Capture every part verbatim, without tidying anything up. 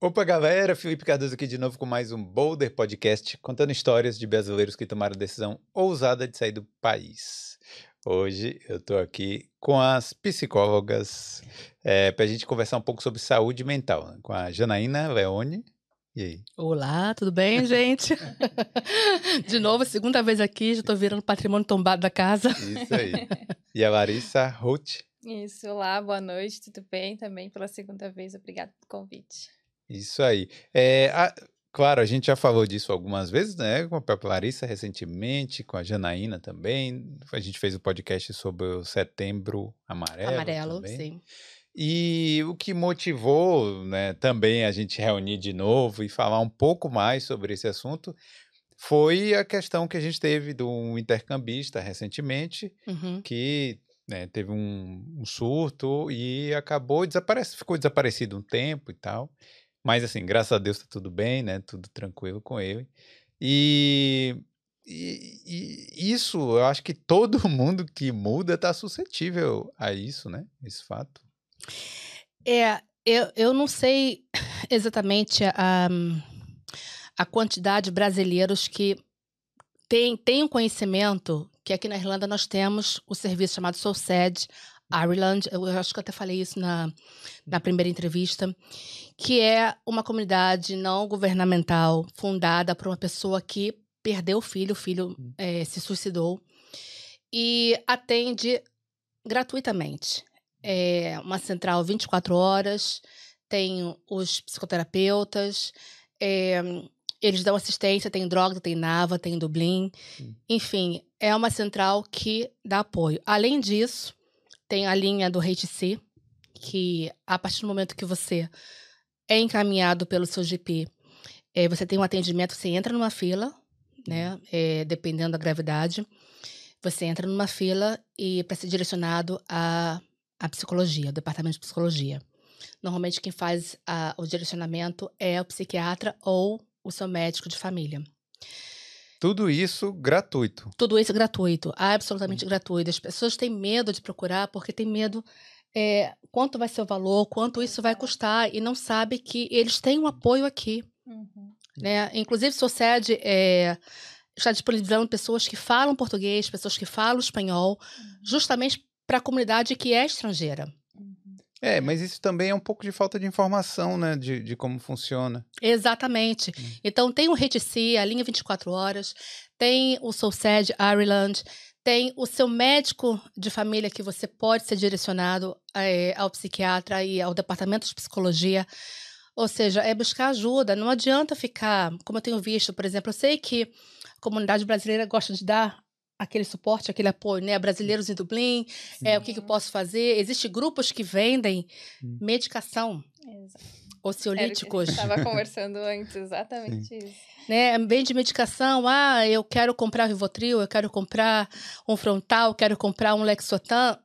Opa, galera! Felipe Cardoso aqui de novo com mais um Boulder Podcast, contando histórias de brasileiros que tomaram a decisão ousada de sair do país. Hoje eu tô aqui com as psicólogas é, para a gente conversar um pouco sobre saúde mental, né? Com a Janaína Leone. E aí? Olá, tudo bem, gente? De novo, segunda vez aqui, já tô virando patrimônio tombado da casa. Isso aí. E a Larissa Ruth. Isso, olá, boa noite, tudo bem? Também pela segunda vez, obrigada pelo convite. Isso aí. É, a, claro, a gente já falou disso algumas vezes, né? Com a própria Larissa recentemente, com a Janaína também. A gente fez o um podcast sobre o Setembro Amarelo. Amarelo, também. sim. E o que motivou, né, também a gente reunir de novo e falar um pouco mais sobre esse assunto foi a questão que a gente teve de um intercambista recentemente, Uhum. que né, teve um, um surto e acabou desaparece, ficou desaparecido um tempo e tal. Mas assim, graças a Deus tá tudo bem, né? Tudo tranquilo com ele. E, e, e isso, eu acho que todo mundo que muda tá suscetível a isso, né? Esse fato. É, eu, eu não sei exatamente a, a quantidade de brasileiros que tem, tem um conhecimento que aqui na Irlanda nós temos o serviço chamado SoulSed Ireland, eu acho que eu até falei isso na, na primeira entrevista, que é uma comunidade não governamental fundada por uma pessoa que perdeu o filho, o filho é, se suicidou, e atende gratuitamente. É uma central vinte e quatro horas, tem os psicoterapeutas, é, eles dão assistência, tem Drogheda, tem Nava, tem Dublin, hum. Enfim, é uma central que dá apoio. Além disso, tem a linha do H C, que a partir do momento que você é encaminhado pelo seu G P, é, você tem um atendimento, você entra numa fila, né, é, dependendo da gravidade, você entra numa fila e para ser direcionado a a psicologia, o departamento de psicologia. Normalmente quem faz a, o direcionamento é o psiquiatra ou o seu médico de família. Tudo isso gratuito? Tudo isso gratuito, absolutamente hum. gratuito. As pessoas têm medo de procurar porque têm medo é, quanto vai ser o valor, quanto isso vai custar, e não sabe que eles têm um apoio aqui. Uhum. Né? Inclusive, o SoulSed é, está disponibilizando pessoas que falam português, pessoas que falam espanhol, uhum. justamente para a comunidade que é estrangeira. É, mas isso também é um pouco de falta de informação, né, de, de como funciona. Exatamente. Hum. Então, tem o H C, a linha vinte e quatro horas, tem o SoulSed Ireland, tem o seu médico de família que você pode ser direcionado é, ao psiquiatra e ao departamento de psicologia. Ou seja, é buscar ajuda. Não adianta ficar, como eu tenho visto, por exemplo, eu sei que a comunidade brasileira gosta de dar aquele suporte, aquele apoio, né? Brasileiros em Dublin, é, o que, que eu posso fazer? Existem grupos que vendem hum. medicação. Exato. Oceolíticos. A gente estava conversando antes, exatamente Sim. isso. Né? Vende medicação, ah, eu quero comprar Rivotril, eu quero comprar um Frontal, eu quero comprar um Lexotan.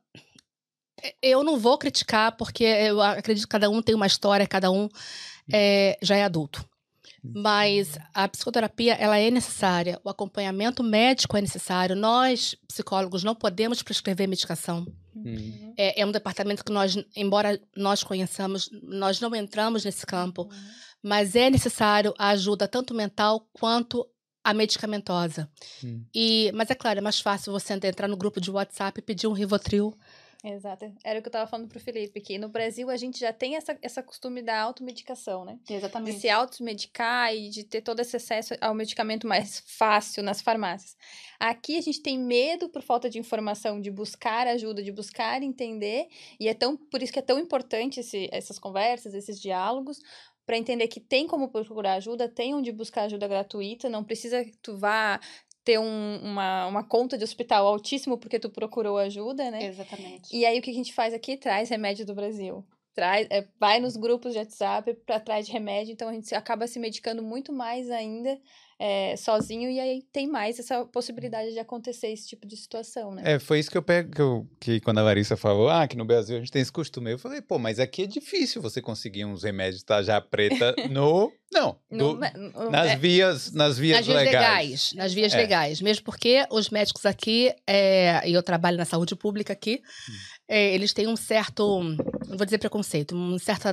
Eu não vou criticar, porque eu acredito que cada um tem uma história, cada um é, já é adulto. Mas a psicoterapia, ela é necessária, o acompanhamento médico é necessário. Nós, psicólogos, não podemos prescrever medicação. Uhum. É, é um departamento que nós, embora nós conheçamos, nós não entramos nesse campo, uhum. mas é necessário a ajuda tanto mental quanto a medicamentosa. Uhum. E, mas é claro, é mais fácil você entrar no grupo de WhatsApp e pedir um Rivotril. Exato, era o que eu estava falando pro Felipe, que no Brasil a gente já tem essa, essa costume da automedicação, né? Exatamente. De se automedicar e de ter todo esse acesso ao medicamento mais fácil nas farmácias. Aqui a gente tem medo por falta de informação, de buscar ajuda, de buscar entender, e é tão, por isso que é tão importante esse, essas conversas, esses diálogos, para entender que tem como procurar ajuda, tem onde buscar ajuda gratuita, não precisa que tu vá ter um, uma, uma conta de hospital altíssimo porque tu procurou ajuda, né? Exatamente. E aí o que a gente faz aqui? Traz remédio do Brasil. Traz, é, vai nos grupos de WhatsApp para trás de remédio, então a gente acaba se medicando muito mais ainda é, sozinho, e aí tem mais essa possibilidade de acontecer esse tipo de situação, né? É, foi isso que eu pego, que, eu, que quando a Larissa falou, ah, que no Brasil a gente tem esse costume, eu falei, pô, mas aqui é difícil você conseguir uns remédios tarja preta no... Não, do, no, no, nas, é, vias, nas vias nas legais. Vias legais. Nas vias é. legais, mesmo porque os médicos aqui, é, e eu trabalho na saúde pública aqui, hum. é, eles têm um certo, não vou dizer preconceito, uma certa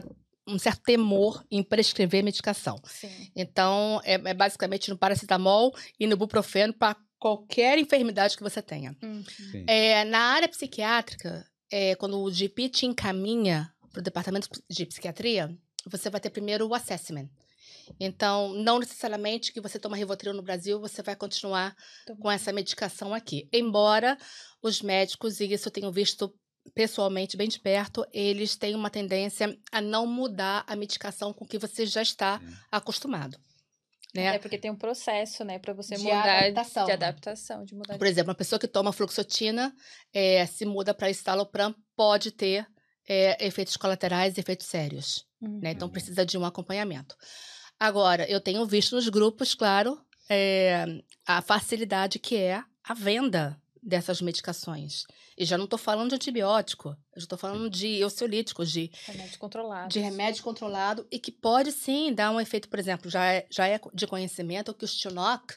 um certo temor em prescrever medicação. Sim. Então, é, é basicamente no paracetamol e no ibuprofeno para qualquer enfermidade que você tenha. Uhum. É, na área psiquiátrica, é, quando o G P te encaminha para o departamento de psiquiatria, você vai ter primeiro o assessment. Então, não necessariamente que você toma Rivotril no Brasil, você vai continuar com essa medicação aqui. Embora os médicos, e isso eu tenho visto pessoalmente bem de perto, eles têm uma tendência a não mudar a medicação com que você já está hum. acostumado. Né? É porque tem um processo, né, para você de mudar adaptação. de adaptação, de mudar. Por de... exemplo, uma pessoa que toma fluoxetina, é, se muda para estalopram, pode ter é, efeitos colaterais, efeitos sérios. Uhum. Né? Então, precisa de um acompanhamento. Agora, eu tenho visto nos grupos, claro, é, a facilidade que é a venda dessas medicações. E já não estou falando de antibiótico, eu já estou falando de ansiolíticos, de remédio controlado. De remédio controlado e que pode, sim, dar um efeito, por exemplo, já é, já é de conhecimento que o Stunok,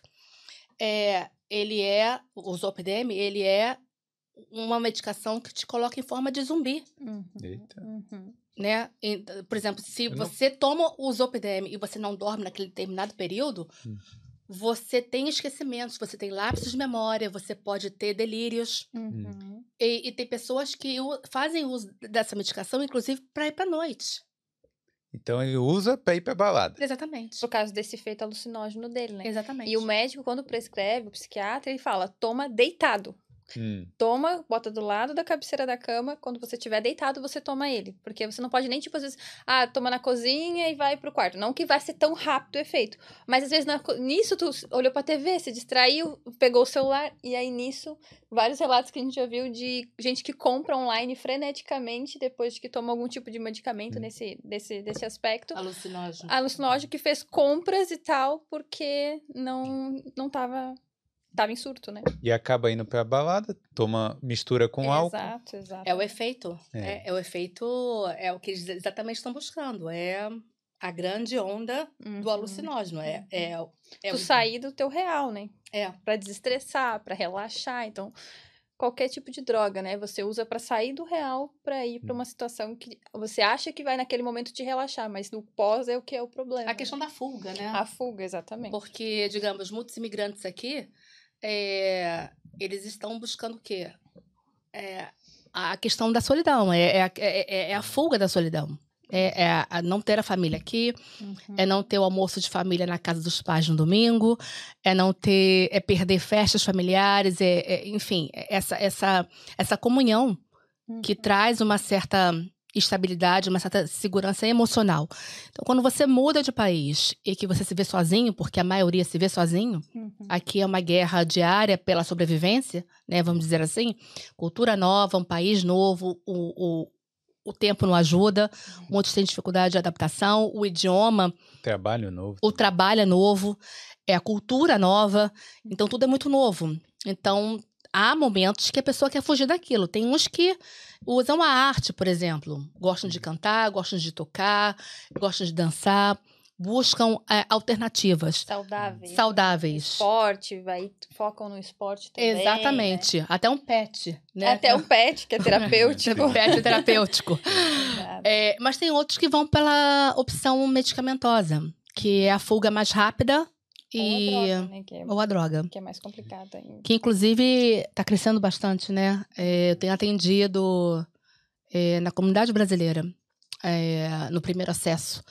é, ele é, o Zolpidem, ele é uma medicação que te coloca em forma de zumbi. Uhum. Eita. Uhum. Né? E, por exemplo, se eu você não... toma o Zolpidem e você não dorme naquele determinado período, hum. você tem esquecimentos, você tem lapsos de memória, você pode ter delírios. Uhum. E, e tem pessoas que fazem uso dessa medicação, inclusive, para ir para a noite. Então ele usa para ir para balada. Exatamente. Por causa desse efeito alucinógeno dele, né? Exatamente. E o médico, quando prescreve, o psiquiatra, ele fala, toma deitado. Hum. Toma, bota do lado da cabeceira da cama, quando você estiver deitado, você toma ele. Porque você não pode nem, tipo, às vezes, ah, toma na cozinha e vai pro quarto. Não que vai ser tão rápido o efeito. Mas, às vezes, na, nisso, tu olhou pra T V, se distraiu, pegou o celular, e aí, nisso, vários relatos que a gente já viu de gente que compra online freneticamente depois de que toma algum tipo de medicamento hum. nesse, desse, desse aspecto. Alucinógeno. Alucinógeno, que fez compras e tal, porque não, não tava... Tava em surto, né? E acaba indo pra balada, toma, mistura com exato, álcool. Exato, exato. É o efeito. É. É, é o efeito, é o que eles exatamente estão buscando. É a grande onda uhum. do alucinógeno. É, é, é tu um... sair do teu real, né? É. Pra desestressar, pra relaxar. Então, qualquer tipo de droga, né? Você usa pra sair do real pra ir pra uma situação que você acha que vai naquele momento te relaxar, mas no pós é o que é o problema. A questão né? da fuga, né? A fuga, exatamente. Porque, digamos, muitos imigrantes aqui, é, eles estão buscando o quê? É, a questão da solidão, é, é, é, é a fuga da solidão. É, é a não ter a família aqui, uhum. é não ter o almoço de família na casa dos pais no domingo, é não ter, é perder festas familiares, é, é, enfim, essa, essa, essa comunhão uhum. que traz uma certa estabilidade, uma certa segurança emocional. Então, quando você muda de país e que você se vê sozinho, porque a maioria se vê sozinho, uhum. aqui é uma guerra diária pela sobrevivência, né, vamos dizer assim, cultura nova, um país novo, o, o, o tempo não ajuda, uhum. muitos têm dificuldade de adaptação, o idioma... Trabalho novo. O trabalho é novo, é a cultura nova, então tudo é muito novo. Então, há momentos que a pessoa quer fugir daquilo. Tem uns que usam a arte, por exemplo. Gostam de cantar, gostam de tocar, gostam de dançar, buscam é, alternativas. Saudáveis. Saudáveis. Esporte, vai, focam no esporte também. Exatamente. Né? Até um pet. Né? Até um pet, que é terapêutico. Um pet terapêutico. É, mas tem outros que vão pela opção medicamentosa, que é a fuga mais rápida. E... Ou a droga, né? Que é, Ou a droga. Que é mais complicada ainda. Que, inclusive, está crescendo bastante, né? É, eu tenho atendido é, na comunidade brasileira, é, no primeiro acesso,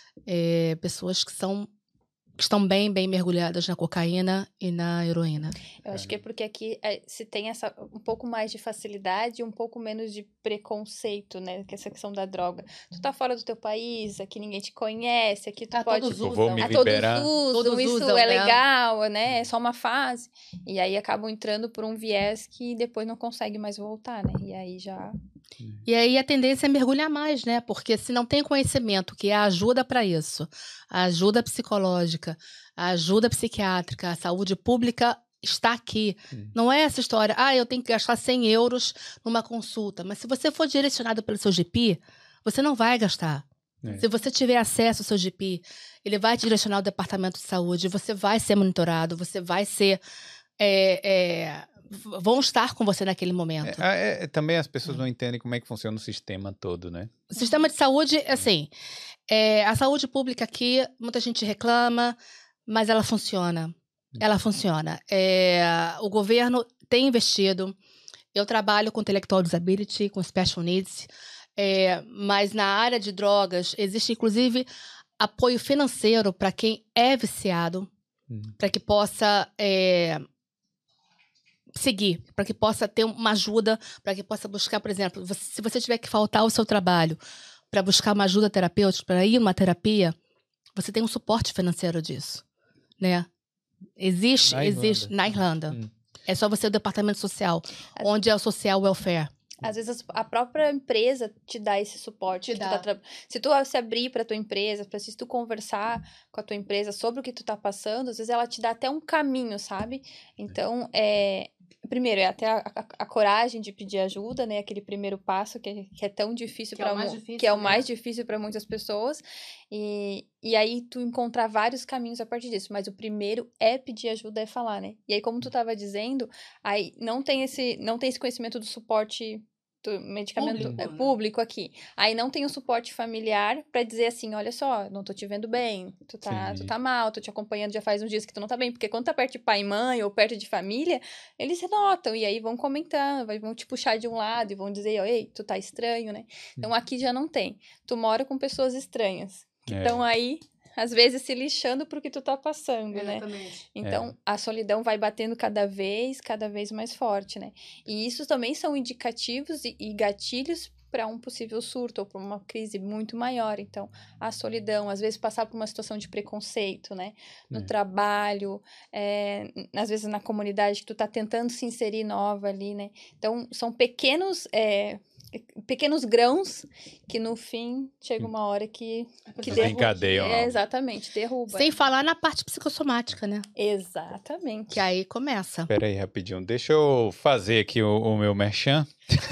é, pessoas que são... que estão bem, bem mergulhadas na cocaína e na heroína. Eu acho que é porque aqui é, se tem essa, um pouco mais de facilidade e um pouco menos de preconceito, né? Que é essa questão da droga. Tu tá fora do teu país, aqui ninguém te conhece, aqui tu ah, pode... Todos usam. Vou me ah, liberar. todos usam, todos isso usam, é né? legal, né? É só uma fase. E aí acabam entrando por um viés que depois não consegue mais voltar, né? E aí já... E aí a tendência é mergulhar mais, né? Porque se não tem conhecimento, que é a ajuda para isso, a ajuda psicológica, a ajuda psiquiátrica, a saúde pública está aqui. Hum. Não é essa história, ah, eu tenho que gastar cem euros numa consulta. Mas se você for direcionado pelo seu G P, você não vai gastar. É. Se você tiver acesso ao seu G P, ele vai te direcionar ao departamento de saúde, você vai ser monitorado, você vai ser... É, é, vão estar com você naquele momento. É, é, também as pessoas não entendem como é que funciona o sistema todo, né? O sistema de saúde, assim, é, a saúde pública aqui, muita gente reclama, mas ela funciona. Ela funciona. É, o governo tem investido. Eu trabalho com Intellectual Disability, com Special Needs, é, mas na área de drogas existe, inclusive, apoio financeiro para quem é viciado, hum. para que possa é, seguir, para que possa ter uma ajuda, para que possa buscar, por exemplo, você, se você tiver que faltar ao seu trabalho para buscar uma ajuda terapêutica, para ir uma terapia, você tem um suporte financeiro disso, né? Existe, na existe Irlanda. na Irlanda. Hum. É só você o departamento social, As... onde é o social welfare. Às vezes a própria empresa te dá esse suporte. Te dá. Tu tá tra... Se tu se abrir para tua empresa, pra, se tu conversar com a tua empresa sobre o que tu tá passando, às vezes ela te dá até um caminho, sabe? Então, é... primeiro, é até a, a, a coragem de pedir ajuda, né? Aquele primeiro passo que é, que é tão difícil para é mu- que é o mais difícil para muitas pessoas. E, e aí tu encontrar vários caminhos a partir disso. Mas o primeiro é pedir ajuda, é falar, né? E aí, como tu tava dizendo, aí não tem esse, não tem esse conhecimento do suporte do medicamento público, é, público aqui. Aí não tem o suporte familiar pra dizer assim, olha só, não tô te vendo bem, tu tá, tu tá mal, tô te acompanhando já faz uns dias que tu não tá bem, porque quando tá perto de pai e mãe ou perto de família, eles se notam e aí vão comentando, vão te puxar de um lado e vão dizer, ei, tu tá estranho, né? Então aqui já não tem. Tu mora com pessoas estranhas que estão é. aí às vezes se lixando pro que tu tá passando, Exatamente. né? Então, é. a solidão vai batendo cada vez, cada vez mais forte, né? E isso também são indicativos e, e gatilhos para um possível surto ou para uma crise muito maior. Então, a solidão, às vezes passar por uma situação de preconceito, né? No é. trabalho, é, às vezes na comunidade que tu tá tentando se inserir nova ali, né? Então, são pequenos... É, pequenos grãos que no fim chega uma hora que, que derruba. É, exatamente, derruba. Sem falar na parte psicossomática, né? Exatamente. Que aí começa. Espera aí rapidinho, deixa eu fazer aqui o, o meu merchan.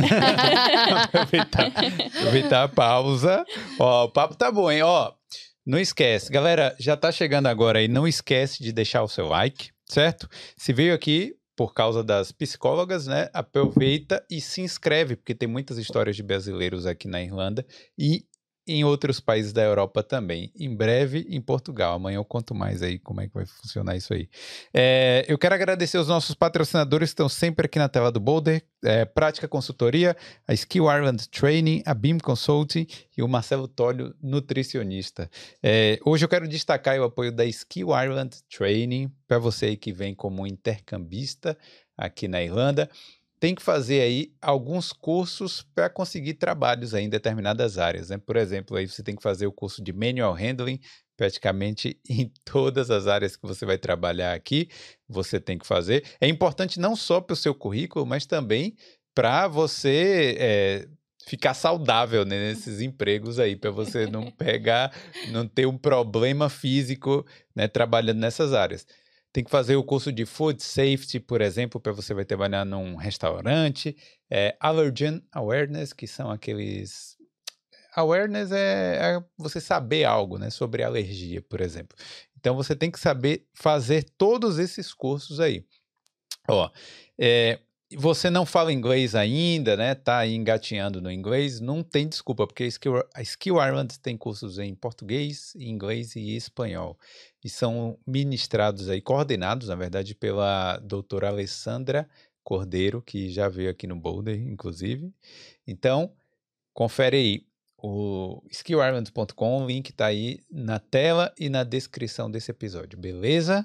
aproveitar, aproveitar a pausa. Ó, o papo tá bom, hein? Ó, não esquece, galera, já tá chegando agora aí, não esquece de deixar o seu like, certo? Se veio aqui por causa das psicólogas, né? Aproveita e se inscreve, porque tem muitas histórias de brasileiros aqui na Irlanda e em outros países da Europa também. Em breve, em Portugal. Amanhã eu conto mais aí como é que vai funcionar isso aí. É, eu quero agradecer os nossos patrocinadores que estão sempre aqui na tela do Boulder. É, Prática Consultoria, a Skill Ireland Training, a Beam Consulting e o Marcelo Tólio, nutricionista. É, hoje eu quero destacar o apoio da Skill Ireland Training para você aí que vem como intercambista aqui na Irlanda. Tem que fazer aí alguns cursos para conseguir trabalhos aí em determinadas áreas, né? Por exemplo, aí você tem que fazer o curso de Manual Handling, praticamente em todas as áreas que você vai trabalhar aqui, você tem que fazer. É importante não só para o seu currículo, mas também para você é, ficar saudável, né, nesses empregos aí, para você não pegar, não ter um problema físico, né, trabalhando nessas áreas. Tem que fazer o curso de Food Safety, por exemplo, para você vai trabalhar num restaurante. É, Allergen Awareness, que são aqueles... Awareness é, é você saber algo, né, sobre alergia, por exemplo. Então, você tem que saber fazer todos esses cursos aí. Ó, é, você não fala inglês ainda, né? Tá aí engatinhando no inglês, não tem desculpa, porque a Skill, a Skill Ireland tem cursos em português, inglês e espanhol. E são ministrados aí, coordenados, na verdade, pela doutora Alessandra Cordeiro, que já veio aqui no Boulder, inclusive. Então, confere aí o skill ireland ponto com, o link tá aí na tela e na descrição desse episódio, beleza?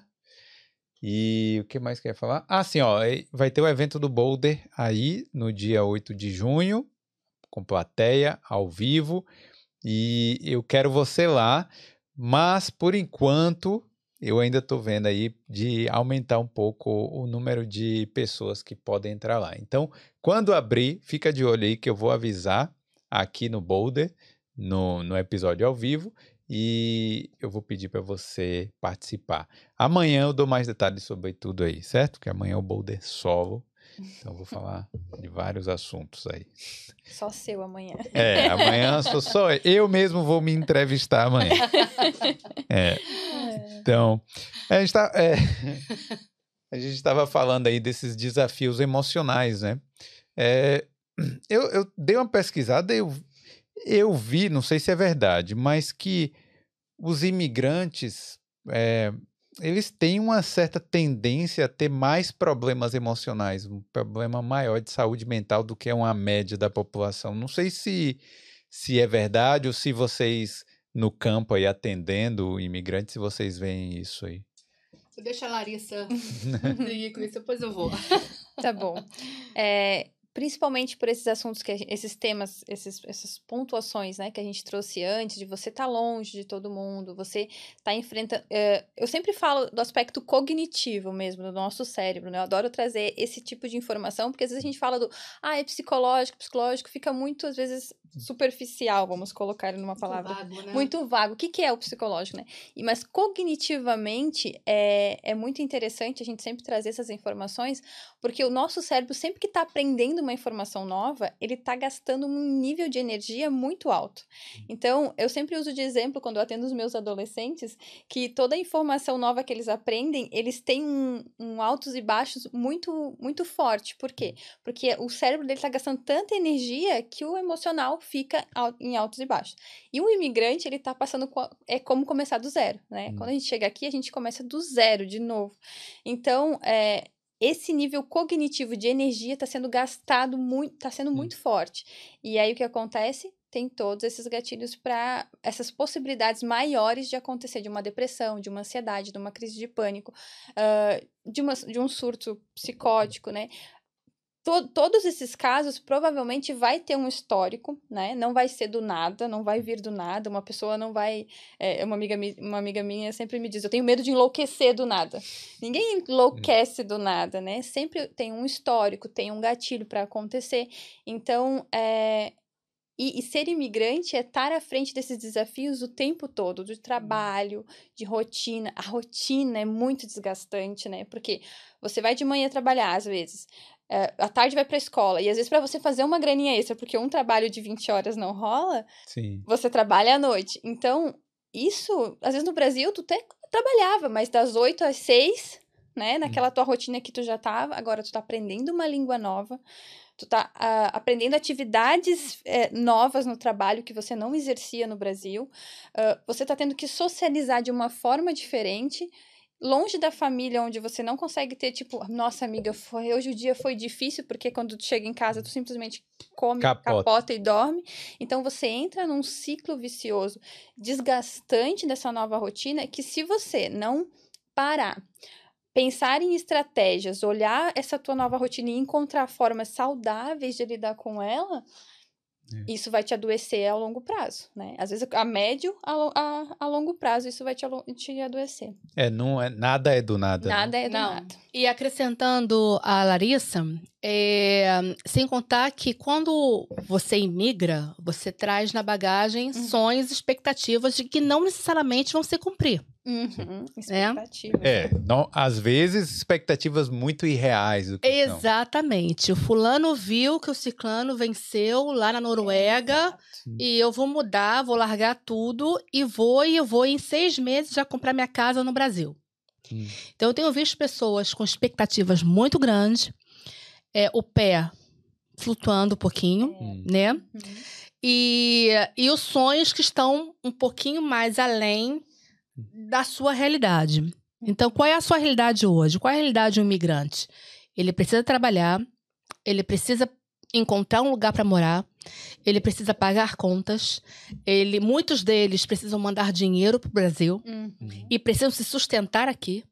E o que mais que eu ia falar? Ah, sim, ó, vai ter o evento do Boulder aí no dia oito de junho, com plateia, ao vivo, e eu quero você lá, mas por enquanto eu ainda estou vendo aí de aumentar um pouco o número de pessoas que podem entrar lá. Então, quando abrir, fica de olho aí que eu vou avisar aqui no Boulder, no, no episódio ao vivo, e eu vou pedir para você participar. Amanhã eu dou mais detalhes sobre tudo aí, certo? Porque amanhã é o Boulder solo, então eu vou falar de vários assuntos aí. Só seu amanhã. É, amanhã sou só eu mesmo vou me entrevistar amanhã. É. Então, a gente tá... É... a gente estava falando aí desses desafios emocionais, né? É, eu, eu dei uma pesquisada, eu, eu vi, não sei se é verdade, mas que os imigrantes, é, eles têm uma certa tendência a ter mais problemas emocionais, um problema maior de saúde mental do que uma média da população. Não sei se, se é verdade ou se vocês, no campo aí, atendendo imigrantes, se vocês veem isso aí. Deixa a Larissa seguir com isso, depois eu vou. Tá bom. É, principalmente por esses assuntos, que gente, esses temas, esses, essas pontuações, né, que a gente trouxe antes, de você estar tá longe de todo mundo, você tá enfrentando... É, eu sempre falo do aspecto cognitivo mesmo, do nosso cérebro, né? Eu adoro trazer esse tipo de informação, porque às vezes a gente fala do, ah, é psicológico, psicológico, fica muito, às vezes, superficial, vamos colocar numa palavra. Muito vago, né? Muito vago. O que, que é o psicológico, né? E, mas cognitivamente é, é muito interessante a gente sempre trazer essas informações, porque o nosso cérebro, sempre que está aprendendo uma informação nova, ele está gastando um nível de energia muito alto. Então, eu sempre uso de exemplo, quando eu atendo os meus adolescentes, que toda a informação nova que eles aprendem, eles têm um, um altos e baixos muito, muito forte. Por quê? Porque o cérebro dele está gastando tanta energia que o emocional fica em altos e baixos. E o imigrante, ele tá passando... É como começar do zero, né? Hum. Quando a gente chega aqui, a gente começa do zero de novo. Então, é, esse nível cognitivo de energia está sendo gastado muito... Está sendo hum. muito forte. E aí, o que acontece? Tem todos esses gatilhos para... Essas possibilidades maiores de acontecer de uma depressão, de uma ansiedade, de uma crise de pânico, uh, de, uma, de um surto psicótico, né? Todos esses casos provavelmente vai ter um histórico, né? Não vai ser do nada, não vai vir do nada. Uma pessoa não vai... É, uma, amiga, uma amiga minha sempre me diz, eu tenho medo de enlouquecer do nada. Ninguém enlouquece do nada, né? Sempre tem um histórico, tem um gatilho para acontecer. Então, é... E, e ser imigrante é estar à frente desses desafios o tempo todo, de trabalho, de rotina. A rotina é muito desgastante, né? Porque você vai de manhã trabalhar, às vezes... É, à tarde vai pra escola, e às vezes para você fazer uma graninha extra, porque um trabalho de vinte horas não rola, Sim. você trabalha à noite. Então, isso, às vezes no Brasil, tu até trabalhava, mas das oito às seis, né, naquela tua rotina que tu já tava, agora tu tá aprendendo uma língua nova, tu tá uh, aprendendo atividades uh, novas no trabalho que você não exercia no Brasil, uh, você tá tendo que socializar de uma forma diferente, longe da família, onde você não consegue ter, tipo, nossa, amiga, foi, hoje o dia foi difícil, porque quando tu chega em casa, tu simplesmente come, capota, capota e dorme. Então, você entra num ciclo vicioso, desgastante dessa nova rotina, que se você não parar, pensar em estratégias, olhar essa tua nova rotina e encontrar formas saudáveis de lidar com ela... É. Isso vai te adoecer a longo prazo, né? Às vezes, a médio, a, a, a longo prazo, isso vai te, te adoecer. É, não é, nada é do nada. Nada né? é do não. nada. E acrescentando a Larissa, é, sem contar que quando você imigra, você traz na bagagem uhum. sonhos, expectativas de que não necessariamente vão se cumprir. Uhum. Expectativas. É, não, às vezes expectativas muito irreais. Do que Exatamente. São. O fulano viu que o ciclano venceu lá na Noruega é, e eu vou mudar, vou largar tudo e vou e eu vou em seis meses já comprar minha casa no Brasil. Hum. Então eu tenho visto pessoas com expectativas muito grandes, é, o pé flutuando um pouquinho, é. né? Uhum. E, e os sonhos que estão um pouquinho mais além da sua realidade. Então, qual é a sua realidade hoje? Qual é a realidade de um imigrante? Ele precisa trabalhar, ele precisa encontrar um lugar para morar, ele precisa pagar contas, ele, muitos deles precisam mandar dinheiro para o Brasil uhum. e precisam se sustentar aqui.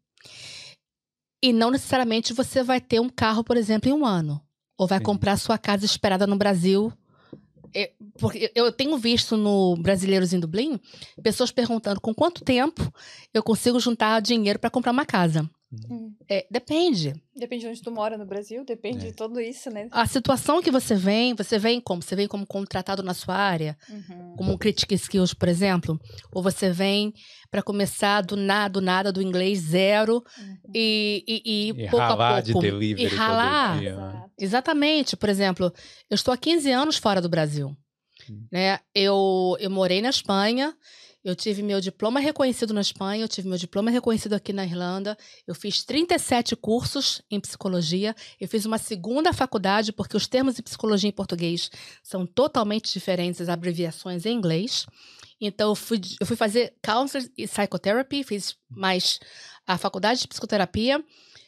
E não necessariamente você vai ter um carro, por exemplo, em um ano. Ou vai Sim. comprar sua casa esperada no Brasil. É, porque eu tenho visto no Brasileiros em Dublin pessoas perguntando com quanto tempo eu consigo juntar dinheiro para comprar uma casa. Uhum. É, depende. Depende de onde tu mora no Brasil, depende é. de tudo isso, né? A situação que você vem, você vem como? Você vem como contratado na sua área? Uhum. Como um Critic Skills, por exemplo? Ou você vem para começar do nada, do nada, do inglês zero uhum. e, e, e, e pouco ralar a pouco. De delivery e ralar. Todo dia, né? Exatamente. Por exemplo, eu estou há quinze anos fora do Brasil. Uhum. Né? Eu, eu morei na Espanha Eu tive meu diploma reconhecido na Espanha, eu tive meu diploma reconhecido aqui na Irlanda. Eu fiz trinta e sete cursos em psicologia. Eu fiz uma segunda faculdade, porque os termos de psicologia em português são totalmente diferentes, as abreviações em inglês. Então, eu fui, eu fui fazer counseling e psychotherapy, fiz mais a faculdade de psicoterapia,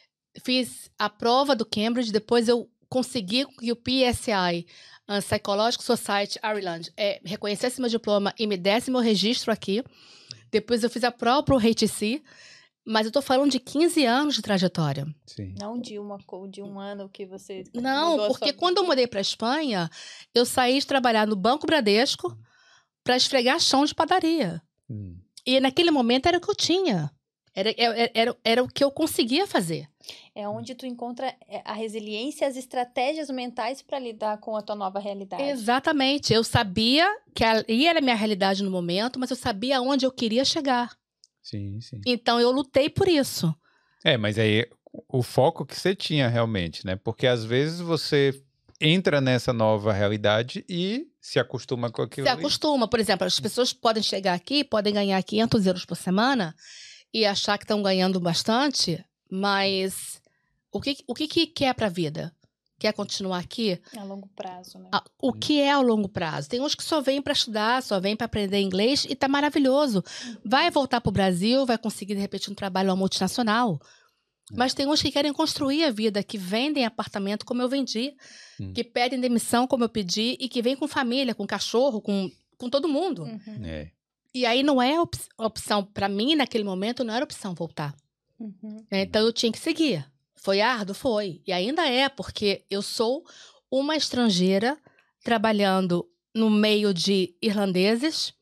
fiz a prova do Cambridge, depois eu consegui que o P S I, a Psychological Society Ireland, é, reconhecesse meu diploma e me desse meu registro aqui. Depois eu fiz a prova para o H T C, mas eu tô falando de quinze anos de trajetória. Sim. Não de, uma, de um ano que você... Não, porque quando eu mudei para Espanha, eu saí de trabalhar no Banco Bradesco para esfregar chão de padaria. Hum. E naquele momento era o que eu tinha. Era, era, era, era o que eu conseguia fazer. É onde tu encontra a resiliência e as estratégias mentais para lidar com a tua nova realidade. Exatamente. Eu sabia que ali era a minha realidade no momento, mas eu sabia aonde eu queria chegar. Sim, sim. Então, eu lutei por isso. É, mas aí o foco que você tinha realmente, né? Porque às vezes você entra nessa nova realidade e se acostuma com aquilo. Se ali. acostuma. Por exemplo, as pessoas podem chegar aqui, podem ganhar quinhentos euros por semana e achar que estão ganhando bastante, mas o que, o que, que quer para a vida? Quer continuar aqui? A longo prazo, né? Ah, o que é ao longo prazo? Tem uns que só vêm para estudar, só vêm para aprender inglês e tá maravilhoso. Vai voltar para o Brasil, vai conseguir, de repente, um trabalho numa multinacional. Mas tem uns que querem construir a vida, que vendem apartamento como eu vendi, Hum. que pedem demissão como eu pedi e que vêm com família, com cachorro, com, com todo mundo. Uhum. É. E aí não é op opção, para mim, naquele momento, não era opção voltar. Uhum. Então eu tinha que seguir. Foi árduo? Foi. E ainda é, porque eu sou uma estrangeira trabalhando no meio de irlandeses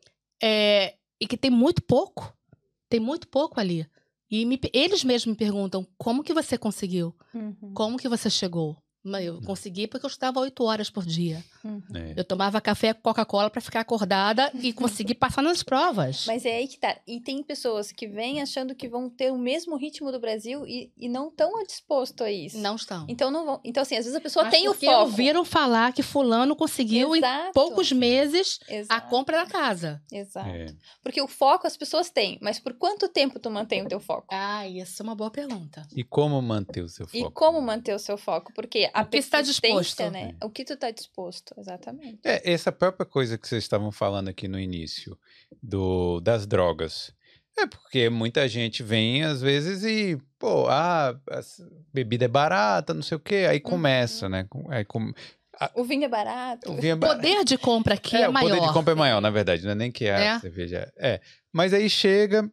é, e que tem muito pouco. Tem muito pouco ali. E me, eles mesmos me perguntam, como que você conseguiu? Uhum. Como que você chegou? Eu consegui porque eu estudava oito horas por dia. Uhum. É. Eu tomava café com Coca-Cola para ficar acordada e conseguir passar nas provas. Mas é aí que tá. E tem pessoas que vêm achando que vão ter o mesmo ritmo do Brasil e, e não estão dispostos a isso. Não estão. Então, não vão. Então, assim, às vezes a pessoa Mas tem o porque foco. ouviram falar que fulano conseguiu Exato. em poucos meses Exato. a compra da casa. Exato. É. Porque o foco as pessoas têm, mas por quanto tempo tu mantém o teu foco? Ah, isso é uma boa pergunta. E como manter o seu foco? E como manter o seu foco? Porque a O que está persistência, disposto. né? O que tu tá disposto, exatamente. É, essa própria coisa que vocês estavam falando aqui no início, do, das drogas. É porque muita gente vem, às vezes, e, pô, ah, a bebida é barata, não sei o quê, aí começa, Uhum. né? Aí com... O vinho é barato. o vinho é O barato. poder de compra aqui é, É, o maior. poder de compra é maior, na verdade, não é nem que a É. cerveja é. Mas aí chega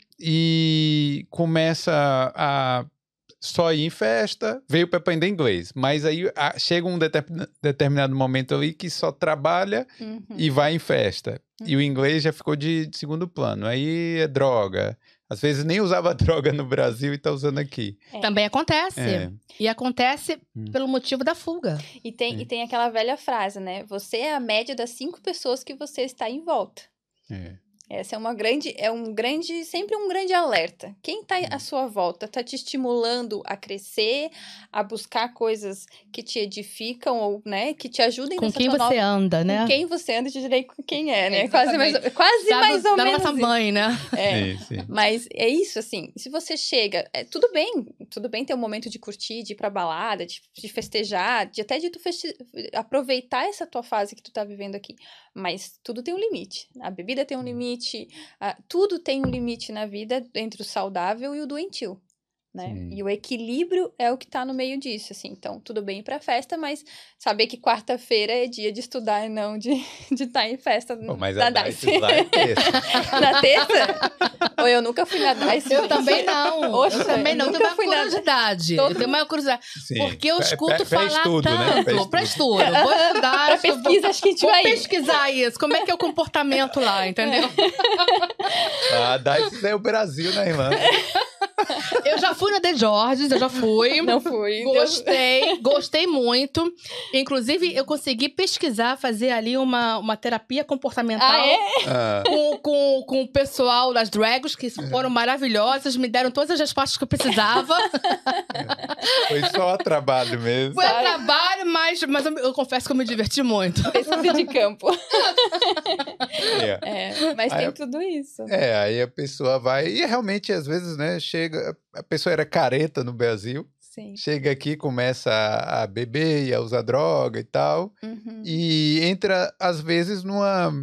e começa a só ir em festa, veio para aprender inglês. Mas aí a, chega um determin, determinado momento ali que só trabalha Uhum. e vai em festa. Uhum. E o inglês já ficou de, de segundo plano. Aí é droga. Às vezes nem usava droga no Brasil e tá usando aqui. É. Também acontece. É. E acontece Hum. pelo motivo da fuga. E tem, É. e tem aquela velha frase, né? Você é a média das cinco pessoas que você está em volta. É. Essa é uma grande, é um grande, sempre um grande alerta. Quem está à sua volta está te estimulando a crescer, a buscar coisas que te edificam ou, né, que te ajudem Com nessa quem tua você nova... anda, né? Com quem você anda, eu te direi com quem é, né? É, quase mais, quase da, mais ou da menos nossa isso. mãe, né? É. Sim, sim. Mas é isso, assim, se você chega, é, tudo bem, tudo bem ter um momento de curtir, de ir pra balada, de, de festejar, de até de tu festi aproveitar essa tua fase que tu tá vivendo aqui, mas tudo tem um limite, a bebida tem um limite, a, tudo tem um limite na vida entre o saudável e o doentio, né? Sim. E o equilíbrio é o que tá no meio disso, assim, então tudo bem ir pra festa, mas saber que quarta-feira é dia de estudar e não de estar de tá em festa Pô, mas da a Dice. Dice lá é terça. Na terça? Ou eu nunca fui na Dice. Eu gente. também não. Oxe, eu também não. Eu nunca tenho fui uma na- curiosidade. Todo Eu tenho uma curiosidade. Sim. Porque eu Pra- escuto pra- pra falar estudo, né? tanto. Pra Pra estudo. estudo. Vou estudar. Pra acho que eu vou- pesquisa, acho que a gente Vou vai ir. pesquisar isso. Como é que é o comportamento lá, entendeu? A Dice é o Brasil na Irlanda. Eu já fui na The George's, eu já fui. Não fui. Gostei, gostei muito. Inclusive, eu consegui pesquisar, fazer ali uma, uma terapia comportamental Ah, é? Ah, com, com, com o pessoal das drags, que foram maravilhosas, me deram todas as respostas que eu precisava. foi só trabalho mesmo. Foi trabalho, mas, mas eu, eu confesso que eu me diverti muito. Pesquisa de campo. É. É, mas Aí tem eu- tudo isso. É, aí a pessoa vai. E realmente, às vezes, né, chega. A pessoa era careta no Brasil, Sim. chega aqui, começa a, a beber e a usar droga e tal. Uhum. E entra, às vezes, numa.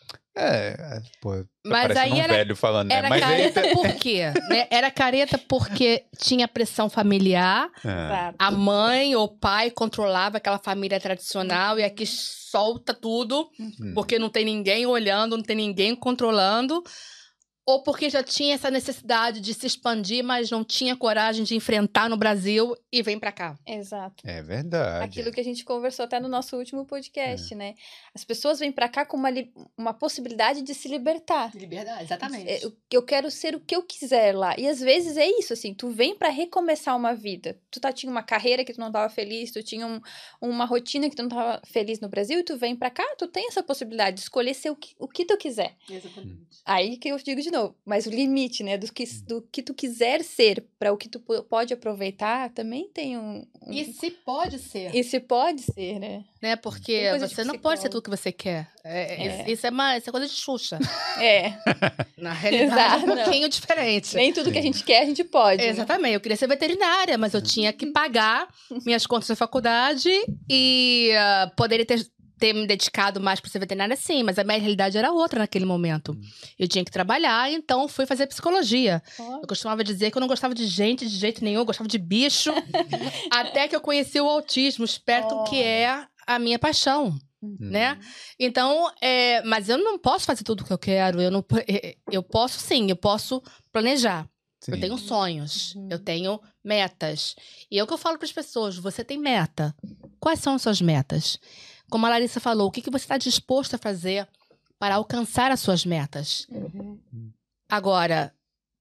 É, pô, tá Mas parecendo aí um era- velho falando, né? Era Mas careta entra... por quê? Né? Era careta porque tinha pressão familiar, Ah, Exato. a mãe ou pai controlava aquela família tradicional e aqui solta tudo, hum. porque não tem ninguém olhando, não tem ninguém controlando. Ou porque já tinha essa necessidade de se expandir, mas não tinha coragem de enfrentar no Brasil e vem pra cá. Exato. É verdade. Aquilo que a gente conversou até no nosso último podcast, né? As pessoas vêm pra cá com uma, li- uma possibilidade de se libertar. Liberdade, É, eu- Eu quero ser o que eu quiser lá. E às vezes é isso, assim, tu vem pra recomeçar uma vida. Tu tá, tinha uma carreira que tu não tava feliz, tu tinha um- uma rotina que tu não tava feliz no Brasil, e tu vem pra cá, tu tem essa possibilidade de escolher ser o que, o que tu quiser. Exatamente. Aí que eu digo de novo, mas o limite, né, do que, do que tu quiser ser pra o que tu po- pode aproveitar, também tem um... um... E se pode ser, E se pode ser, né? né? Tem Porque coisa de você não pode ser psicólogo. tudo que você quer. É, É. Isso, isso é uma, isso é coisa de Xuxa. É, Na realidade, Exato, é um pouquinho diferente. nem tudo que a gente quer, a gente pode. né? Exatamente. Eu queria ser veterinária, mas eu tinha que pagar minhas contas da faculdade e ah, poderia ter, ter me dedicado mais para ser veterinária, sim, mas a minha realidade era outra naquele momento. Eu tinha que trabalhar, então fui fazer psicologia. Ó, Eu costumava dizer que eu não gostava de gente de jeito nenhum, eu gostava de bicho. Até que eu conheci o autismo, esperto que é a minha paixão. Hum. Né? Então, é, mas eu não posso fazer tudo o que eu quero. Eu, não, eu posso sim, eu posso planejar. Sim. Eu tenho sonhos, Uhum. eu tenho metas. E é o que eu falo para as pessoas: você tem meta. Quais são as suas metas? Como a Larissa falou, o que, que você está disposto a fazer para alcançar as suas metas? uhum. Agora,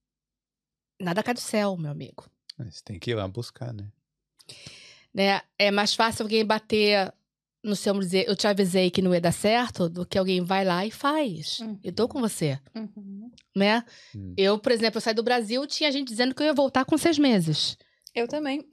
nada cai do céu, meu amigo. Você tem que ir lá buscar, né? Né? É mais fácil alguém bater no seu ombro e dizer, eu te avisei que não ia dar certo, do que alguém vai lá e faz. Uhum. Eu tô com você, Uhum. né? Hum. Eu, por exemplo, eu saí do Brasil, tinha gente dizendo que eu ia voltar com seis meses. Eu também.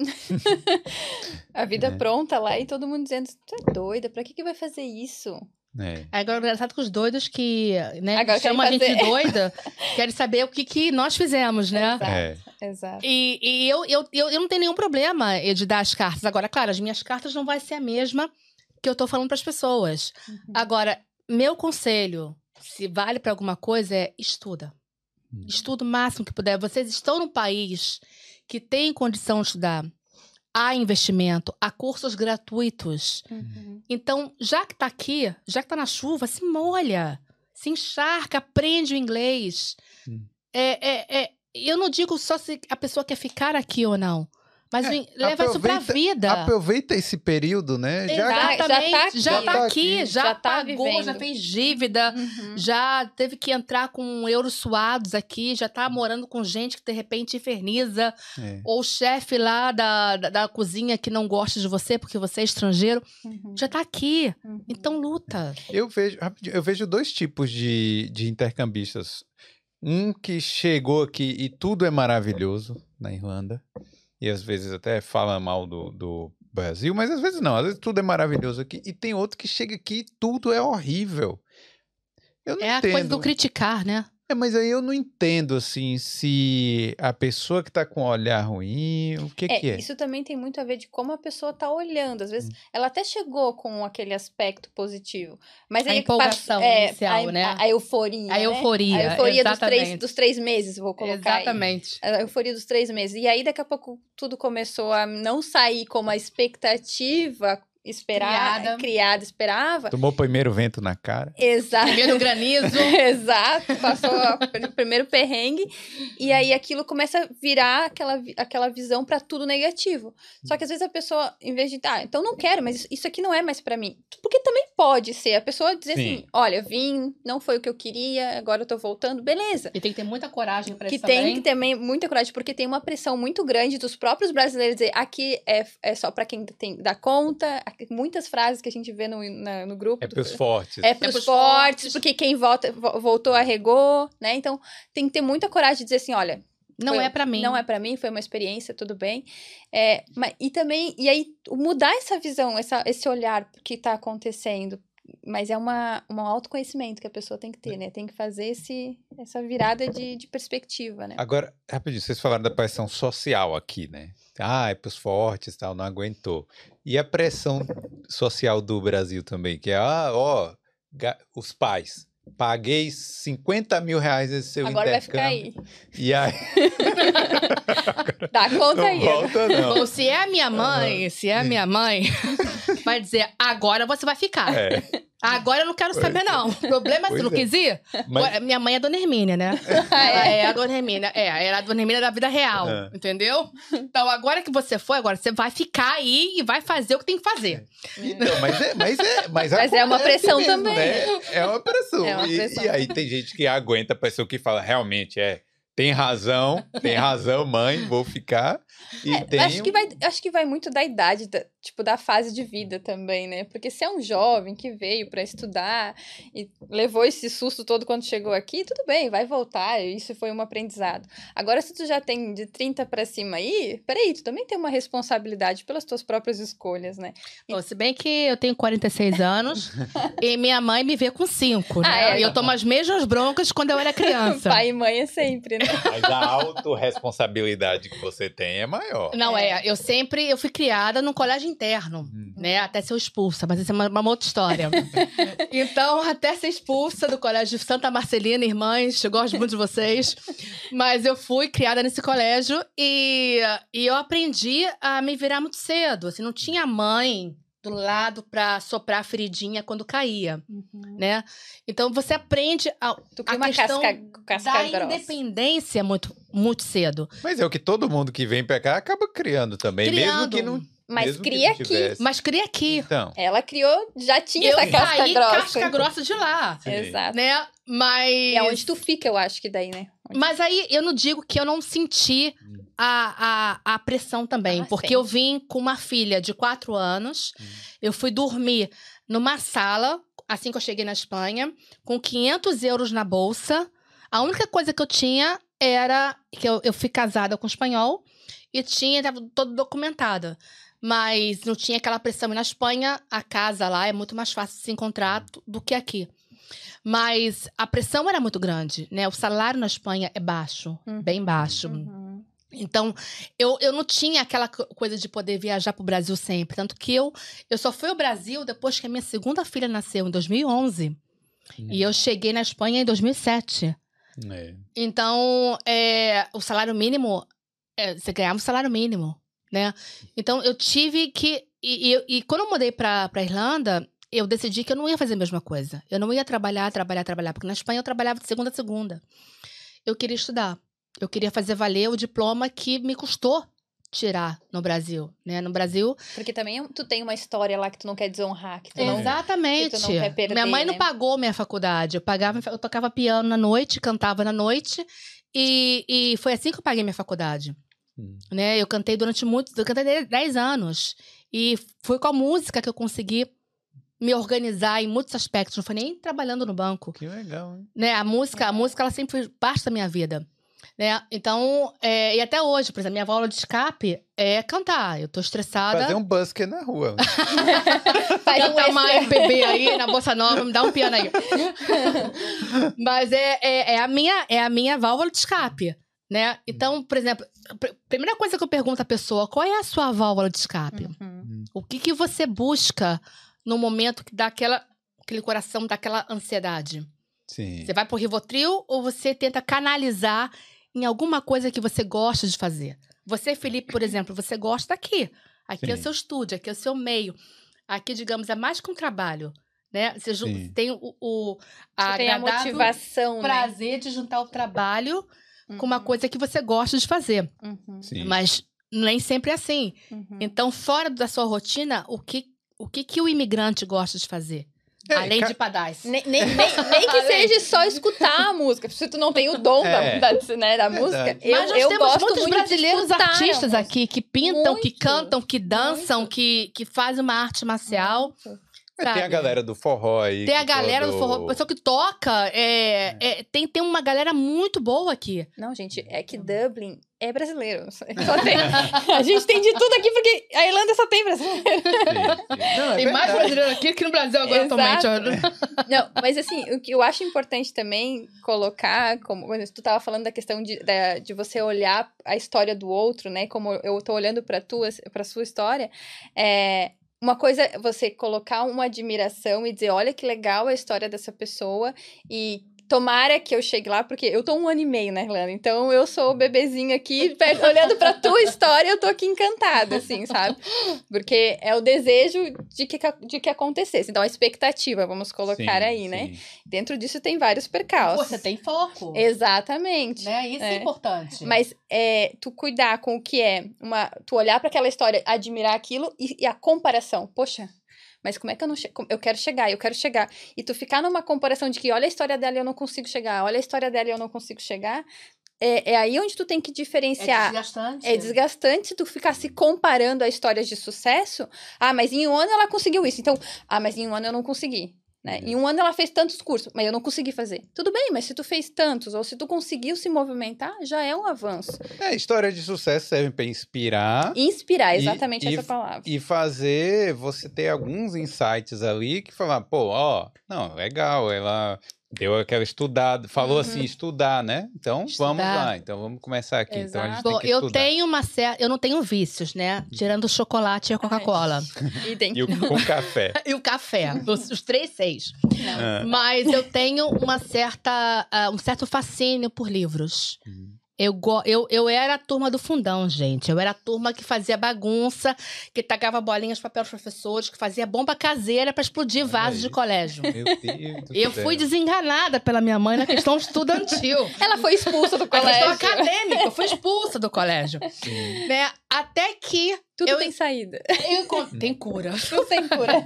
A vida É. pronta lá e todo mundo dizendo, tu é doida, pra que que vai fazer isso? É. Agora, engraçado que os doidos que, né, Agora chamam a querem gente de fazer. doida, querem saber o que, que nós fizemos, né? Exato. É. Exato. E, e eu, eu, eu, eu não tenho nenhum problema de dar as cartas. Agora, claro, as minhas cartas não vai ser a mesma que eu tô falando pras pessoas. Uhum. Agora, meu conselho, se vale pra alguma coisa, é estuda. Hum. Estuda o máximo que puder. Vocês estão num país que tem condição de estudar. Há investimento, há cursos gratuitos. Uhum. Então, já que tá aqui, já que tá na chuva, se molha. Se encharca, aprende o inglês. Hum. É, é, é, eu não digo só se a pessoa quer ficar aqui ou não. Mas É, o in- leva isso pra aproveita- vida. Aproveita esse período, né? Já Exato. Exatamente. já Já tá tá aqui. aqui, já, Já tá pagou, já vivendo. fez dívida. Uhum. Já teve que entrar com euros suados aqui, já tá morando com gente que de repente inferniza, É. ou o chefe lá da, da, da cozinha que não gosta de você porque você é estrangeiro, Uhum. já tá aqui. Uhum. Então luta. Eu vejo, rapidinho, eu vejo dois tipos de, de intercambistas. Um que chegou aqui e tudo é maravilhoso na Irlanda. E às vezes até fala mal do, do Brasil, mas às vezes não. Às vezes tudo é maravilhoso aqui. E tem outro que chega aqui e tudo é horrível. Eu não É a entendo. coisa do criticar, né? É, mas aí eu não entendo, assim, se a pessoa que tá com um olhar ruim, o que É, que é? isso também tem muito a ver de como a pessoa tá olhando. Às Hum. vezes, ela até chegou com aquele aspecto positivo. Mas A aí empolgação é, inicial, a, né? A, a euforia. A né? euforia, A euforia dos três, exatamente. dos três meses, vou colocar aí. Exatamente. A euforia dos três meses. E aí, daqui a pouco, tudo começou a não sair como a expectativa esperar, Criada. criada, esperava. Tomou o primeiro vento na cara. Exato. Primeiro granizo. Exato, passou o primeiro perrengue e aí aquilo começa a virar aquela, aquela visão para tudo negativo. Só que às vezes a pessoa, em vez de, ah, então não quero, mas isso aqui não é mais para mim. Porque também pode ser a pessoa dizer Sim. assim, olha, vim, não foi o que eu queria, agora eu tô voltando, beleza. E tem que ter muita coragem pra Que isso tem também. que ter também muita coragem, porque tem uma pressão muito grande dos próprios brasileiros dizer, aqui é, é só para quem tem, dá conta, muitas frases que a gente vê no, na, no grupo. É do- pros fortes. É pros pros fortes, fortes. porque quem volta, vo- voltou arregou, né? Então, tem que ter muita coragem de dizer assim, olha... Não foi- é pra mim. Não é pra mim, foi uma experiência, tudo bem. É, mas, e também, e aí, mudar essa visão, essa, esse olhar pro que tá acontecendo. Mas é uma, um autoconhecimento que a pessoa tem que ter, né? Tem que fazer esse, essa virada de, de perspectiva, né? Agora, rapidinho, vocês falaram da pressão social aqui, né? Ah, é pros fortes e tal, não aguentou. E a pressão social do Brasil também, que é, ah, ó, ga- os pais, paguei cinquenta mil reais esse seu Agora vai ficar intercâmbio. aí. E aí, Dá conta não aí. volta não. Bom, se é a minha mãe, se é a minha mãe, vai dizer, agora você vai ficar. É, Agora eu não quero Pois saber, é. não. O problema é se Pois não é. quis ir. mas Agora, minha mãe é a Dona Hermínia, né? Ah, Ela é? é a Dona Hermínia. É, ela é a Dona Hermínia da vida real. É. Entendeu? Então, agora que você foi, agora você vai ficar aí e vai fazer o que tem que fazer. Então, mas é, mas é, mas, Mas é uma acontece pressão mesmo, também. Né? É uma pressão. É uma E- pressão E, aí tem gente que aguenta a pessoa que fala, realmente, é, tem razão, tem razão, mãe, vou ficar. E É, tem acho, que um- vai, acho que vai muito da idade, da- tipo, da fase de vida também, né? Porque se é um jovem que veio pra estudar e levou esse susto todo quando chegou aqui, tudo bem, vai voltar, isso foi um aprendizado. Agora, se tu já tem de trinta pra cima aí, peraí, tu também tem uma responsabilidade pelas tuas próprias escolhas, né? Bom, se bem que eu tenho quarenta e seis anos e minha mãe me vê com cinco, né? Ah, é? E eu tomo as mesmas broncas quando eu era criança. Pai e mãe é sempre, né? Mas a autorresponsabilidade que você tem é maior. Não, é. Eu sempre eu fui criada num colégio interno, Hum. né? Até ser expulsa, mas isso é uma, uma outra história. Então, até ser expulsa do colégio Santa Marcelina, irmãs, eu gosto muito de vocês. Mas eu fui criada nesse colégio e, e eu aprendi a me virar muito cedo. Assim, não tinha mãe do lado pra soprar a feridinha quando caía, né? Então, você aprende a, Tu a cria uma questão casca, casca da grossa. independência muito, muito cedo. Mas é o que todo mundo que vem pra cá acaba criando também, mesmo Criando. que não. Mas mesmo que cria não aqui. tivesse. Mas cria aqui. Então. Ela criou, já tinha Eu essa casca saí grossa. casca grossa de lá, Sim. Exato. né? Mas... É onde tu fica, eu acho que daí, né? Onde- Mas aí eu não digo que eu não senti a, a, a pressão também. Ah, porque sim. eu vim com uma filha de quatro anos. Hum. Eu fui dormir numa sala, assim que eu cheguei na Espanha, com quinhentos euros na bolsa. A única coisa que eu tinha era que eu, eu fui casada com um espanhol e tinha, estava todo documentado. Mas não tinha aquela pressão. E na Espanha, a casa lá é muito mais fácil de se encontrar do- do que aqui. Mas a pressão era muito grande, né? O salário na Espanha é baixo, Uhum. bem baixo. Uhum. Então, eu, eu não tinha aquela co- coisa de poder viajar pro Brasil sempre. Tanto que eu, eu só fui ao Brasil depois que a minha segunda filha nasceu, em dois mil e onze. E eu cheguei na Espanha em dois mil e sete. É. Então, é, o salário mínimo, é, você ganhava o salário mínimo, né? Então, eu tive que... E, e, e quando eu mudei pra, pra Irlanda, eu decidi que eu não ia fazer a mesma coisa. Eu não ia trabalhar, trabalhar, trabalhar. Porque na Espanha eu trabalhava de segunda a segunda. Eu queria estudar. Eu queria fazer valer o diploma que me custou tirar no Brasil, né? No Brasil... Porque também tu tem uma história lá que tu não quer desonrar, que tu não... Exatamente. que tu não quer perder, Minha mãe não né? pagou minha faculdade. Eu, pagava, eu tocava piano na noite, cantava na noite. E, e foi assim que eu paguei minha faculdade. Hum. Né? Eu cantei durante muitos... Eu cantei dez anos. E foi com a música que eu consegui me organizar em muitos aspectos. Não foi nem trabalhando no banco. Que legal, hein? Né? A música, a música ela sempre foi parte da minha vida. Né? Então, é, e até hoje, por exemplo, minha válvula de escape é cantar. Eu tô estressada. Fazer um busker na rua. Faz um Canta uma extra. M P B aí na Bossa Nova, me dá um piano aí. Mas é, é, é, a minha, é a minha válvula de escape, né? Então, por exemplo, a pr- primeira coisa que eu pergunto à pessoa, qual é a sua válvula de escape? Uhum. O que, que você busca no momento que dá aquela, aquele coração, dá aquela ansiedade? Sim. Você vai pro Rivotril ou você tenta canalizar em alguma coisa que você gosta de fazer? Você, Felipe, por exemplo, você gosta daqui. Aqui é o Sim. seu estúdio, aqui é o seu meio. Aqui, digamos, é mais que um trabalho, né? Você ju- Sim. tem o, o a Você tem a agradável motivação, né? prazer de juntar o trabalho com uma Uhum, coisa que você gosta de fazer. uhum, Sim. Mas nem sempre é assim. uhum. Então, fora da sua rotina, o que, o que, que o imigrante gosta de fazer? É, Além ca- de padais. Nem, nem, nem, nem que Além- seja só escutar a música. Se tu não tem o dom É. da, da, né, da música, Verdade. eu, Mas nós eu temos gosto muitos muito brasileiros de escutar a artistas música. aqui que pintam, que Muitos, cantam, que dançam, muitos. que, que fazem uma arte marcial. Muito. Tem a sabe? galera do forró aí. Tem a que galera do todo- forró, pessoa que toca. É, é, tem, tem uma galera muito boa aqui. Não, gente, é que Dublin é brasileiro. Só tem- a gente tem de tudo aqui, porque a Irlanda só tem brasileiro. Sim, sim. Não, é Tem mais verdade. brasileiro aqui que no Brasil agora Exato. atualmente. Não, mas assim, o que eu acho importante também colocar, como quando tu tava falando da questão de, da- de você olhar a história do outro, né? Como eu tô olhando pra tua, pra sua história, é... Uma coisa é você colocar uma admiração e dizer, olha que legal a história dessa pessoa e tomara que eu chegue lá, porque eu tô um ano e meio na Irlanda, então eu sou o bebezinho aqui, pe- olhando pra tua história, eu tô aqui encantada, assim, sabe? Porque é o desejo de que, de que acontecesse, então a expectativa, vamos colocar Sim, aí, né? sim. Dentro disso tem vários percalços. Você tem foco. Exatamente. Né? Isso é, É. importante. Mas é, tu cuidar com o que é, uma, tu olhar para aquela história, admirar aquilo e, e a comparação. Poxa, mas como é que eu não che- eu quero chegar, eu quero chegar. E tu ficar numa comparação de que olha a história dela e eu não consigo chegar, olha a história dela e eu não consigo chegar, é, é aí onde tu tem que é diferenciar. desgastante. É desgastante se tu ficar se comparando a histórias de sucesso. Ah, mas em um ano ela conseguiu isso. Então, ah, mas em um ano eu não consegui. Né? Em um ano ela fez tantos cursos, mas eu não consegui fazer. Tudo bem, mas se tu fez tantos, ou se tu conseguiu se movimentar, já é um avanço. É, história de sucesso serve para inspirar Inspirar, E- exatamente e- essa palavra. e fazer você ter alguns insights ali que falar, pô, ó, não, legal, ela deu aquela estudada, falou Uhum. assim, estudar, né? Então vamos Estudar. lá, então vamos começar aqui. Então a gente Exato. tem Bom, que eu estudar. tenho uma certa. Eu não tenho vícios, né? Tirando o chocolate e a Coca-Cola. E tem. E o, com café. E o café. Os, os três, seis. Não. Ah, Mas eu tenho uma certa, ah, um certo fascínio por livros. Uhum. Eu, go- eu, eu era a turma do fundão, gente. Eu era a turma que fazia bagunça, que tacava bolinhas de papel aos professores, que fazia bomba caseira para explodir Olha vasos de isso. colégio. Meu Deus do Eu céu. fui desenganada pela minha mãe na questão estudantil. Ela foi expulsa do A questão colégio. acadêmica, eu fui expulsa do colégio. Sim. Né? Até que Tudo eu- tem saída. eu encon- tem cura. Tudo tem cura.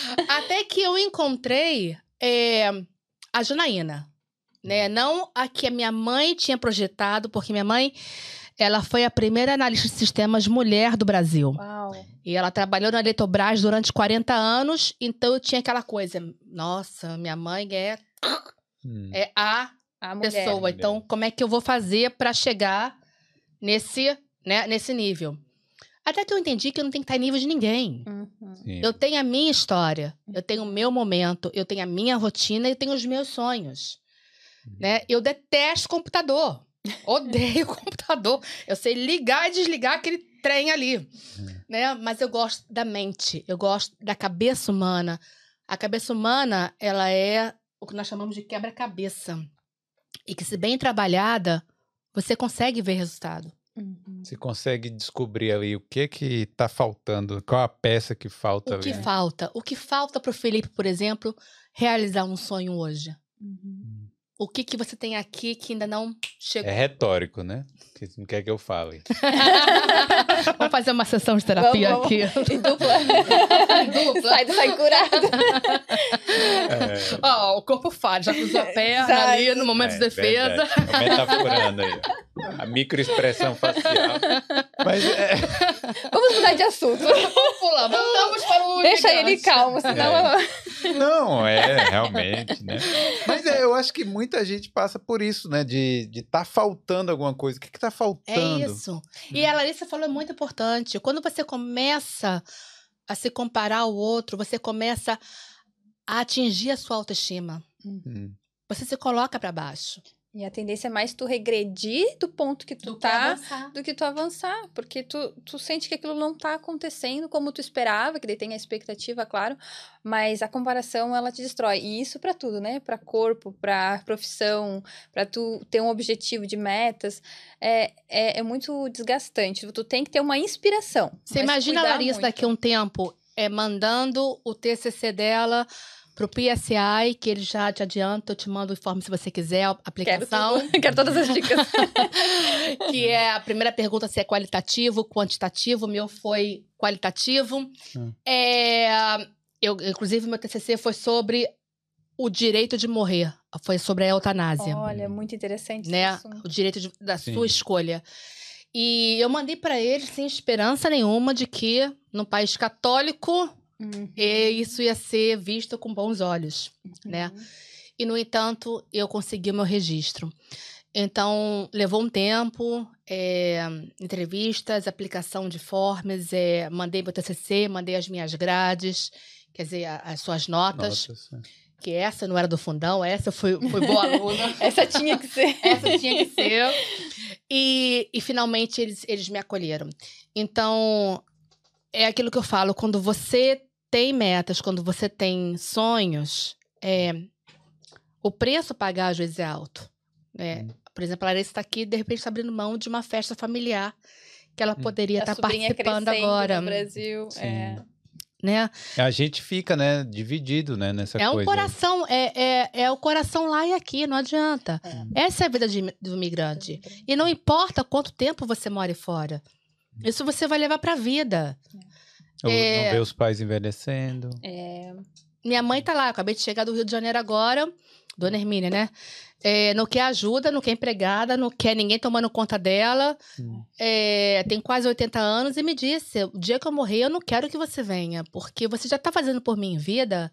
Até que eu encontrei é, a Janaína. Né? Não a que a minha mãe tinha projetado, porque minha mãe ela foi a primeira analista de sistemas mulher do Brasil. Uau. E ela trabalhou na Eletrobras durante quarenta anos, então eu tinha aquela coisa, nossa, minha mãe é, Hum. é a A mulher. pessoa, Mulher. então como é que eu vou fazer para chegar nesse, né, nesse nível? Até que eu entendi que eu não tenho que estar em nível de ninguém. Uhum. Sim. Eu tenho a minha história, eu tenho o meu momento, eu tenho a minha rotina e eu tenho os meus sonhos. Né? Eu detesto computador. Odeio computador. Eu sei ligar e desligar aquele trem ali. Né? Mas eu gosto da mente, eu gosto da cabeça humana. A cabeça humana, ela é o que nós chamamos de quebra-cabeça. E que, se bem trabalhada, você consegue ver resultado. Uhum. Você consegue descobrir ali o que que tá faltando, qual a peça que falta O ali. que né? falta? O que falta para o Felipe, por exemplo, realizar um sonho hoje? Uhum. O que, que você tem aqui que ainda não chegou? É retórico, né? Que você não quer que eu fale. Vamos fazer uma sessão de terapia Vamos, aqui. E dupla. Dupla. Sai, sai curado. É, Ó, o corpo faz, já cruzou a perna Sai. ali no momento de é defesa. verdade. É metaforando aí. A microexpressão facial. Mas é, Vamos mudar de assunto. Pula, voltamos para o Deixa imigrante. ele calmo, senão... É. Não, é, realmente, né? Mas é, eu acho que muita gente passa por isso, né? De de tá faltando alguma coisa. O que que tá É faltando? isso. E a Larissa falou muito importante. Quando você começa a se comparar ao outro, você começa a atingir a sua autoestima. Hum. Você se coloca para baixo. E a tendência é mais tu regredir do ponto que tu Do que tá... avançar. do que tu avançar, porque tu, tu sente que aquilo não tá acontecendo como tu esperava, que daí tem a expectativa, claro, mas a comparação, ela te destrói, e isso pra tudo, né, pra corpo, pra profissão, pra tu ter um objetivo de metas, é, é, é muito desgastante, tu tem que ter uma inspiração. Você mas imagina a cuidar Larissa muito. daqui a um tempo é mandando o T C C dela pro P S I, que ele já te adianta, eu te mando o informe se você quiser, a aplicação. Quero, tudo. Quero todas as dicas. Que é a primeira pergunta se é qualitativo, quantitativo. O meu foi qualitativo. Hum. É, eu, inclusive, meu T C C foi sobre o direito de morrer. Foi sobre a eutanásia. Olha, muito interessante né? esse assunto. O direito de, da Sim. sua escolha. E eu mandei para ele sem esperança nenhuma de que, num país católico, Uhum. e isso ia ser visto com bons olhos, né? E, no entanto, eu consegui o meu registro. Então, levou um tempo, é, entrevistas, aplicação de formas, é, mandei meu T C C, mandei as minhas grades, quer dizer, a- as suas notas, Notas, né? que essa não era do fundão, essa foi, foi boa aluna. Essa tinha que ser. Essa tinha que ser. E, e finalmente eles, eles me acolheram. Então, é aquilo que eu falo, quando você tem metas, quando você tem sonhos, é, o preço a pagar às vezes é alto. Né? Hum. Por exemplo, a Larissa está aqui, de repente, está abrindo mão de uma festa familiar que ela Hum. poderia A estar sobrinha participando crescendo agora. no Brasil. Sim. É. Né? A gente fica, né, dividido, né, nessa É um coisa. coração, é, é, é o coração lá e aqui, não adianta. É. Essa é a vida de, do imigrante. E não importa quanto tempo você mora fora. Isso você vai levar pra vida. Ou É. não ver os pais envelhecendo. É. Minha mãe tá lá, eu acabei de chegar do Rio de Janeiro agora, Dona Hermínia, né? É, não quer ajuda, não quer empregada, não quer ninguém tomando conta dela. Hum. É, tem quase oitenta anos e me disse, o dia que eu morrer eu não quero que você venha, porque você já tá fazendo por mim em vida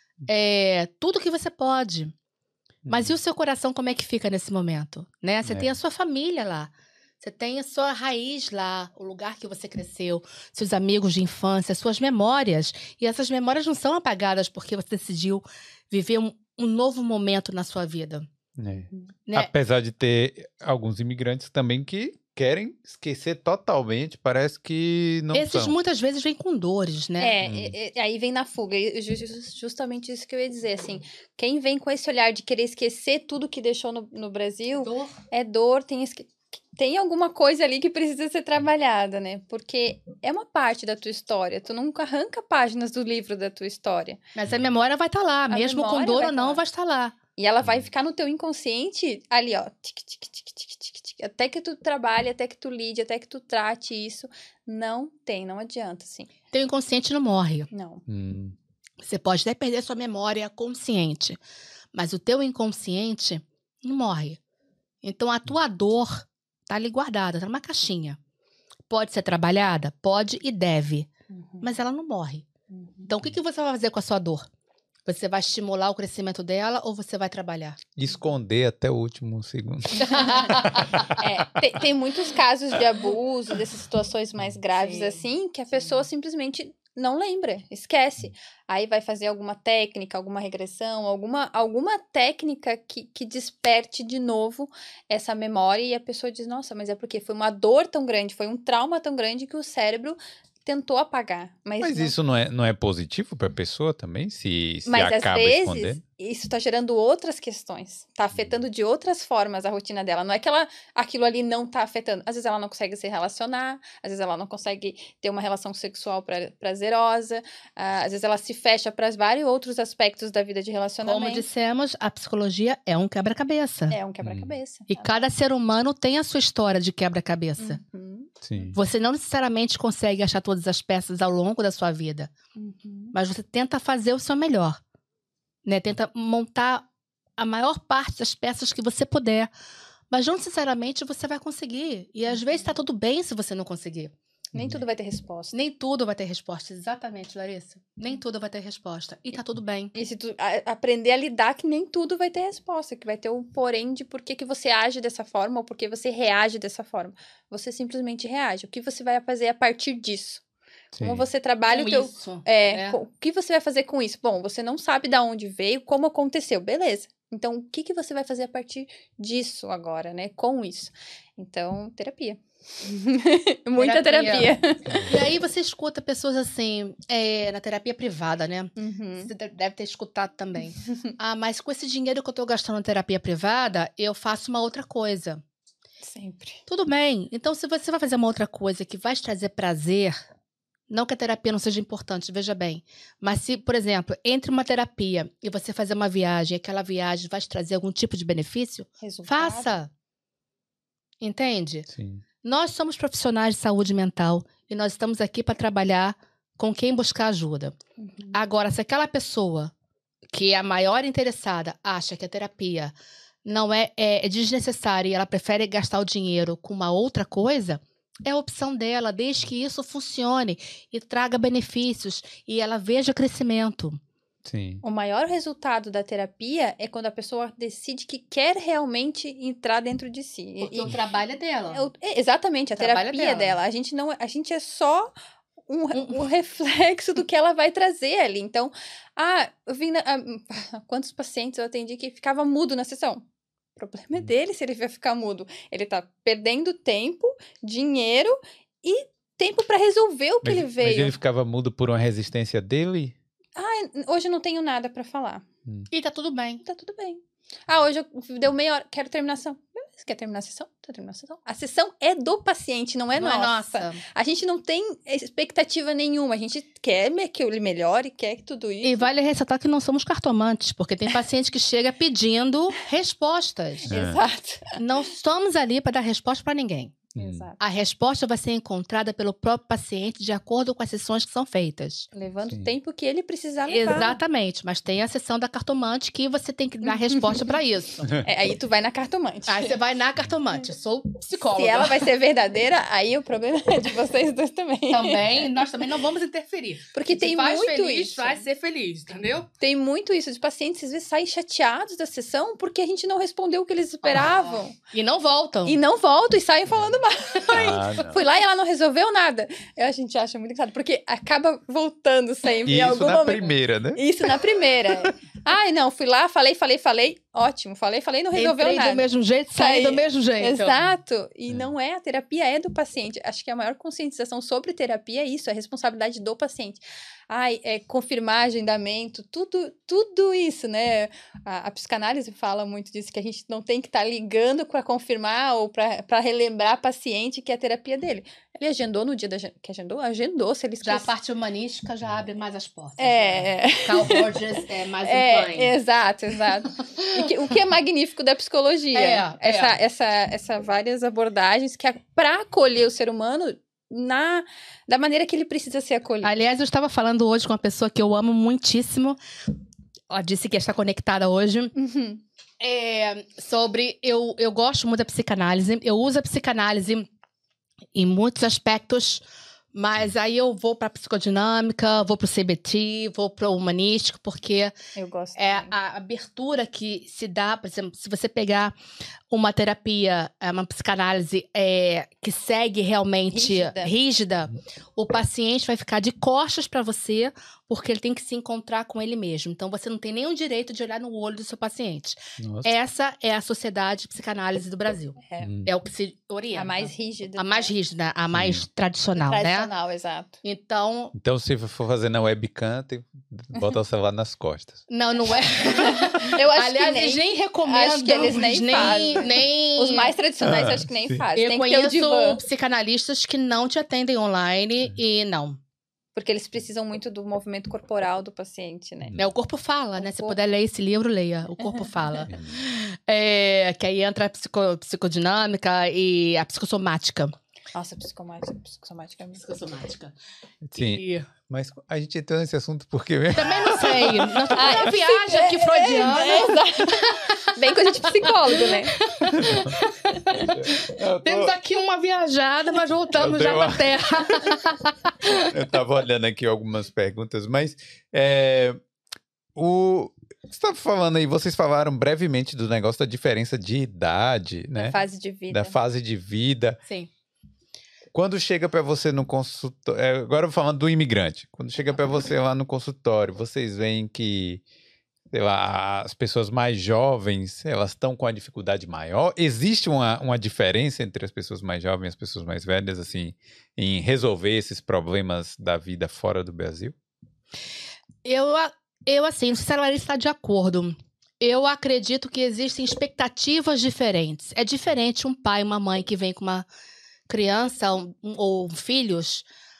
é, tudo que você pode. Mas e o seu coração, como é que fica nesse momento? Né? Você É. tem a sua família lá. Você tem a sua raiz lá, o lugar que você cresceu, seus amigos de infância, suas memórias. E essas memórias não são apagadas porque você decidiu viver um, um novo momento na sua vida. É. Né? Apesar de ter alguns imigrantes também que querem esquecer totalmente, parece que não Esses são. muitas vezes vêm com dores, né? É, Hum. e- e- aí vem na fuga. E ju- ju- justamente isso que eu ia dizer, assim. Quem vem com esse olhar de querer esquecer tudo que deixou no, no Brasil, Dor. é dor, tem, esque- tem alguma coisa ali que precisa ser trabalhada, né? Porque é uma parte da tua história. Tu nunca arranca páginas do livro da tua história. Mas a memória vai estar lá, mesmo com memória dor vai ou tá não, lá. vai estar lá. E ela vai ficar no teu inconsciente ali, ó. Tic, tic, tic, tic, tic, tic, até que tu trabalhe, até que tu lide, até que tu trate isso. Não tem, não adianta, assim. Teu inconsciente não morre. Não. Hum. Você pode até perder sua memória consciente, mas o teu inconsciente não morre. Então a tua dor tá ali guardada, tá numa caixinha. Pode ser trabalhada? Pode e deve, Uhum, mas ela não morre. uhum. Então o que, que você vai fazer com a sua dor? Você vai estimular o crescimento dela ou você vai trabalhar? Esconder até o último segundo. É, tem, tem muitos casos de abuso, dessas situações mais graves, Sim, assim, que a pessoa simplesmente não lembra, esquece. Aí vai fazer alguma técnica, alguma regressão, alguma, alguma técnica que, que desperte de novo essa memória e a pessoa diz, nossa, mas é porque foi uma dor tão grande, foi um trauma tão grande que o cérebro tentou apagar. Mas, Mas não- isso não é, não é positivo para a pessoa também? Se, se mas às acaba vezes, escondendo? isso tá gerando outras questões. Tá afetando de outras formas a rotina dela. Não é que ela, aquilo ali não tá afetando. Às vezes ela não consegue se relacionar, às vezes ela não consegue ter uma relação sexual pra, prazerosa, ah, às vezes ela se fecha para vários outros aspectos da vida de Como relacionamento. dissemos, a psicologia é um quebra-cabeça. É um quebra-cabeça. E cada ser humano tem a sua história de quebra-cabeça. Uhum, Sim. Você não necessariamente consegue achar todas as peças ao longo da sua vida, uhum. mas você tenta fazer o seu melhor, né? Tenta montar a maior parte das peças que você puder, mas não necessariamente você vai conseguir. E às vezes tá tudo bem se você não conseguir. Nem tudo vai ter resposta. Nem tudo vai ter resposta, exatamente, Larissa. Nem tudo vai ter resposta. E tá tudo bem. E se tu a- aprender a lidar que nem tudo vai ter resposta, que vai ter um porém de por que, que você age dessa forma ou por que você reage dessa forma. Você simplesmente reage. O que você vai fazer a partir disso? Como Sim. você trabalha Com o teu... isso, É, né? co- o que você vai fazer com isso? Bom, você não sabe de onde veio, como aconteceu, beleza. Então, o que, que você vai fazer a partir disso agora, né? Com isso. Então, terapia. Muita Terapia. terapia. E aí você escuta pessoas assim, é, na terapia privada, né? Uhum. Você de- deve ter escutado também. Ah, mas com esse dinheiro que eu tô gastando na terapia privada, eu faço uma outra coisa. Sempre. Tudo bem. Então, se você vai fazer uma outra coisa que vai te trazer prazer, Não que a terapia não seja importante, veja bem. Mas se, por exemplo, entre uma terapia e você fazer uma viagem, aquela viagem vai te trazer algum tipo de benefício, Resultado. faça. Entende? Sim. Nós somos profissionais de saúde mental e nós estamos aqui para trabalhar com quem buscar ajuda. Uhum. Agora, se aquela pessoa que é a maior interessada acha que a terapia não é, é, é desnecessária e ela prefere gastar o dinheiro com uma outra coisa, é a opção dela, desde que isso funcione e traga benefícios e ela veja crescimento. Sim. O maior resultado da terapia é quando a pessoa decide que quer realmente entrar dentro de si. Porque E- o trabalho é dela. é o- é, exatamente, a O trabalho terapia dela. dela. A gente não, a gente é só um, Um- um reflexo do que ela vai trazer ali. Então, ah, eu vim na, ah, quantos pacientes eu atendi que ficava mudo na sessão? O problema é dele se ele vai ficar mudo. Ele tá perdendo tempo, dinheiro e tempo para resolver o que Mas, ele veio. mas ele ficava mudo por uma resistência dele? Hoje eu não tenho nada para falar. E tá tudo bem. Tá tudo bem. Ah, hoje eu deu meia hora, quero terminação. Beleza, quer terminar a sessão? Tá terminando a sessão. A sessão é do paciente, não é não nossa. é nossa. A gente não tem expectativa nenhuma. A gente quer que ele melhore, quer que tudo isso. E vale ressaltar que não somos cartomantes, porque tem paciente que chega pedindo respostas. É. Exato. Não estamos ali para dar resposta para ninguém. Hum. Exato. A resposta vai ser encontrada pelo próprio paciente de acordo com as sessões que são feitas. Levando Sim. o tempo que ele precisar levar. Exatamente, mas tem a sessão da cartomante que você tem que dar resposta para isso. É, aí tu vai na cartomante. Aí você vai na cartomante, eu sou psicóloga. Se ela vai ser verdadeira, aí o problema é de vocês dois também. Também, nós também não vamos interferir. Porque Se tem faz muito feliz, isso. vai ser feliz, entendeu? Tem muito isso. Os pacientes às vezes saem chateados da sessão porque a gente não respondeu o que eles esperavam. E não voltam. E não voltam e saem falando mal. Ah, não. Fui lá e ela não resolveu nada. A gente acha muito engraçado, porque acaba voltando sempre. em Isso algum na momento. primeira, né? Isso na primeira. Ai, não, fui lá, falei, falei, falei. Ótimo, falei, falei, não resolveu Entrei nada. do mesmo jeito, saí Saí. do mesmo jeito. Exato. E É. não é, a terapia é do paciente. Acho que a maior conscientização sobre terapia é isso, é a responsabilidade do paciente. Ai, é confirmar agendamento, tudo, tudo isso, né? A, a psicanálise fala muito disso, que a gente não tem que estar tá ligando para confirmar ou para relembrar a paciente que é a terapia dele. Ele agendou no dia da, que agendou? Agendou, se ele Já a esquece. parte humanística já abre mais as portas. É, é. Carl Rogers é mais um É, plane. exato, exato. O que, o que é magnífico da psicologia. É, essa, é. essa, essa várias abordagens que é para acolher o ser humano na, da maneira que ele precisa ser acolhido. Aliás, eu estava falando hoje com uma pessoa que eu amo muitíssimo. Ela disse que está conectada hoje. Uhum. É, sobre... Eu, eu gosto muito da psicanálise. Eu uso a psicanálise em muitos aspectos, mas aí eu vou para a psicodinâmica, vou para o C B T, vou para o humanístico, porque Eu gosto. é também. a abertura que se dá, por exemplo, se você pegar uma terapia, é, uma psicanálise é, que segue realmente Rígida. rígida, o paciente vai ficar de costas para você, porque ele tem que se encontrar com ele mesmo. Então, você não tem nenhum direito de olhar no olho do seu paciente. Nossa. Essa é a Sociedade de Psicanálise do Brasil. É. Hum. É o que se orienta. A mais rígida. A mais rígida, a mais Sim. tradicional, né? tradicional, exato. Então, Então, se for fazer na webcam, tem que botar o celular nas costas. não, não é. Eu acho Aliás, que eles nem... nem recomendam. acho que eles nem fazem. nem... Os mais tradicionais Ah, acho que nem sim. fazem. Eu Tem que ter o conheço divã. psicanalistas que não te atendem online e não. Porque eles precisam muito do movimento corporal do paciente, né? É, o corpo fala, O né? Se corpo- puder ler esse livro, leia. O corpo fala. É, que aí entra a psico- psicodinâmica e a psicossomática. Nossa, psicomática, psicossomática é muito... Psicossomática. Sim, E mas a gente entrou nesse assunto porque mesmo. também não sei. Nós estamos Ah, numa eu viagem aqui freudiana. É, exato. Bem coisa de psicólogo, né? Eu, tô- Temos aqui uma viajada, mas voltamos Eu já dei pra uma- terra. eu tava olhando aqui algumas perguntas, mas é, o você estava falando aí, vocês falaram brevemente do negócio da diferença de idade, né? Fase de vida. Da fase de vida. Sim. Quando chega pra você no consultório, é, agora eu falando do imigrante, quando chega pra você lá no consultório, vocês veem que, sei lá, as pessoas mais jovens, elas estão com a dificuldade maior? Existe uma, uma diferença entre as pessoas mais jovens e as pessoas mais velhas, assim, em resolver esses problemas da vida fora do Brasil? Eu, a- eu assim, não sei se a Larissa está de acordo. Eu acredito que existem expectativas diferentes. É diferente um pai e uma mãe que vem com uma criança um- um- ou filhos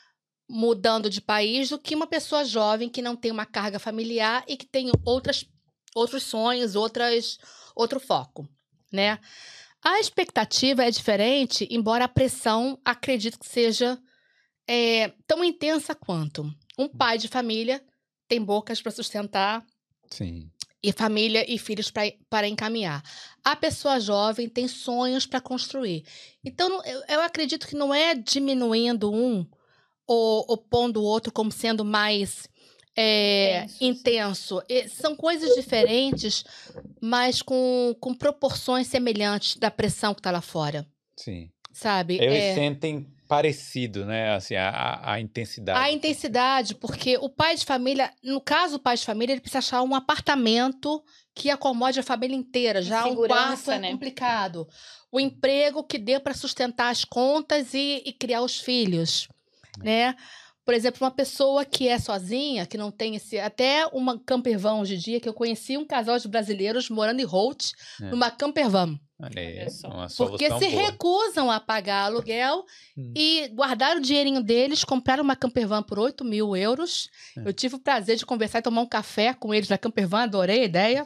mudando de país do que uma pessoa jovem que não tem uma carga familiar e que tem outras, outros sonhos, outras, outro foco, né? A expectativa é diferente, embora a pressão, acredito que seja é, tão intensa quanto. Um pai de família tem bocas para sustentar. Sim. E família e filhos pra, para encaminhar. A pessoa jovem tem sonhos para construir. Então, eu, eu acredito que não é diminuindo um ou, ou pondo o outro como sendo mais é, Intenso, intenso. E são coisas diferentes, mas com, com proporções semelhantes da pressão que está lá fora. Sim. Sabe? Eles É... sentem parecido, né? Assim, a, a, a intensidade. A intensidade, porque o pai de família, no caso o pai de família, ele precisa achar um apartamento que acomode a família inteira. Já um quarto é né? complicado. O emprego que dê para sustentar as contas e, e criar os filhos, né? Por exemplo, uma pessoa que é sozinha, que não tem esse... Até uma campervan hoje em dia, que eu conheci um casal de brasileiros morando em Holt, É. numa campervan. Olha aí, Olha só. uma Porque solução se boa. recusam a pagar aluguel Hum. e guardaram o dinheirinho deles, compraram uma campervan por oito mil euros. É. Eu tive o prazer de conversar e tomar um café com eles na campervan, adorei a ideia.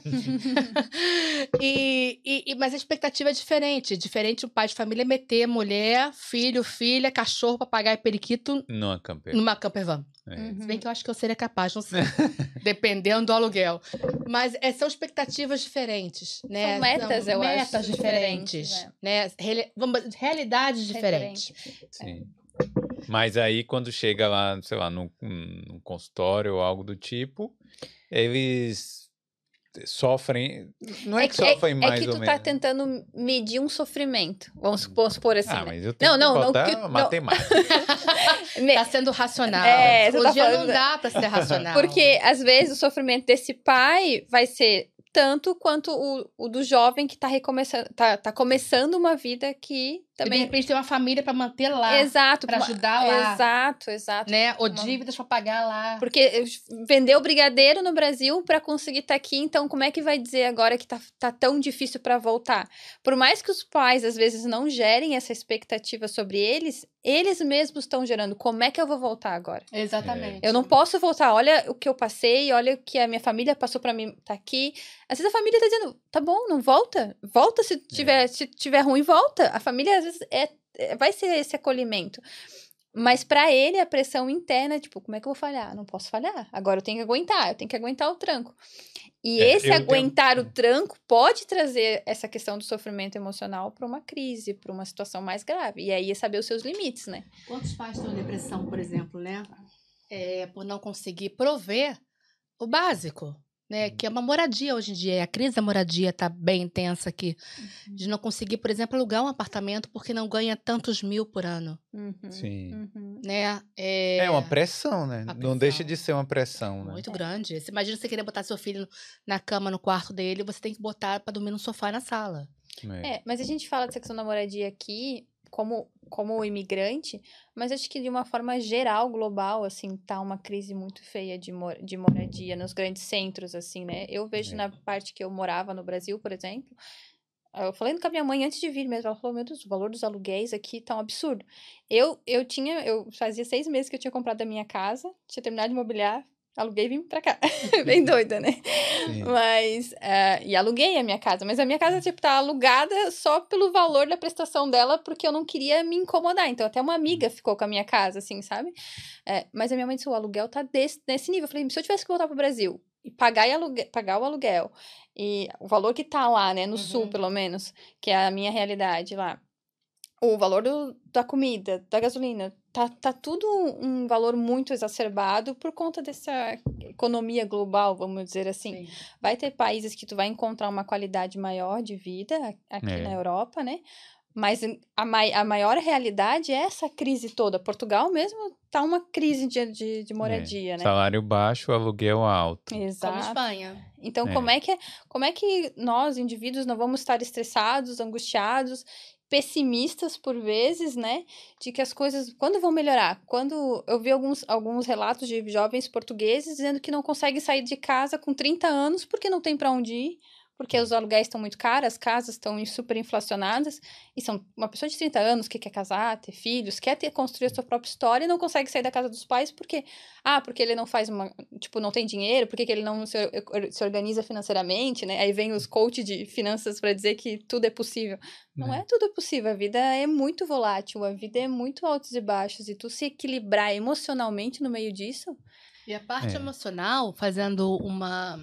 e, e, e- mas a expectativa é diferente. Diferente o pai de família meter mulher, filho, filha, cachorro, papagaio e periquito Numa camper. numa campervan. É. Uhum. Se bem que eu acho que eu seria capaz, não sei. Dependendo do aluguel. Mas é, são expectativas diferentes, né? São metas, eu acho, metas diferentes, diferentes, né? Reali- vamos- realidades diferentes. Diferente. Sim. Mas aí, quando chega lá, sei lá, num, num consultório ou algo do tipo, eles sofrem... Não é, que sofrem mais é que ou tu menos. tá tentando medir um sofrimento. Vamos supor, supor assim, Ah, né? mas eu tenho Não, não, que não, botar que- não. matemática. Me- Tá sendo racional. É, Hoje você tá em dia não falando- dá pra ser racional. Porque, às vezes, o sofrimento desse pai vai ser tanto quanto o, o do jovem que tá recomeçando, tá, tá começando uma vida que E, de também... repente tem uma família pra manter lá, Exato. pra uma- ajudar lá. Exato, exato. né? Ou Uma- dívidas pra pagar lá. Porque vendeu brigadeiro no Brasil para conseguir estar aqui, então como é que vai dizer agora que tá, tá tão difícil para voltar? Por mais que os pais às vezes não gerem essa expectativa sobre eles, eles mesmos estão gerando. Como é que eu vou voltar agora? Exatamente. Eu não posso voltar. Olha o que eu passei, olha o que a minha família passou para mim tá aqui. Às vezes a família tá dizendo, tá bom, não volta. Volta se tiver, se tiver ruim, volta. A família às vezes é, é- vai ser esse acolhimento. Mas pra ele, a pressão interna é tipo, como é que eu vou falhar? Não posso falhar. Agora eu tenho que aguentar, eu tenho que aguentar o tranco. E É, esse eu tenho- aguentar o tranco pode trazer essa questão do sofrimento emocional pra uma crise, pra uma situação mais grave. E aí é saber os seus limites, né? Quantos pais estão em depressão, por exemplo, né? É, por não conseguir prover o básico, né? Que é uma moradia hoje em dia. A crise da moradia está bem intensa aqui. De não conseguir, por exemplo, alugar um apartamento porque não ganha tantos mil por ano, Uhum, Sim. uhum. né? É, É uma pressão, né? Uma Não pressão. deixa de ser uma pressão, né? muito grande. Você imagina você querer botar seu filho na cama, no quarto dele, você tem que botar para dormir no sofá na sala. É. É, mas a gente fala dessa questão da moradia aqui como, como imigrante, mas acho que de uma forma geral, global, assim, tá uma crise muito feia de, mor de moradia nos grandes centros, assim, né? Eu vejo É. na parte que eu morava no Brasil, por exemplo, eu falando com a minha mãe antes de vir mesmo, ela falou, meu Deus, o valor dos aluguéis aqui tá um absurdo. Eu, eu tinha, eu fazia seis meses que eu tinha comprado a minha casa, tinha terminado de mobiliar, aluguei e vim pra cá. Bem doida, né? Sim. Mas, eh, e aluguei a minha casa, mas a minha casa, tipo, tá alugada só pelo valor da prestação dela, porque eu não queria me incomodar. Então, até uma amiga ficou com a minha casa, assim, sabe? Eh, mas a minha mãe disse, o aluguel tá desse, nesse nível. Eu falei, se eu tivesse que voltar pro Brasil e pagar, e alugue pagar o aluguel, e o valor que tá lá, né, no Uhum. sul, pelo menos, que é a minha realidade lá, o valor do, da comida, da gasolina, tá, tá tudo um valor muito exacerbado por conta dessa economia global, vamos dizer assim. Vai ter países que tu vai encontrar uma qualidade maior de vida a- aqui É. na Europa, né? Mas a, mai a maior realidade é essa crise toda. Portugal mesmo tá uma crise de, de, de moradia, É. né? Salário baixo, aluguel alto. Como Exato. Espanha. Então, É. como é que como é que nós, indivíduos, não vamos estar estressados, angustiados, pessimistas por vezes, né? De que as coisas, quando vão melhorar? Quando eu vi alguns, alguns relatos de jovens portugueses dizendo que não conseguem sair de casa com trinta anos porque não tem para onde ir, porque os aluguéis estão muito caros, as casas estão super inflacionadas, e são uma pessoa de trinta anos que quer casar, ter filhos, quer ter, construir a sua própria história e não consegue sair da casa dos pais porque, ah, porque ele não faz uma, tipo, não tem dinheiro, porque que ele não se, se organiza financeiramente, né? Aí vem os coaches de finanças para dizer que tudo é possível. Não é. é tudo possível, a vida é muito volátil, a vida é muito altos e baixos, e tu se equilibrar emocionalmente no meio disso... E a parte É. emocional, fazendo uma,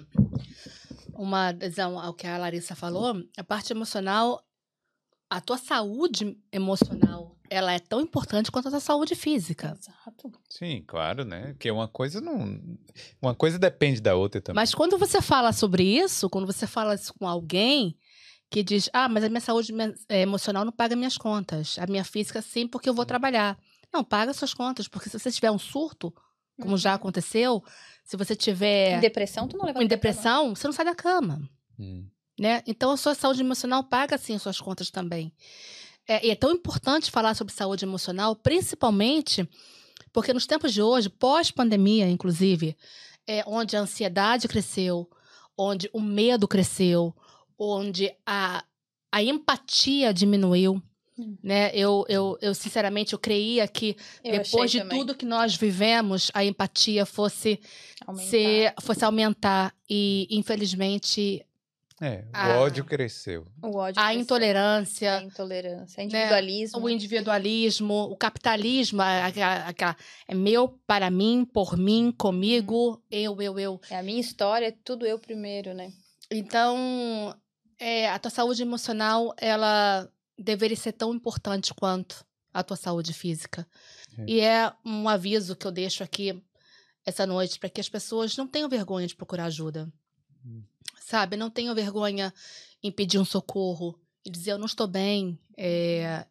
uma adesão ao que a Larissa falou, a parte emocional, a tua saúde emocional, ela é tão importante quanto a tua saúde física. Exato. Sim, claro, né? Porque uma coisa não... Uma coisa depende da outra também. Mas quando você fala sobre isso, quando você fala isso com alguém que diz, ah, mas a minha saúde emocional não paga minhas contas, a minha física sim, porque eu vou trabalhar. Não, paga suas contas, porque se você tiver um surto, como já aconteceu, se você tiver... Em depressão, tu não levanta Em depressão, você não sai da cama. Hum. Né? Então, a sua saúde emocional paga, sim, as suas contas também. É, e é tão importante falar sobre saúde emocional, principalmente porque nos tempos de hoje, pós-pandemia, inclusive, é, onde a ansiedade cresceu, onde o medo cresceu, onde a, a empatia diminuiu, né? Eu, eu, eu, sinceramente, eu creia que eu depois de também. tudo que nós vivemos, a empatia fosse aumentar. Ser, fosse aumentar. E, infelizmente... É, o a, ódio cresceu. O ódio a cresceu. intolerância. A intolerância, o individualismo. Né? O individualismo, o capitalismo, aquela, aquela, é meu, para mim, por mim, comigo, hum. eu, eu, eu. É a minha história, é tudo eu primeiro, né? Então, é, a tua saúde emocional, ela... deveria ser tão importante quanto a tua saúde física. É. E é um aviso que eu deixo aqui essa noite para que as pessoas não tenham vergonha de procurar ajuda. Hum. Sabe? Não tenham vergonha em pedir um socorro e dizer, eu não estou bem. É...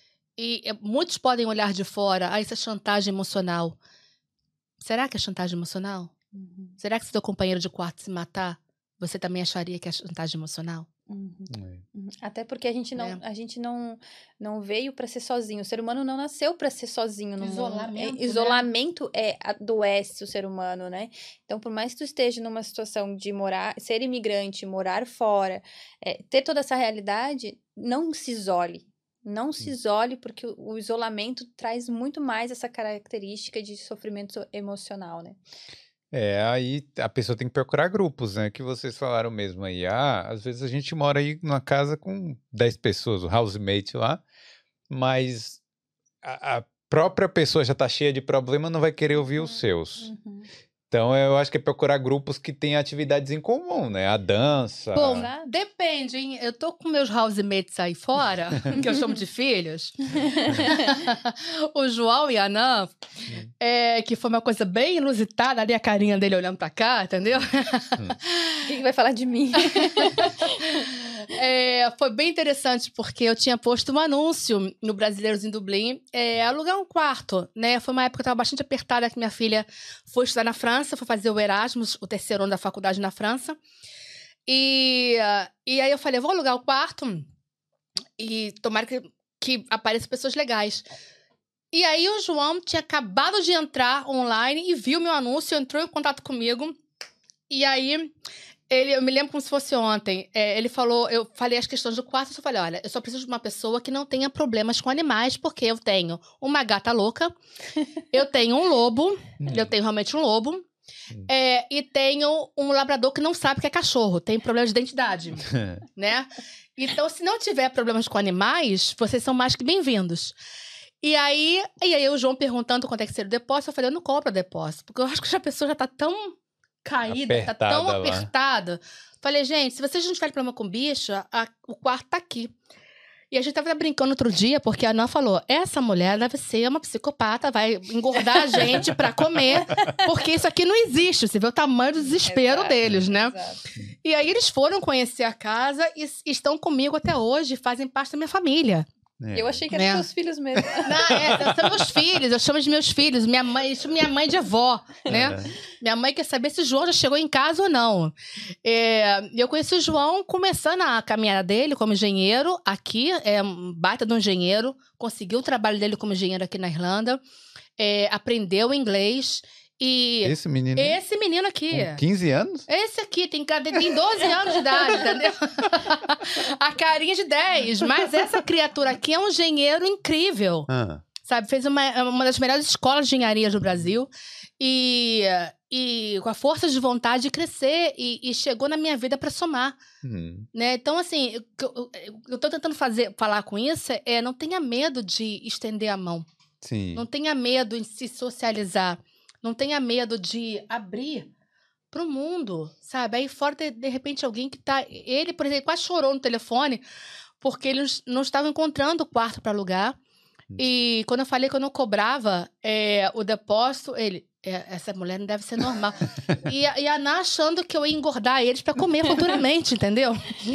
E é, muitos podem olhar de fora, ah, isso é chantagem emocional. Será que é chantagem emocional? Uhum. Será que se teu companheiro de quarto se matar, você também acharia que é chantagem emocional? Uhum. É. Até porque a gente não, é. a gente não, não veio para ser sozinho. O ser humano não nasceu para ser sozinho no isolamento, mundo. É, isolamento né? é adoece o ser humano, né? Então, por mais que tu esteja numa situação de morar, ser imigrante, morar fora, é, ter toda essa realidade, não se isole. Não se isole, porque o, o isolamento traz muito mais essa característica de sofrimento emocional, né? É, aí a pessoa tem que procurar grupos, né? Que vocês falaram mesmo aí. Ah, às vezes a gente mora aí numa casa com dez pessoas, o housemate lá, mas a, a própria pessoa já tá cheia de problema, não vai querer ouvir os seus. Uhum. Então, eu acho que é procurar grupos que têm atividades em comum, né? A dança... Bom, depende, hein? Eu tô com meus housemates aí fora, que eu chamo de filhos. O João e a Anã, é, que foi uma coisa bem inusitada, ali a carinha dele olhando pra cá, entendeu? O que, que vai falar de mim? É, foi bem interessante, porque eu tinha posto um anúncio no Brasileiros em Dublin, é, alugar um quarto, né? Foi uma época que eu estava bastante apertada, que minha filha foi estudar na França, foi fazer o Erasmus, o terceiro ano da faculdade na França. E, e aí eu falei, vou alugar o quarto e tomara que, que apareçam pessoas legais. E aí o João tinha acabado de entrar online e viu meu anúncio, entrou em contato comigo. E aí... Ele, eu me lembro como se fosse ontem. É, ele falou, eu falei as questões do quarto, eu só falei, olha, eu só preciso de uma pessoa que não tenha problemas com animais, porque eu tenho uma gata louca, eu tenho um lobo, eu tenho realmente um lobo, é, e tenho um labrador que não sabe que é cachorro, tem problema de identidade, né? Então, se não tiver problemas com animais, vocês são mais que bem-vindos. E aí, e aí o João perguntando quanto é que seria o depósito, eu falei, eu não compro depósito, porque eu acho que a pessoa já tá tão... caída, apertada, tá tão apertada. Lá. Falei, gente, se vocês não tiverem problema com bicho, a, o quarto tá aqui. E a gente tava brincando outro dia, porque a Ana falou, essa mulher deve ser uma psicopata, vai engordar a gente pra comer, porque isso aqui não existe. Você vê o tamanho do desespero exato, deles, né? Exato. E aí eles foram conhecer a casa e estão comigo até hoje, fazem parte da minha família. É. Eu achei que eram é. seus filhos mesmo. Não, é, são meus filhos, eu chamo de meus filhos. Minha mãe, isso minha mãe de avó, né? É. Minha mãe quer saber se o João já chegou em casa ou não. É, eu conheci o João começando a caminhada dele como engenheiro aqui, é um baita de um engenheiro, conseguiu o trabalho dele como engenheiro aqui na Irlanda, é, aprendeu inglês E Esse menino... esse menino aqui. Com quinze anos? Esse aqui tem, tem doze anos de idade, entendeu? A carinha de dez. Mas essa criatura aqui é um engenheiro incrível. Ah. Sabe? Fez uma, uma das melhores escolas de engenharia do Brasil. E, e com a força de vontade de crescer. E, e chegou na minha vida para somar. Hum. Né? Então, assim, o que eu, eu tô tentando fazer, falar com isso é não tenha medo de estender a mão. Sim. Não tenha medo de se socializar. Não tenha medo de abrir pro mundo, sabe? Aí fora, de, de repente, alguém que tá... Ele, por exemplo, quase chorou no telefone porque eles não estavam encontrando o quarto para alugar. Hum. E quando eu falei que eu não cobrava é, o depósito, ele... É, essa mulher não deve ser normal. e, a, e a Ana achando que eu ia engordar eles pra comer futuramente, entendeu?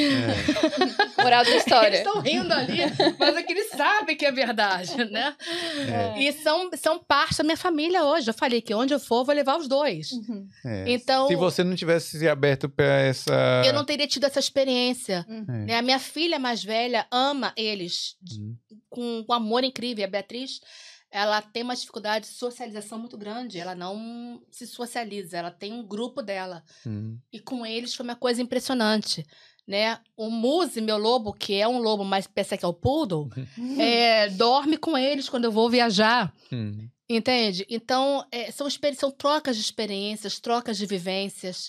É. Moral da história. Eles estão rindo ali, mas é que eles sabem que é verdade, né? É. E são, são parte da minha família hoje. Eu falei que onde eu for, eu vou levar os dois. Uhum. É. Então, se você não tivesse se aberto pra essa... Eu não teria tido essa experiência. Uhum. Né? A minha filha mais velha ama eles uhum. com, com amor incrível. A Beatriz... ela tem uma dificuldade de socialização muito grande. Ela não se socializa. Ela tem um grupo dela. Hum. E com eles foi uma coisa impressionante. Né? O Muzi, meu lobo, que é um lobo, mas pensa que é o poodle, uhum. é, dorme com eles quando eu vou viajar. Hum. Entende? Então, é, são, são trocas de experiências, trocas de vivências.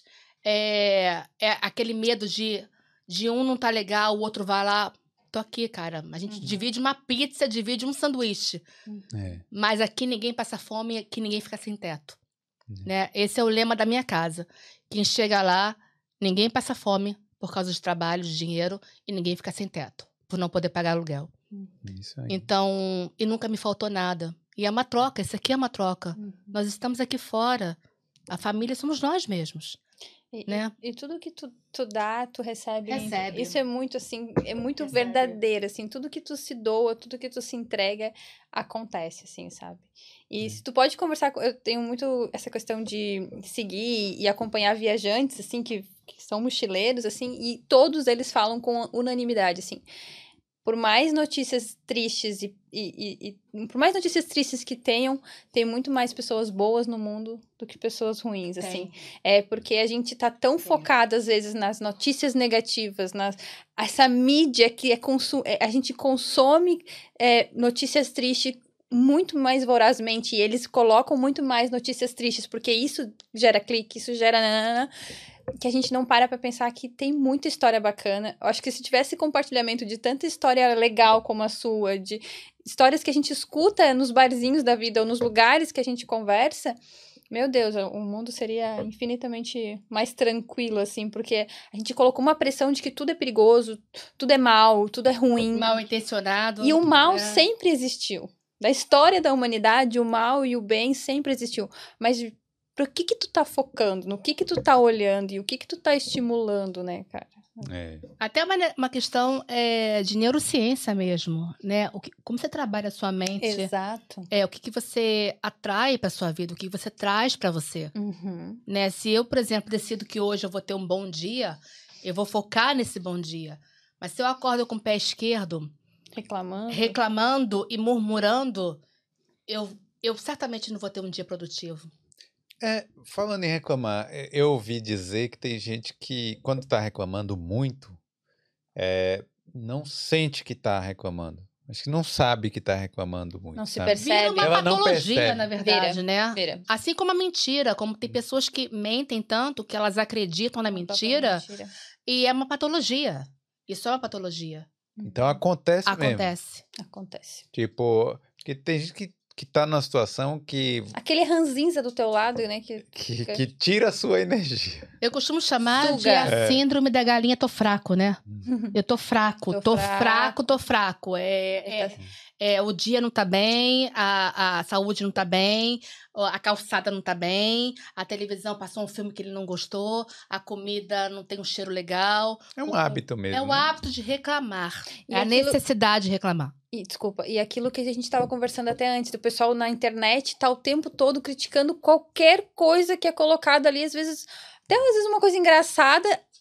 É, é aquele medo de, de um não tá legal, o outro vai lá... Tô aqui, cara. A gente uhum. divide uma pizza, divide um sanduíche. É. Mas aqui ninguém passa fome, aqui ninguém fica sem teto. É. Né? Esse é o lema da minha casa. Quem chega lá, ninguém passa fome por causa de trabalho, de dinheiro, e ninguém fica sem teto, por não poder pagar aluguel. Isso aí. Então, e nunca me faltou nada. E é uma troca, isso aqui é uma troca. Uhum. Nós estamos aqui fora. A família somos nós mesmos. E, né? e, e tudo que tu, tu dá, tu recebe. Recebe. Isso é muito, assim, é muito recebe. verdadeiro, assim. Tudo que tu se doa, tudo que tu se entrega, acontece, assim, sabe? E se tu pode conversar... Eu tenho muito essa questão de seguir e acompanhar viajantes, assim, que, que são mochileiros, assim, e todos eles falam com unanimidade, assim... Por mais notícias tristes e, e, e, e por mais notícias tristes que tenham, tem muito mais pessoas boas no mundo do que pessoas ruins, tem. Assim. É porque a gente tá tão tem. focado, às vezes, nas notícias negativas, nas, essa mídia que é consum, a gente consome é, notícias tristes muito mais vorazmente, e eles colocam muito mais notícias tristes, porque isso gera clique, isso gera... nanana, que a gente não para pra pensar que tem muita história bacana. Eu acho que se tivesse compartilhamento de tanta história legal como a sua, de histórias que a gente escuta nos barzinhos da vida ou nos lugares que a gente conversa, meu Deus, o mundo seria infinitamente mais tranquilo, assim, porque a gente colocou uma pressão de que tudo é perigoso, tudo é mal, tudo é ruim. Mal intencionado. E o mal é. sempre existiu. Da história da humanidade, o mal e o bem sempre existiu. Mas... Pro que que tu tá focando? No que que tu tá olhando? E o que que tu tá estimulando, né, cara? É. Até uma, uma questão é, de neurociência mesmo, né? O que, como você trabalha a sua mente. Exato. É, o que que você atrai pra sua vida, o que você traz pra você. Uhum. Né? Se eu, por exemplo, decido que hoje eu vou ter um bom dia, eu vou focar nesse bom dia. Mas se eu acordo com o pé esquerdo... Reclamando. Reclamando e murmurando, eu, eu certamente não vou ter um dia produtivo. É, falando em reclamar, eu ouvi dizer que tem gente que, quando tá reclamando muito, é, não sente que tá reclamando. Acho que não sabe que tá reclamando muito. Não se sabe? percebe. Vira uma Ela não patologia, percebe. na verdade, Vira, né? vira. Assim como a mentira, como tem pessoas que mentem tanto que elas acreditam na mentira, mentira. E é uma patologia. Isso é uma patologia. Então acontece, acontece. mesmo. Acontece. Tipo, porque tem gente que que tá numa situação que... Aquele ranzinza do teu lado, né? Que, que, que tira a sua energia. Eu costumo chamar Suga. de a É. síndrome da galinha tô fraco, né? Eu tô fraco, Tô tô, fraco. fraco, tô fraco. É, é, é, o dia não tá bem, a, a saúde não tá bem, a calçada não tá bem, a televisão passou um filme que ele não gostou, a comida não tem um cheiro legal. É um o, hábito mesmo. É o né? hábito de reclamar. E é a aquilo- necessidade de reclamar. E, desculpa, e aquilo que a gente estava conversando até antes, do pessoal na internet tá o tempo todo criticando qualquer coisa que é colocada ali, às vezes, até às vezes uma coisa engraçada,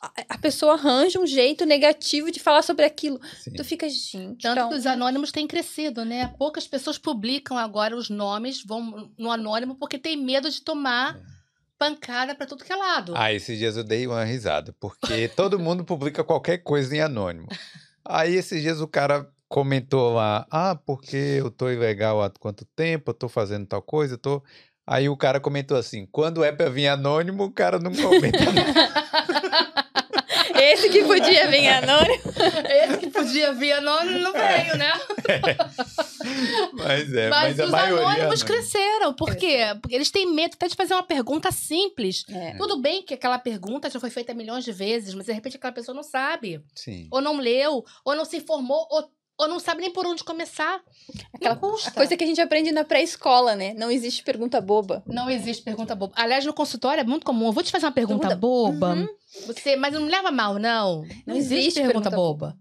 a pessoa arranja um jeito negativo de falar sobre aquilo. Sim. Tu fica, gente... Tanto então... que os anônimos têm crescido, né? Poucas pessoas publicam agora os nomes, vão no anônimo, porque tem medo de tomar pancada pra tudo que é lado. Ah, esses dias eu dei uma risada, porque todo mundo publica qualquer coisa em anônimo. Aí esses dias o cara comentou lá, ah, porque eu tô ilegal há quanto tempo, eu tô fazendo tal coisa, eu tô... Aí o cara comentou assim, quando é pra vir anônimo, o cara não comenta nada. Esse que podia vir anônimo. Esse que podia vir anônimo não veio, né? É. Mas é, mas, mas a os maioria... anônimos não. cresceram. Por quê? Porque eles têm medo até de fazer uma pergunta simples. É. Tudo bem que aquela pergunta já foi feita milhões de vezes, mas de repente aquela pessoa não sabe. Sim. Ou não leu, ou não se informou, ou, ou não sabe nem por onde começar. Aquela Não custa. coisa que a gente aprende na pré-escola, né? Não existe pergunta boba. Não existe pergunta boba. Aliás, no consultório é muito comum. Eu vou te fazer uma pergunta Pergunta- boba. Uhum. Você, mas não me leva mal, não. Não, existe, existe pergunta, pergunta boba.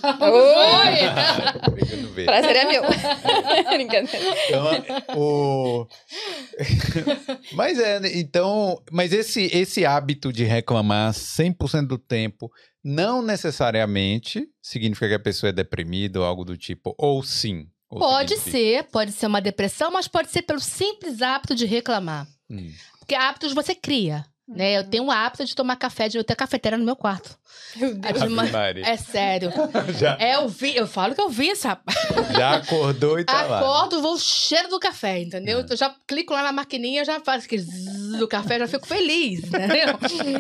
Oi! Obrigado, ver. Prazer é meu. Brincadeira. Então, o... mas é, né, então, mas esse, esse hábito de reclamar cem por cento do tempo não necessariamente significa que a pessoa é deprimida ou algo do tipo, ou sim. Ou Pode significa- ser, pode ser uma depressão, mas pode ser pelo simples hábito de reclamar. Hum. Porque hábitos você cria, né? Eu tenho o hábito de tomar café, de eu ter cafeteira no meu quarto. Meu A Deus. de ma- Ave Maria. É sério. Já, É, eu vi, eu falo que eu vi, sabe? já acordou e tá lá. Acordo, vou o cheiro do café, entendeu? É. Então, eu já clico lá na maquininha, já faço aquele zzz do café, já fico feliz, entendeu?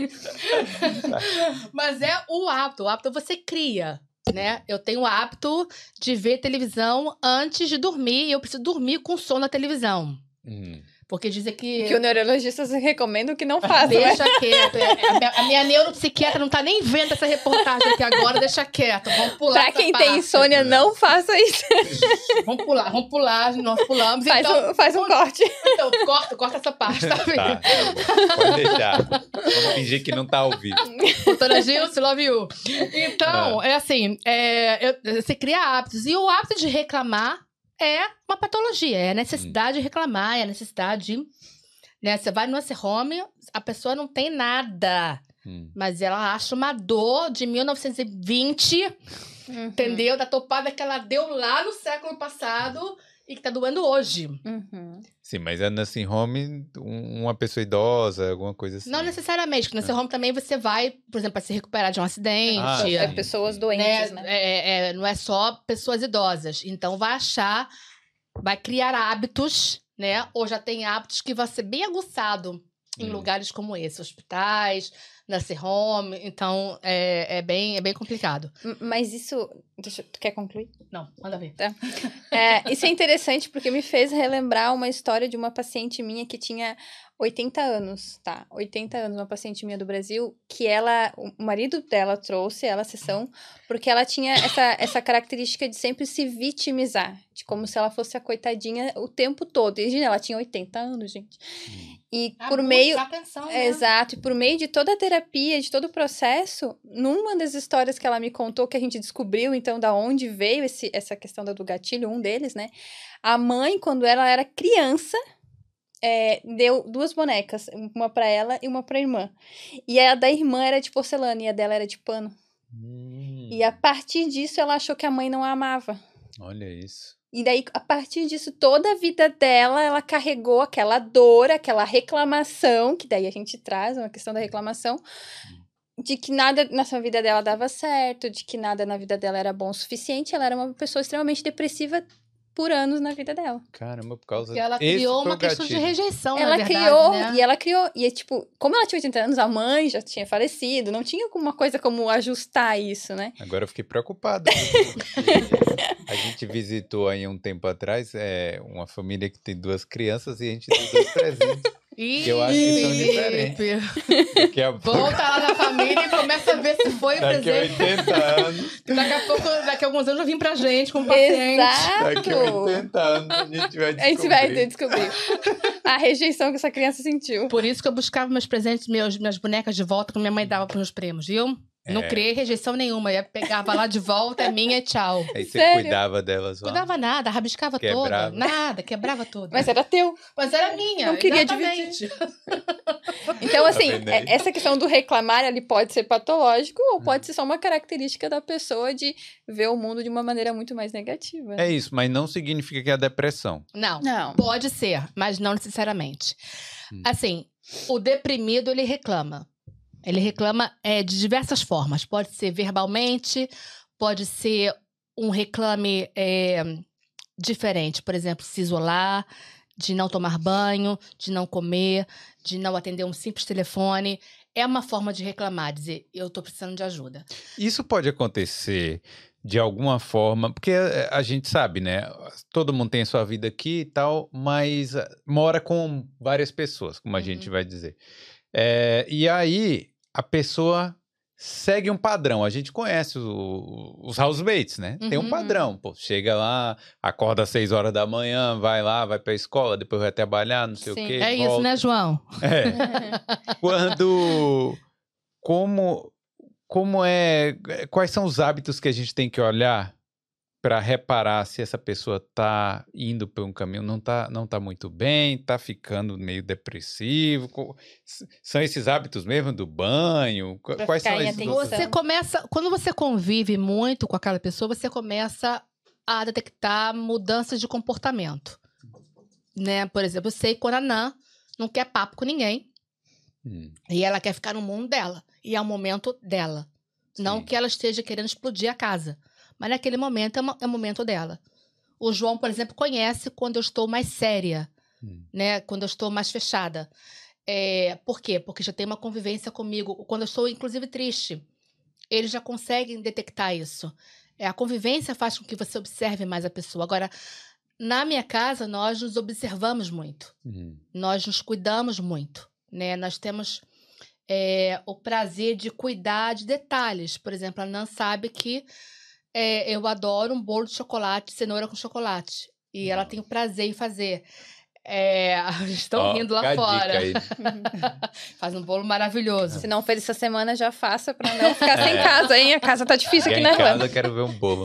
Mas é o hábito, o hábito você cria, né? Eu tenho o hábito de ver televisão antes de dormir e eu preciso dormir com som na televisão. Hum. Porque dizem que... Que o neurologista recomenda que não faça, né? Deixa quieto. É, é, A minha, a minha neuropsiquiatra não tá nem vendo essa reportagem aqui agora, deixa quieto. Vamos pular Pra essa quem parte. tem insônia, não faça isso. Vamos pular, vamos pular, nós pulamos. Faz, então, um, faz um corte. então, corta, corta essa parte, tá vendo? Tá, tá bom. Pode deixar. Vamos fingir que não tá ao vivo. Doutora Gilce, love you. Então, é assim, é, eu- você cria hábitos. E o hábito de reclamar é uma patologia. É a necessidade de reclamar, é a necessidade de... Né, você vai no nursing home, a pessoa não tem nada. Hum. Mas ela acha uma dor de mil novecentos e vinte, Uhum. entendeu? Da topada que ela deu lá no século passado e que tá doendo hoje. Uhum. Sim, mas é nursing home, um- uma pessoa idosa, alguma coisa assim. Não necessariamente, porque no nursing home também você vai, por exemplo, para se recuperar de um acidente. Ah, É sim. pessoas né? doentes, né? É, é, não é só pessoas idosas. Então vai achar, vai criar hábitos, né? Ou já tem hábitos que vai ser bem aguçado em Hum. lugares como esse, hospitais, nursing home. Então é, é, bem, é bem complicado. M- Mas isso... Deixa, tu quer concluir? Não, manda ver. É, isso é interessante porque me fez relembrar uma história de uma paciente minha que tinha oitenta anos, tá? oitenta anos, uma paciente minha do Brasil, que ela, o marido dela trouxe ela à sessão porque ela tinha essa, essa característica de sempre se vitimizar, de como se ela fosse a coitadinha o tempo todo. E ela tinha oitenta anos, gente. E por meio... Atenção, É, Exato, e por meio de toda a terapia, de todo o processo, numa das histórias que ela me contou, que a gente descobriu, então, da onde veio esse, essa questão da do gatilho, um deles, né? A mãe, quando ela era criança, é, deu duas bonecas, uma pra ela e uma pra irmã. E a da irmã era de porcelana e a dela era de pano. Hum. E a partir disso, ela achou que a mãe não a amava. Olha isso. E daí, a partir disso, toda a vida dela, ela carregou aquela dor, aquela reclamação, que daí a gente traz uma questão da reclamação, de que nada nessa vida dela dava certo, de que nada na vida dela era bom o suficiente. Ela era uma pessoa extremamente depressiva por anos na vida dela. Caramba, por causa Porque ela esse criou foi uma o questão de gatilho. rejeição, ela na verdade, criou, né? e ela criou, e é tipo, como ela tinha oitenta anos, a mãe já tinha falecido, não tinha alguma coisa como ajustar isso, né? Agora eu fiquei preocupado. porque a gente visitou aí um tempo atrás é, uma família que tem duas crianças e a gente deu dois presentes. Ih, Eu acho que são diferentes. Felipe. Daqui a pouco, Volta lá na família e começa a ver se foi o daqui a presente. oitenta anos, Daqui a pouco, daqui a alguns anos, eu vim pra gente com um paciente. daqui a Exato! oitenta anos a gente vai descobrir. A gente vai ter descobrir a rejeição que essa criança sentiu. Por isso que eu buscava meus presentes, meus, minhas bonecas de volta que minha mãe dava pros meus primos, viu? Não É. criei rejeição nenhuma. Eu pegava lá de volta, é minha e tchau. Aí você Sério? cuidava delas lá. Cuidava nada, rabiscava Quebrava. toda. Nada, quebrava toda. Mas era teu. Mas era minha. Não queria exatamente. Então, assim, vendo aí? é- essa questão do reclamar ali pode ser patológico ou pode ser só uma característica da pessoa de ver o mundo de uma maneira muito mais negativa. É isso, mas não significa que é a depressão. Não, Não. pode ser, mas não necessariamente. Hum. Assim, o deprimido, ele reclama. Ele reclama é, de diversas formas. Pode ser verbalmente, pode ser um reclame é, diferente. Por exemplo, se isolar, de não tomar banho, de não comer, de não atender um simples telefone. É uma forma de reclamar, dizer, eu tô precisando de ajuda. Isso pode acontecer de alguma forma, porque eh, a gente sabe, né? Todo mundo tem a sua vida aqui e tal, mas eh, mora com várias pessoas, como a Uhum. gente vai dizer. É, e aí a pessoa segue um padrão. A gente conhece o- os housemates, né? Tem um Uhum. padrão. Pô, chega lá, acorda às seis horas da manhã, vai lá, vai pra escola, depois vai trabalhar, não sei Sim. o quê. É isso, volta. né, João? É. Quando. Como, como é. Quais são os hábitos que a gente tem que olhar para reparar se essa pessoa tá indo por um caminho, não tá, não tá muito bem, tá ficando meio depressivo? Co- s- São esses hábitos mesmo do banho? Qu- Pra Quais ficar são em esses atenção. outros? Você começa, quando você convive muito com aquela pessoa, você começa a detectar mudanças de comportamento, né? Por exemplo, eu sei quando a Nan não quer papo com ninguém Hum, e ela quer ficar no mundo dela e é o momento dela, não sim. que ela esteja querendo explodir a casa, mas naquele momento é, uma- é o momento dela. O João, por exemplo, conhece quando eu estou mais séria, Hum, né? Quando eu estou mais fechada. É, por quê? Porque já tem uma convivência comigo. Quando eu estou, inclusive, triste, eles já conseguem detectar isso. É, a convivência faz com que você observe mais a pessoa. Agora, na minha casa, nós nos observamos muito. hum, Nós nos cuidamos muito, né? Nós temos é, o prazer de cuidar de detalhes. Por exemplo, a Nan sabe que é, eu adoro um bolo de chocolate, cenoura com chocolate. E ela tem o prazer em fazer. É, estão Ó, rindo lá fica a dica fora. aí. Faz um bolo maravilhoso. Se não fez essa semana, já faça pra não ficar sem É. casa, hein? A casa tá difícil Chegar aqui na em Irlanda. casa, eu quero ver um bolo.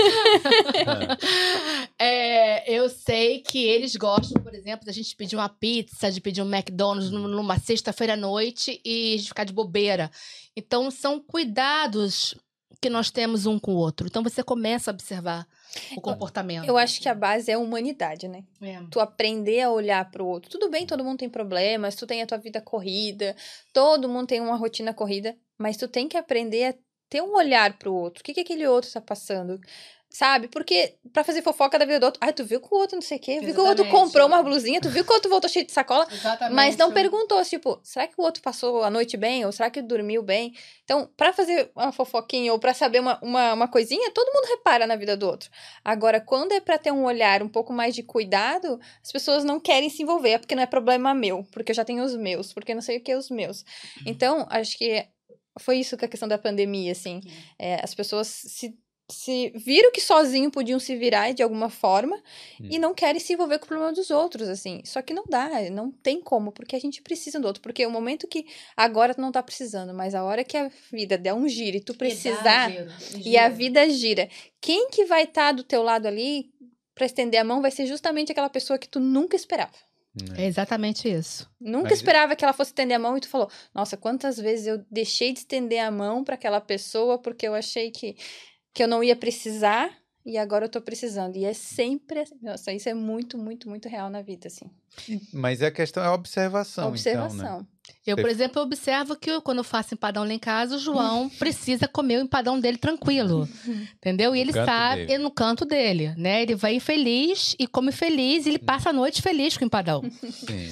Ah, É, eu sei que eles gostam, por exemplo, da gente pedir uma pizza, de pedir um McDonald's num- numa sexta-feira à noite e a gente ficar de bobeira. Então, são cuidados que nós temos um com o outro. Então, você começa a observar o comportamento. Eu acho que a base é a humanidade, né? É. Tu aprender a olhar pro outro. Tudo bem, todo mundo tem problemas, tu tem a tua vida corrida, todo mundo tem uma rotina corrida, mas tu tem que aprender a ter um olhar pro outro. O que que aquele outro tá passando? Sabe? Porque pra fazer fofoca da vida do outro, ai, tu viu que o outro não sei o quê, viu que o outro Exatamente. comprou uma blusinha, tu viu que o outro voltou cheio de sacola, Exatamente. mas não perguntou, tipo, será que o outro passou a noite bem? Ou será que dormiu bem? Então, pra fazer uma fofoquinha ou pra saber uma, uma, uma coisinha, todo mundo repara na vida do outro. Agora, quando é pra ter um olhar um pouco mais de cuidado, as pessoas não querem se envolver, é porque não é problema meu, porque eu já tenho os meus, porque não sei o que é os meus. Então, acho que foi isso com a questão da pandemia, assim. É, as pessoas se se viram que sozinho podiam se virar de alguma forma Hum. e não querem se envolver com o problema dos outros, assim. Só que não dá, não tem como, porque a gente precisa do outro. Porque o momento que agora tu não tá precisando, mas a hora que a vida der um giro e tu precisar, e a vida gira, quem que vai estar do teu lado ali pra estender a mão vai ser justamente aquela pessoa que tu nunca esperava. É exatamente isso. Nunca Mas- esperava que ela fosse estender a mão e tu falou, nossa, quantas vezes eu deixei de estender a mão pra aquela pessoa porque eu achei que que eu não ia precisar e agora eu tô precisando. E é sempre assim. Nossa, isso é muito, muito, muito real na vida, assim. Mas a questão é a observação, Observação. então, né? Eu, por Você- exemplo, observo que eu, quando eu faço empadão lá em casa, o João precisa comer o empadão dele tranquilo, entendeu? E No ele canto sabe, dele. é no canto dele, né? Ele vai feliz e come feliz e ele passa a noite feliz com o empadão. Sim.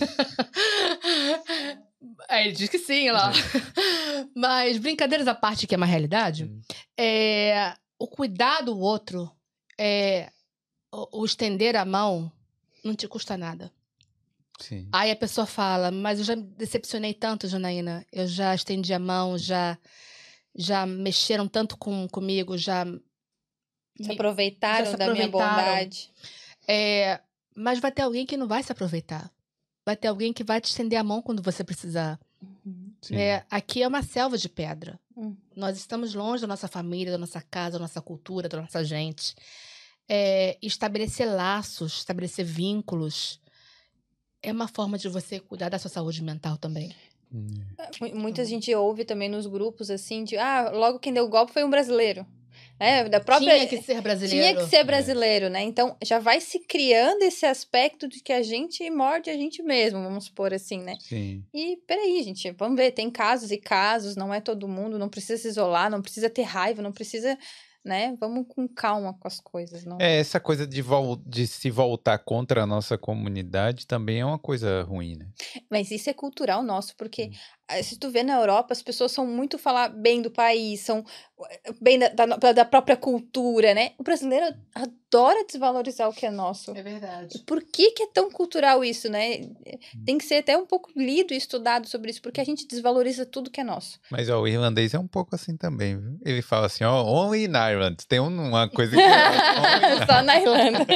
Aí ele diz que sim lá. Mas brincadeiras à parte, que é uma realidade, Hum. é, o cuidar do outro, é, o, o estender a mão, não te custa nada. Sim. Aí a pessoa fala, mas eu já me decepcionei tanto, Janaína. Eu já estendi a mão, já, já mexeram tanto com, comigo, já... Se me- aproveitaram já se da minha aproveitaram. bondade. é, mas vai ter alguém que não vai se aproveitar. Vai ter alguém que vai te estender a mão quando você precisar. Sim. Né? Aqui é uma selva de pedra. Uhum. nós estamos longe da nossa família, da nossa casa, da nossa cultura, da nossa gente. É, estabelecer laços, estabelecer vínculos, é uma forma de você cuidar da sua saúde mental também. Hum. Muita gente ouve também nos grupos, assim, de, ah, logo quem deu o golpe foi um brasileiro. Né? Da própria... Tinha que ser brasileiro. Tinha que ser brasileiro, né? Então, já vai se criando esse aspecto de que a gente morde a gente mesmo, vamos supor assim, né? Sim. E, peraí, gente, vamos ver, tem casos e casos, não é todo mundo, não precisa se isolar, não precisa ter raiva, não precisa, né? Vamos com calma com as coisas, não? É, essa coisa de, vol de se voltar contra a nossa comunidade também é uma coisa ruim, né? Mas isso é cultural nosso, porque se tu vê na Europa, as pessoas são muito falar bem do país, são bem da, da, da própria cultura, né? O brasileiro adora desvalorizar o que é nosso. É verdade. Por que que é tão cultural isso, né? Tem que ser até um pouco lido e estudado sobre isso, porque a gente desvaloriza tudo que é nosso. Mas, ó, o irlandês é um pouco assim também, viu? Ele fala assim, ó, only in Ireland. Tem uma coisa que... é Só na Irlanda.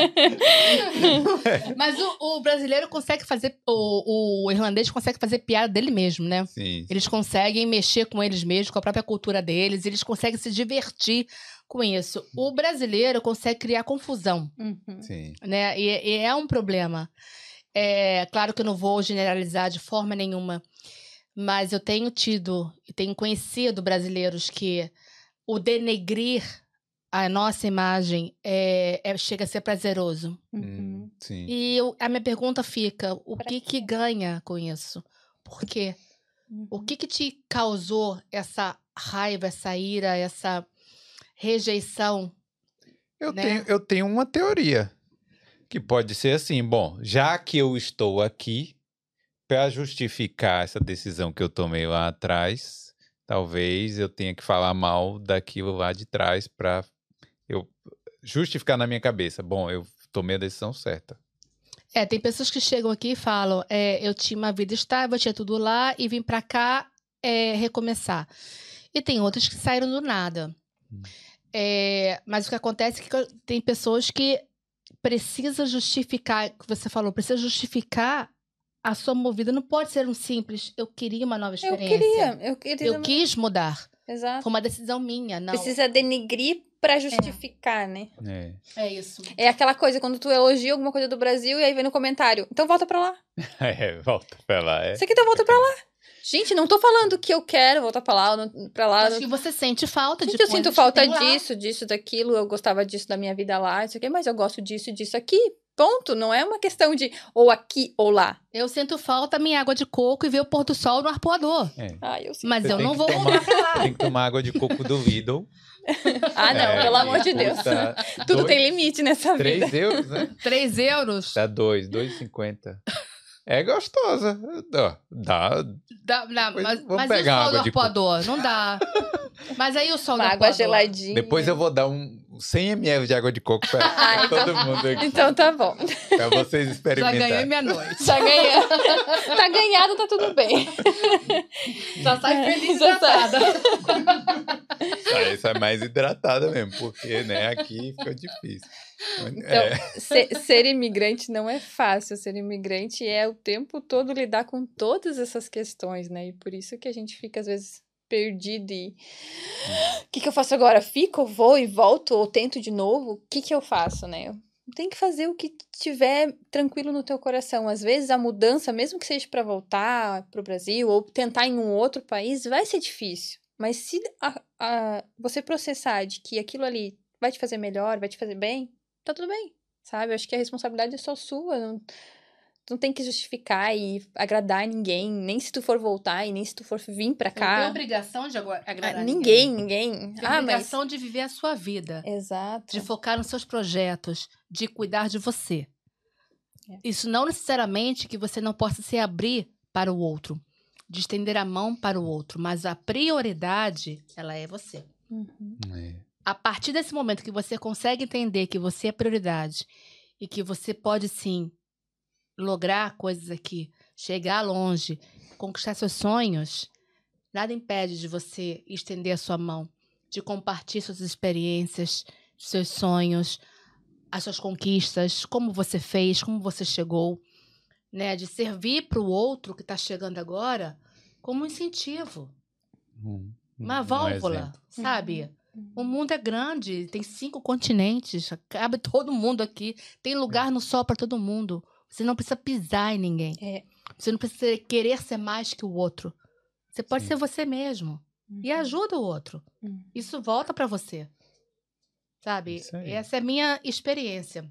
Mas o, o brasileiro consegue fazer, o, o irlandês consegue fazer piada dele mesmo, né? Sim. Eles conseguem mexer com eles mesmos, com a própria cultura deles, eles conseguem se divertir com isso. O brasileiro consegue criar confusão, Uhum. Sim. né? E, e é um problema. É claro que eu não vou generalizar de forma nenhuma, mas eu tenho tido e tenho conhecido brasileiros que o denegrir a nossa imagem é, é, chega a ser prazeroso. Uhum. Hum, sim. E eu, a minha pergunta fica, o Pra que que ganha com isso? Por quê? Uhum. O que que te causou essa raiva, essa ira, essa rejeição? Eu, né? tenho, eu tenho uma teoria, que pode ser assim, bom, já que eu estou aqui, para justificar essa decisão que eu tomei lá atrás, talvez eu tenha que falar mal daquilo lá de trás para eu justificar na minha cabeça, bom, eu tomei a decisão certa. É, tem pessoas que chegam aqui e falam, é, eu tinha uma vida estável, eu tinha tudo lá e vim pra cá é, recomeçar. E tem outras que saíram do nada. Hum. É, mas o que acontece é que tem pessoas que precisam justificar, que você falou, precisa justificar a sua movida. Não pode ser um simples, eu queria uma nova Eu experiência. queria, eu queria. Eu quis mudar. Exato. Foi uma decisão minha, não. Precisa denegrir pra justificar, né? É. É isso. É aquela coisa, quando tu elogia alguma coisa do Brasil e aí vem no comentário, então volta pra lá. É, volta pra lá. É. Isso aqui, então volta pra lá. Gente, não tô falando que eu quero voltar pra lá, não- pra lá. Acho que você sente falta de Gente, eu coisas sinto que falta tem lá. disso, disso, daquilo. Eu gostava disso da minha vida lá, isso aqui, mas eu gosto disso e disso aqui. Ponto. Não é uma questão de ou aqui ou lá. Eu sinto falta da minha água de coco e ver o pôr do sol no arpoador. É. Ai, eu sinto. Mas Você eu tem não que vou tomar- voltar pra lá. Tem que tomar água de coco do Lidl. Ah, não, É, pelo que amor de Deus. custa Tudo dois- tem limite nessa vida. três euros, né? Três euros? Dá dois, dois e cinquenta. É gostosa. Dá, dá. Dá, dá, Depois mas vamos mas pegar e o sol água do de coco. arpoador? Não dá. Mas aí o sol Uma do água arpoador. geladinha. Depois eu vou dar um cem mililitros de água de coco pra, Ah, pra então- todo mundo aqui. Então tá bom. Pra vocês Já experimentarem. ganhei minha noite. Já ganhou. Tá ganhado, tá tudo bem. Já sai feliz e Já sai. hidratada. Ah, essa é mais hidratada mesmo, porque, né, aqui fica difícil. Então, É, ser, ser imigrante não é fácil. Ser imigrante é o tempo todo lidar com todas essas questões, né? E por isso que a gente fica, às vezes, perdido e... O que, que eu faço agora? Fico, vou e volto? Ou tento de novo? O que, que eu faço, né? Tem que fazer o que tiver tranquilo no teu coração. Às vezes, a mudança, mesmo que seja para voltar pro Brasil ou tentar em um outro país, vai ser difícil. Mas se a- a- você processar de que aquilo ali vai te fazer melhor, vai te fazer bem, tá tudo bem, sabe? Eu acho que a responsabilidade é só sua. Não, tu não tem que justificar e agradar ninguém, nem se tu for voltar e nem se tu for vir pra Não tem cá. obrigação de agora- Ah, agradar ninguém, ninguém. Tem Ah, mas... obrigação de viver a sua vida. Exato. De focar nos seus projetos, de cuidar de você. É. Isso não necessariamente que você não possa se abrir para o outro, de estender a mão para o outro, mas a prioridade, ela é você. Uhum. é. A partir desse momento que você consegue entender que você é prioridade e que você pode, sim, lograr coisas aqui, chegar longe, conquistar seus sonhos, nada impede de você estender a sua mão, de compartilhar suas experiências, seus sonhos, as suas conquistas, como você fez, como você chegou, né? De servir para o outro que está chegando agora como um incentivo. Hum, uma um válvula, exemplo. sabe? O mundo é grande, tem cinco continentes, cabe todo mundo aqui, tem lugar no sol para todo mundo. Você não precisa pisar em ninguém. É. Você não precisa querer ser mais que o outro. Você pode Sim. ser você mesmo. E ajuda o outro. Uhum. Isso volta para você. Sabe? Isso aí. Essa é a minha experiência.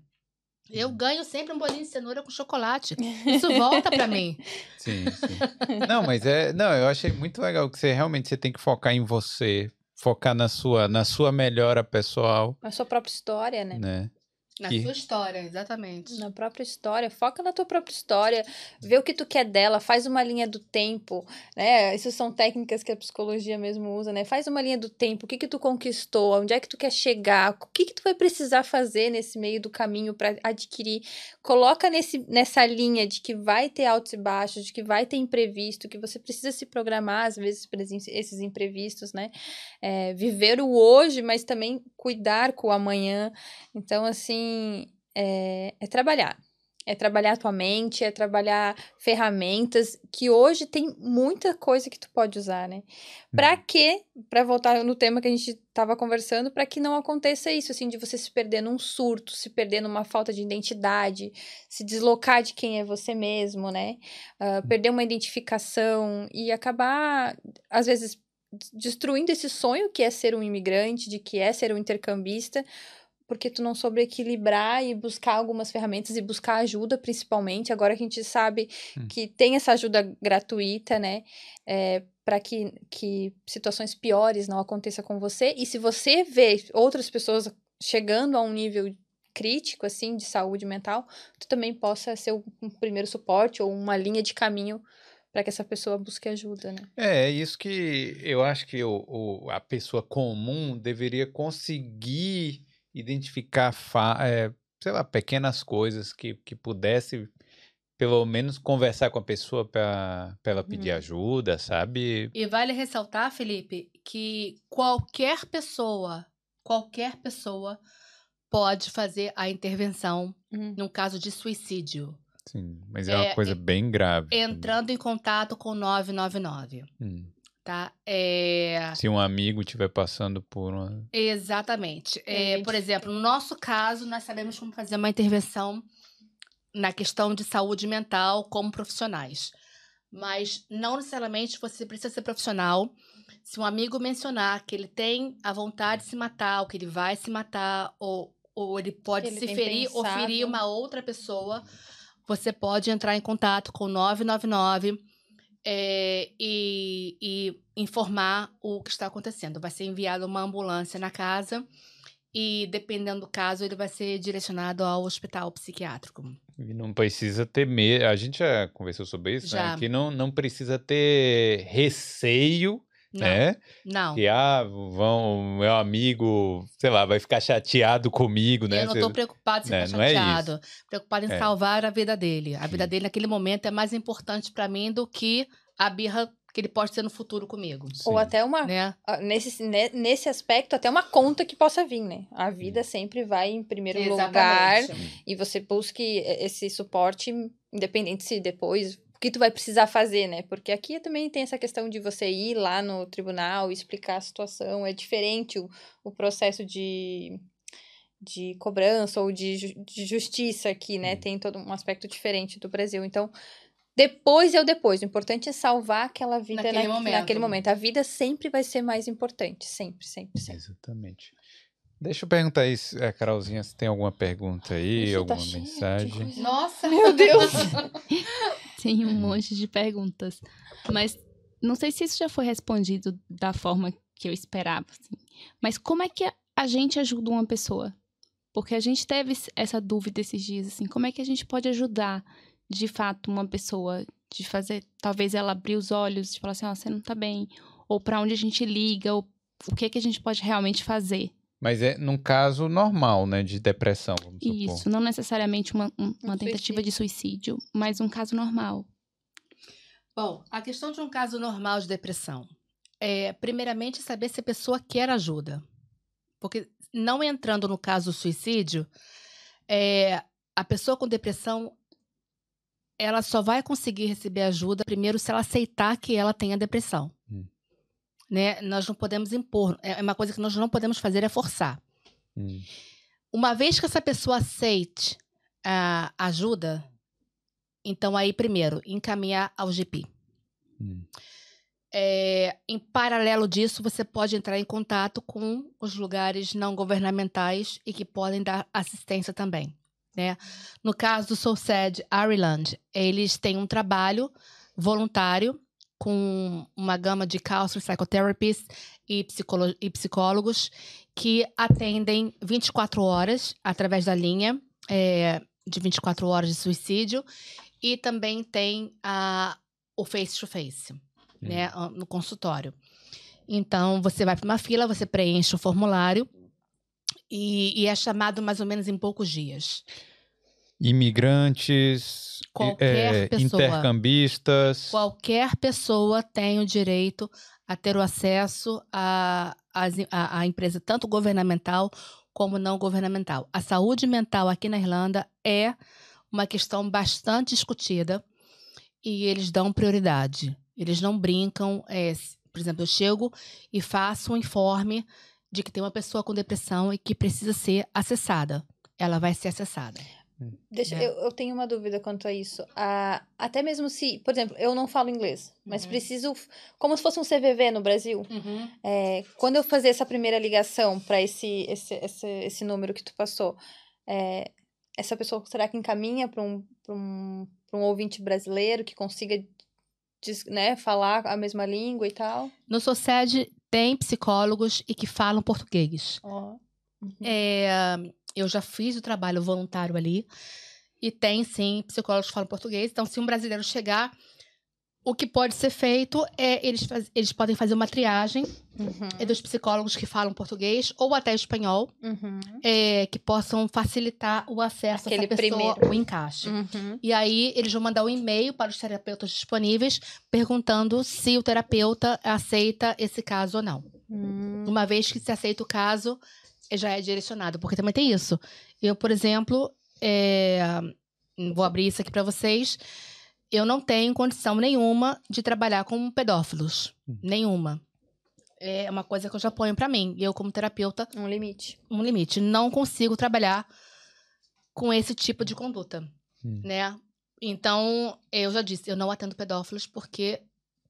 Eu ganho sempre um bolinho de cenoura com chocolate. Isso volta para mim. Sim, sim. Não, mas é... Não, eu achei muito legal que você realmente você tem que focar em você. Focar na sua, na sua melhora pessoal, A sua própria história, né? né? Na Que- sua história, exatamente. Na própria história, foca na tua própria história, vê o que tu quer dela, faz uma linha do tempo, né? Isso são técnicas que a psicologia mesmo usa, né? Faz uma linha do tempo, o que que tu conquistou, onde é que tu quer chegar, o que que tu vai precisar fazer nesse meio do caminho para adquirir. Coloca nesse, nessa linha de que vai ter altos e baixos, de que vai ter imprevisto, que você precisa se programar, às vezes, para esses imprevistos, né? É, viver o hoje, mas também cuidar com o amanhã. Então, assim, é, é trabalhar. É trabalhar a tua mente, é trabalhar ferramentas, que hoje tem muita coisa que tu pode usar, né? Pra quê? Pra voltar no tema que a gente tava conversando, pra que não aconteça isso, assim, de você se perder num surto, se perder numa falta de identidade, se deslocar de quem é você mesmo, né? Uh, perder uma identificação e acabar, às vezes, destruindo esse sonho que é ser um imigrante, de que é ser um intercambista, porque tu não soube equilibrar e buscar algumas ferramentas e buscar ajuda, principalmente. Agora que a gente sabe Hum. que tem essa ajuda gratuita, né? É, para que, que situações piores não aconteçam com você. E se você vê outras pessoas chegando a um nível crítico, assim, de saúde mental, tu também possa ser um primeiro suporte ou uma linha de caminho para que essa pessoa busque ajuda, né? É, é isso que eu acho que o, o- a pessoa comum deveria conseguir identificar, fa- é, sei lá, pequenas coisas que, que pudesse, pelo menos, conversar com a pessoa para ela pedir Uhum. ajuda, sabe? E vale ressaltar, Felipe, que qualquer pessoa, qualquer pessoa pode fazer a intervenção Uhum. num caso de suicídio, Sim, mas é uma É, coisa e- bem grave. também. entrando em contato com o nove nove nove, Hum. tá? É, Se um amigo estiver passando por uma... exatamente. É, É, por exemplo, no nosso caso, nós sabemos como fazer uma intervenção na questão de saúde mental como profissionais. Mas não necessariamente você precisa ser profissional. Se um amigo mencionar que ele tem a vontade de se matar, ou que ele vai se matar, ou, ou ele pode ele se tem ferir ou pensado. ferir uma outra pessoa, você pode entrar em contato com o nove nove nove é, e, e informar o que está acontecendo. Vai ser enviada uma ambulância na casa e, dependendo do caso, ele vai ser direcionado ao hospital psiquiátrico. E não precisa ter medo. A gente já conversou sobre isso, né? Já. Que não, não precisa ter receio, Não, né? não. Que, ah, vão, meu amigo, sei lá, vai ficar chateado comigo, né? Eu não Cê- estou preocupado em né, ficar não é chateado. Preocupado em É. salvar a vida dele. A vida Sim. dele, naquele momento, é mais importante para mim do que a birra que ele pode ter no futuro comigo. Ou Sim. até uma, Né? ah, nesse, ne- nesse aspecto, até uma conta que possa vir, né? A vida sempre vai em primeiro lugar Exatamente. e você busque esse suporte, independente se depois o que tu vai precisar fazer, né? Porque aqui também tem essa questão de você ir lá no tribunal e explicar a situação. É diferente o, o processo de, de cobrança ou de, ju- de justiça aqui, né? Hum. Tem todo um aspecto diferente do Brasil. Então, depois é o depois. O importante é salvar aquela vida Naquele na- momento. naquele momento. A vida sempre vai ser mais importante. Sempre, sempre, sempre. Exatamente. Deixa eu perguntar aí, se- a Carolzinha, se tem alguma pergunta aí, Ixi, tá alguma cheio de mensagem. coisa. Nossa! Meu Deus! Tem um monte de perguntas. Mas não sei se isso já foi respondido da forma que eu esperava. Assim. Mas como é que a- a gente ajuda uma pessoa? Porque a gente teve essa dúvida esses dias, assim. Como é que a gente pode ajudar, de fato, uma pessoa? De fazer, talvez, ela abrir os olhos, de falar assim, ó, você não tá bem. Ou pra onde a gente liga, ou o que é que a gente pode realmente fazer. Mas é num caso normal, né? De depressão, vamos supor. Isso, não necessariamente uma, um- uma Um tentativa de suicídio, mas um caso normal. Bom, a questão de um caso normal de depressão é, primeiramente, saber se a pessoa quer ajuda. Porque, não entrando no caso do suicídio, é, a pessoa com depressão, ela só vai conseguir receber ajuda primeiro se ela aceitar que ela tenha depressão. Hum. né? Nós não podemos impor. É uma coisa que nós não podemos fazer é forçar. Hum. Uma vez que essa pessoa aceite a ajuda, então aí, primeiro, encaminhar ao G P. Hum. É, em paralelo disso, você pode entrar em contato com os lugares não governamentais e que podem dar assistência também, né? No caso do SoulSed Ireland, eles têm um trabalho voluntário com uma gama de counselors, psychotherapists e, psicolo- e psicólogos que atendem vinte e quatro horas através da linha é, de vinte e quatro horas de suicídio, e também tem a, o face-to-face, né, no consultório. Então, você vai para uma fila, você preenche o formulário e, e é chamado mais ou menos em poucos dias. Imigrantes, Qualquer é, pessoa. intercambistas. Qualquer pessoa tem o direito a ter o acesso à a, a, a empresa, tanto governamental como não governamental. A saúde mental aqui na Irlanda é uma questão bastante discutida e eles dão prioridade. Eles não brincam. É, por exemplo, eu chego e faço um informe de que tem uma pessoa com depressão e que precisa ser acessada. Ela vai ser acessada. Deixa, É. eu, eu tenho uma dúvida quanto a isso. Ah, até mesmo se, por exemplo, eu não falo inglês, mas Uhum. preciso, como se fosse um C V V no Brasil. Uhum. É, quando eu fazer essa primeira ligação para esse, esse, esse, esse número que tu passou, é, essa pessoa será que encaminha para um, pra um, pra um ouvinte brasileiro que consiga, des- né, falar a mesma língua e tal? No SoulSed tem psicólogos e que falam português. Ó. Uhum. É, eu já fiz o trabalho voluntário ali e tem, sim, psicólogos que falam português. Então, se um brasileiro chegar, o que pode ser feito é eles, faz, eles podem fazer uma triagem Uhum. é dos psicólogos que falam português ou até espanhol, Uhum. é, que possam facilitar o acesso Aquele a essa pessoa, primeiro. o encaixe. Uhum. E aí, eles vão mandar um e-mail para os terapeutas disponíveis perguntando se o terapeuta aceita esse caso ou não. Hum. Uma vez que se aceita o caso, já é direcionado. Porque também tem isso. Eu, por exemplo, é, vou abrir isso aqui para vocês. Eu não tenho condição nenhuma de trabalhar com pedófilos. Nenhuma. É uma coisa que eu já ponho para mim. Eu, como terapeuta, Um limite. um limite. Não consigo trabalhar com esse tipo de conduta, Hum. né? Então, eu já disse, eu não atendo pedófilos porque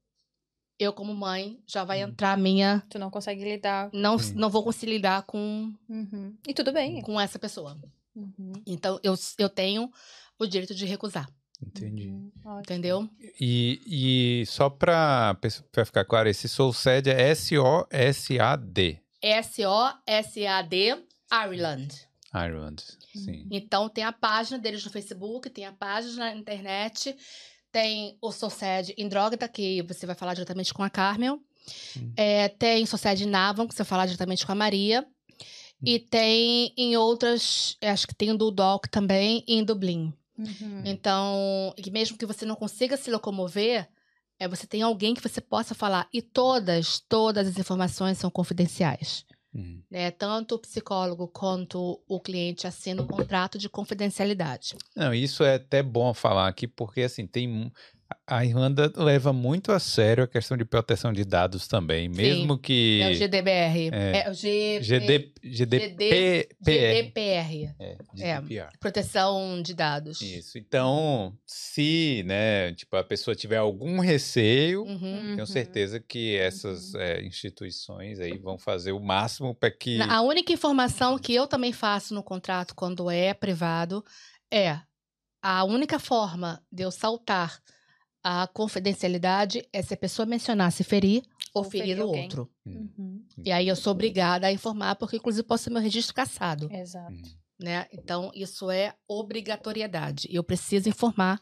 eu, como mãe, já vai Hum. entrar a minha... Tu não consegue lidar. Não, Sim. não vou conseguir lidar com, Uhum. E tudo bem. com essa pessoa. Uhum. Então, eu, eu tenho o direito de recusar, Entendi. Uhum. Ótimo. entendeu? E, e só para ficar claro, esse SoulSed é S O S A D. S O S A D Ireland. Ireland, sim. Então, tem a página deles no Facebook, tem a página na internet, tem o SoulSed em Drogheda, que você vai falar diretamente com a Carmel. Hum. É, tem o SoulSed em Navan, que você vai falar diretamente com a Maria. E tem em outras, acho que tem o Dundalk também, e em Dublin. Uhum. Então, e mesmo que você não consiga se locomover, é, você tem alguém que você possa falar. E todas, todas as informações são confidenciais. Hum. Né? Tanto o psicólogo quanto o cliente assinam um contrato de confidencialidade. Não, isso é até bom falar aqui, porque assim, tem mu- a Irlanda leva muito a sério a questão de proteção de dados também, mesmo que É o G D B R. É. É, o G... G D, G D P R. G D P R. É, É. G D P R. Proteção de dados. Isso. Então, se, né, tipo, a pessoa tiver algum receio, Uhum. tenho certeza que essas é, instituições aí vão fazer o máximo para que... A única informação que eu também faço no contrato quando é privado é a única forma de eu saltar a confidencialidade é se a pessoa mencionar se ferir ou, Ou ferir ferir o alguém. outro. Uhum. E aí eu sou obrigada a informar, porque inclusive posso ter meu registro cassado, Exato. Hum. né? Então isso é obrigatoriedade. Eu preciso informar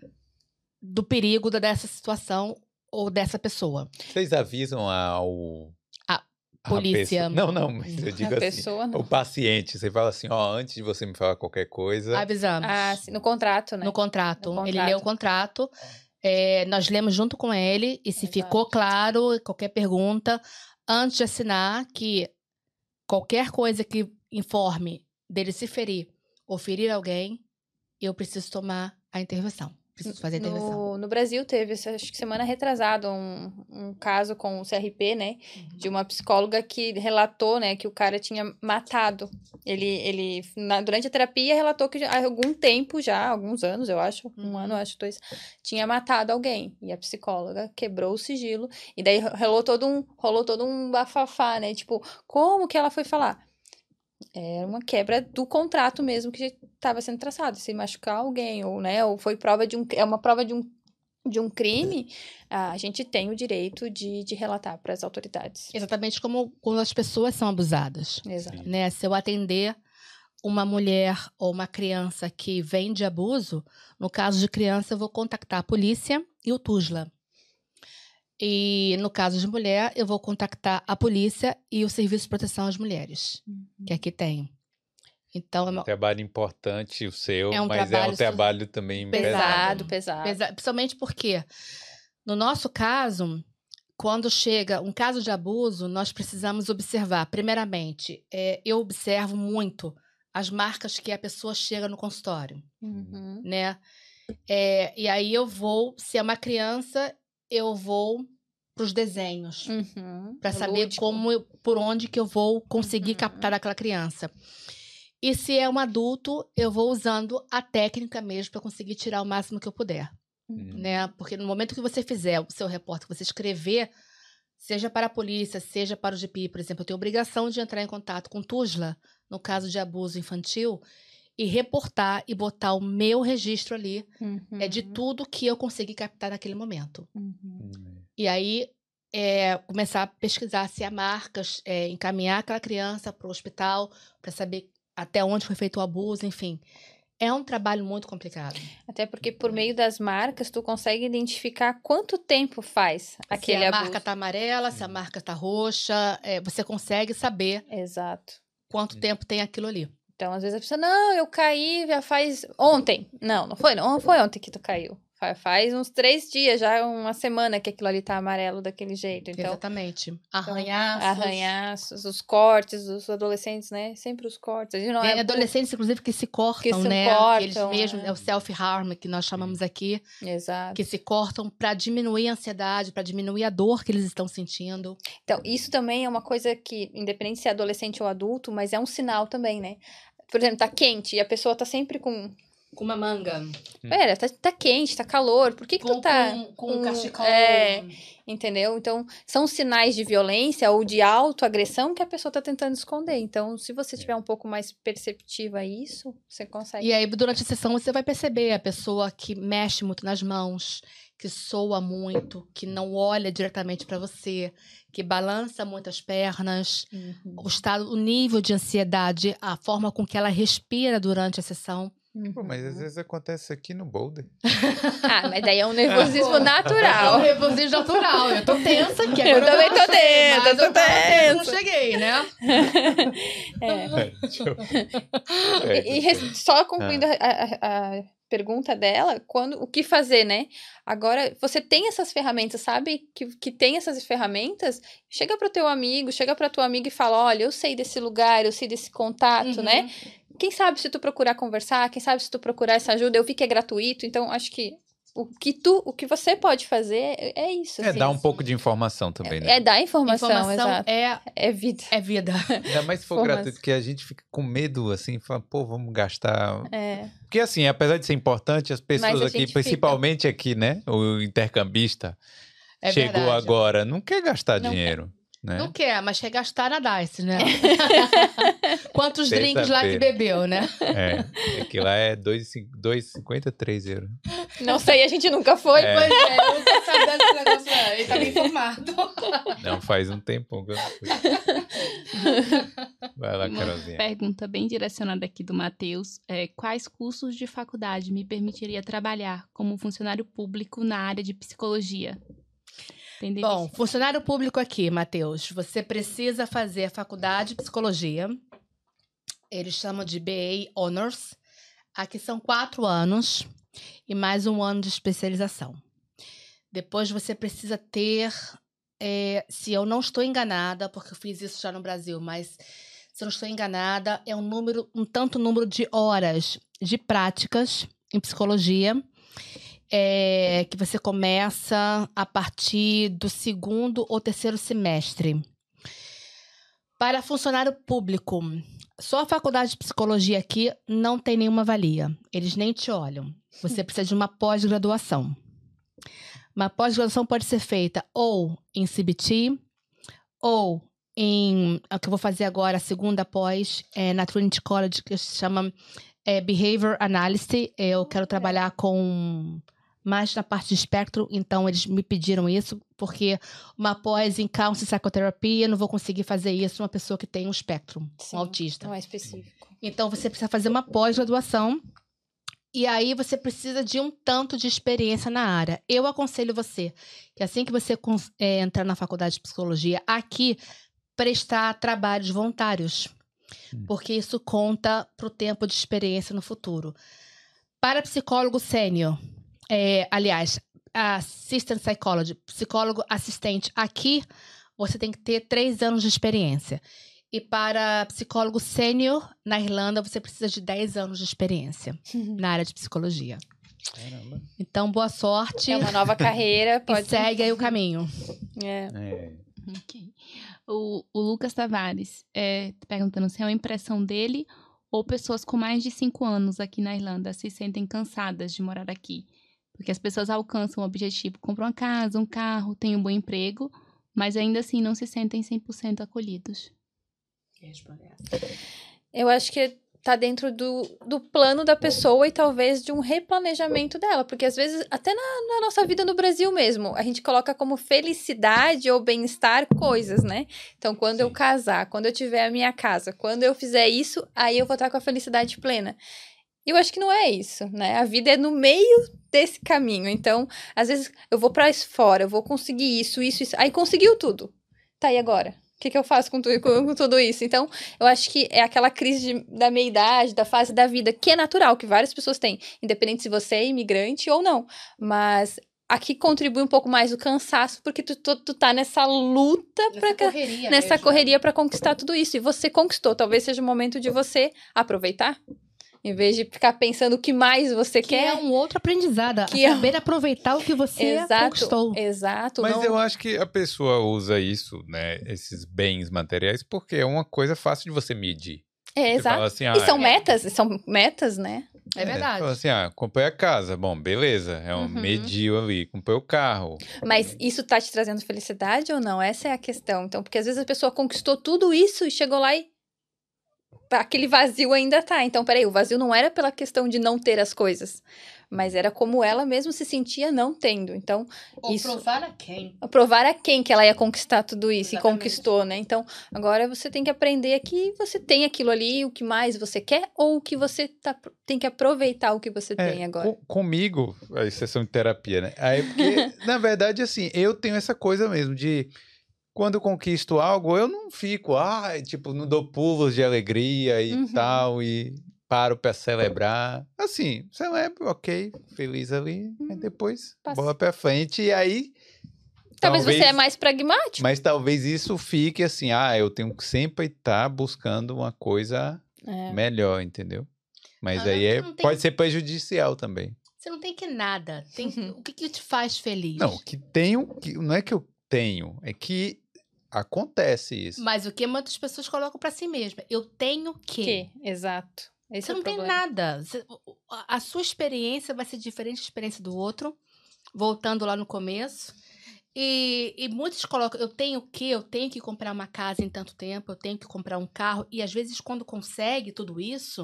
do perigo da- dessa situação ou dessa pessoa. Vocês avisam ao... A a polícia. pessoa- Não, não, mas eu digo A assim, pessoa não. o paciente, você fala assim, ó, antes de você me falar qualquer coisa... Avisamos. Ah, sim, no contrato, né? No contrato. No Ele contrato. lê o contrato. É, nós lemos junto com ele. E se Exato. ficou claro, qualquer pergunta, antes de assinar, que qualquer coisa que informe dele se ferir ou ferir alguém, eu preciso tomar a intervenção. preciso fazer a intervenção. No, no Brasil teve, acho que semana retrasada, um, um caso com o C R P, né? Uhum. De uma psicóloga que relatou, né, que o cara tinha matado. Ele, ele na, durante a terapia, relatou que há algum tempo já, alguns anos, eu acho, um uhum. ano, eu acho, dois, tinha matado alguém. E a psicóloga quebrou o sigilo. E daí rolou todo um, rolou todo um bafafá, né? Tipo, como que ela foi falar? É uma quebra do contrato mesmo que estava sendo traçado. Se machucar alguém, ou, né, ou foi prova de um... É uma prova de um, de um crime, a gente tem o direito de, de relatar para as autoridades. Exatamente como quando as pessoas são abusadas. Exato. Né? Se eu atender uma mulher ou uma criança que vem de abuso, no caso de criança, eu vou contactar a polícia e o TUSLA. E, no caso de mulher, eu vou contactar a polícia e o Serviço de Proteção às Mulheres, uhum. que aqui tem. Então, é um trabalho importante o seu, é um mas é um trabalho também pesado. Pesado, pesado. pesado. Principalmente porque, no nosso caso, quando chega um caso de abuso, nós precisamos observar. Primeiramente, é, eu observo muito as marcas que a pessoa chega no consultório, uhum. né? É, e aí eu vou, se é uma criança... eu vou para os desenhos, uhum. para saber Lúdico. como, por onde que eu vou conseguir uhum. captar aquela criança. E se é um adulto, eu vou usando a técnica mesmo para conseguir tirar o máximo que eu puder, uhum. né? Porque no momento que você fizer o seu repórter, que você escrever, seja para a polícia, seja para o G P I, por exemplo, eu tenho obrigação de entrar em contato com o TUSLA, no caso de abuso infantil, e reportar e botar o meu registro ali, uhum. é de tudo que eu consegui captar naquele momento. Uhum. E aí, é, começar a pesquisar se há marcas, é, encaminhar aquela criança para o hospital, para saber até onde foi feito o abuso, enfim. É um trabalho muito complicado. Até porque, por meio das marcas, tu consegue identificar quanto tempo faz aquele abuso. Se a marca tá amarela, se a marca tá roxa, é, você consegue saber Exato. quanto tempo tem aquilo ali. Então, às vezes a pessoa, não, eu caí já faz ontem. Não, não foi, não foi ontem que tu caiu. Faz uns três dias, já uma semana que aquilo ali tá amarelo daquele jeito. Então, exatamente. Arranhaços. Então, arranhaços, os cortes, os adolescentes, né? Sempre os cortes. Não é, é adolescentes, por... inclusive, que se cortam, que se né? cortam, Eles mesmos, é, é o self-harm, que nós chamamos aqui. Exato. Que se cortam para diminuir a ansiedade, para diminuir a dor que eles estão sentindo. Então, isso também é uma coisa que, independente se é adolescente ou adulto, mas é um sinal também, né? Por exemplo, tá quente e a pessoa tá sempre com... Com uma manga. Pera, tá, tá quente, tá calor. Por que que com, tu tá... Com, com um cachecol. É, entendeu? Então, são sinais de violência ou de autoagressão que a pessoa tá tentando esconder. Então, se você tiver um pouco mais perceptiva a isso, você consegue... E aí, durante a sessão, você vai perceber a pessoa que mexe muito nas mãos, que soa muito, que não olha diretamente para você, que balança muito as pernas, uhum. o estado, o nível de ansiedade, a forma com que ela respira durante a sessão. Uhum. Pô, mas às vezes acontece aqui no Boulder. Ah, mas daí é um nervosismo ah, natural. É um nervosismo natural. Eu tô tensa aqui. Eu também tô tensa, eu tô tensa. Eu não cheguei, né? É. é e, e só concluindo ah. a, a, a pergunta dela, quando, o que fazer, né? Agora, você tem essas ferramentas, sabe? Que, que tem essas ferramentas, chega pro teu amigo, chega pra tua amiga e fala, olha, eu sei desse lugar, eu sei desse contato, uhum. né? Quem sabe se tu procurar conversar, quem sabe se tu procurar essa ajuda, eu vi que é gratuito, então acho que o que tu, o que você pode fazer é isso. É assim, dar um assim. pouco de informação também, é, né? É dar informação, informação exato. É, é vida. É vida. Ainda mais se for gratuito, porque a gente fica com medo, assim, fala, pô, vamos gastar... É. Porque, assim, apesar de ser importante, as pessoas aqui, principalmente fica... aqui, né? O intercambista é chegou verdade. agora, não quer gastar não dinheiro. Quer. Né? Não quer, mas quer gastar na Dice, né? Quantos drinks lá que bebeu, né? É, aqui lá é dois e cinquenta, três euros. Não sei, a gente nunca foi. É. Pois é, eu não tô sabendo desse negócio, não. Ele tá bem informado. Não, faz um tempão que eu não fui. Vai lá, Carolzinha. Uma pergunta bem direcionada aqui do Matheus. É, quais cursos de faculdade me permitiria trabalhar como funcionário público na área de psicologia? Entendi. Bom, funcionário público aqui, Matheus, você precisa fazer a faculdade de psicologia. Eles chamam de B A Honors. Aqui são quatro anos e mais um ano de especialização. Depois você precisa ter, é, se eu não estou enganada, porque eu fiz isso já no Brasil, mas se eu não estou enganada, é um número, um tanto número de horas de práticas em psicologia. é, que você começa a partir do segundo ou terceiro semestre. Para funcionário público, só a faculdade de psicologia aqui não tem nenhuma valia. Eles nem te olham. Você precisa de uma pós-graduação. Uma pós-graduação pode ser feita ou em C B T, ou em... O que eu vou fazer agora, a segunda pós, é na Trinity College, que se chama é, Behavior Analysis. Eu quero trabalhar com... mais na parte de espectro, então eles me pediram isso, porque uma pós em Counseling Psicoterapia, eu não vou conseguir fazer isso uma pessoa que tem um espectro, Sim, um autista. não é específico. Então, você precisa fazer uma pós-graduação, e aí você precisa de um tanto de experiência na área. Eu aconselho você, que assim que você é, entrar na faculdade de psicologia, aqui, prestar trabalhos voluntários, hum. porque isso conta para o tempo de experiência no futuro. Para psicólogo sênior, É, aliás, assistant psychology, psicólogo assistente. Aqui, você tem que ter três anos de experiência. E para psicólogo sênior, na Irlanda, você precisa de dez anos de experiência na área de psicologia. Caramba. Então, boa sorte. É uma nova carreira. Pode... E segue aí o caminho. É. É. Okay. O, o Lucas Tavares é, perguntando se é uma impressão dele ou pessoas com mais de cinco anos aqui na Irlanda se sentem cansadas de morar aqui. Porque as pessoas alcançam o objetivo, compram uma casa, um carro, têm um bom emprego, mas ainda assim não se sentem cem por cento acolhidos. Eu acho que tá dentro do, do plano da pessoa e talvez de um replanejamento dela. Porque às vezes, até na, na nossa vida no Brasil mesmo, a gente coloca como felicidade ou bem-estar coisas, né? Então, quando Sim. eu casar, quando eu tiver a minha casa, quando eu fizer isso, aí eu vou estar com a felicidade plena. Eu acho que não é isso, né? A vida é no meio desse caminho. Então, às vezes, eu vou pra fora, eu vou conseguir isso, isso, isso. Aí conseguiu tudo. Tá, e agora? O que, que eu faço com, tu, com, com tudo isso? Então, eu acho que é aquela crise de, da meia-idade, da fase da vida, que é natural, que várias pessoas têm. Independente se você é imigrante ou não. Mas aqui contribui um pouco mais o cansaço, porque tu, tu, tu tá nessa luta, nessa pra, correria, nessa mesmo. correria pra conquistar tudo isso. E você conquistou. Talvez seja o momento de você aproveitar. Em vez de ficar pensando o que mais você que quer. É um outro aprendizado. Que saber é... aproveitar o que você exato, conquistou. Exato. Mas não... eu acho que a pessoa usa isso, né? Esses bens materiais, porque é uma coisa fácil de você medir. É, você exato. Assim, ah, e são é... metas, são metas, né? É verdade. Fala assim, ah, comprei a casa. Bom, beleza. É um Uhum. mediu ali. Comprei o carro. Mas isso tá te trazendo felicidade ou não? Essa é a questão. Então, porque às vezes a pessoa conquistou tudo isso e chegou lá e aquele vazio ainda tá. Então, peraí, o vazio não era pela questão de não ter as coisas, mas era como ela mesma se sentia não tendo. Então, Ou isso... provar a quem? Provar a quem que ela ia conquistar tudo isso. Exatamente. E conquistou, né? Então, agora você tem que aprender que você tem aquilo ali, o que mais você quer, ou o que você tá, tem que aproveitar o que você é, tem agora. Com, comigo, a sessão de terapia, né? Aí, porque, na verdade, assim, eu tenho essa coisa mesmo de... Quando eu conquisto algo, eu não fico, ah, tipo, não dou pulos de alegria e uhum. tal, e paro pra celebrar. Assim, celebro, ok, feliz ali, uhum. e depois Passa. bola pra frente, e aí... Talvez, talvez você é mais pragmático. Mas talvez isso fique assim, ah, eu tenho que sempre estar buscando uma coisa é. melhor, entendeu? Mas ah, aí é, tem... pode ser prejudicial também. Você não tem que nada. Tem... Uhum. O que, que te faz feliz? Não, que tenho, que não é que eu tenho, é que acontece isso. Mas o que muitas pessoas colocam pra si mesma? Eu tenho que. Que, exato. Esse você é não o problema. tem nada. Você, a sua experiência vai ser diferente da experiência do outro. Voltando lá no começo. E, e muitos colocam, eu tenho que, eu tenho que comprar uma casa em tanto tempo, eu tenho que comprar um carro. E às vezes quando consegue tudo isso,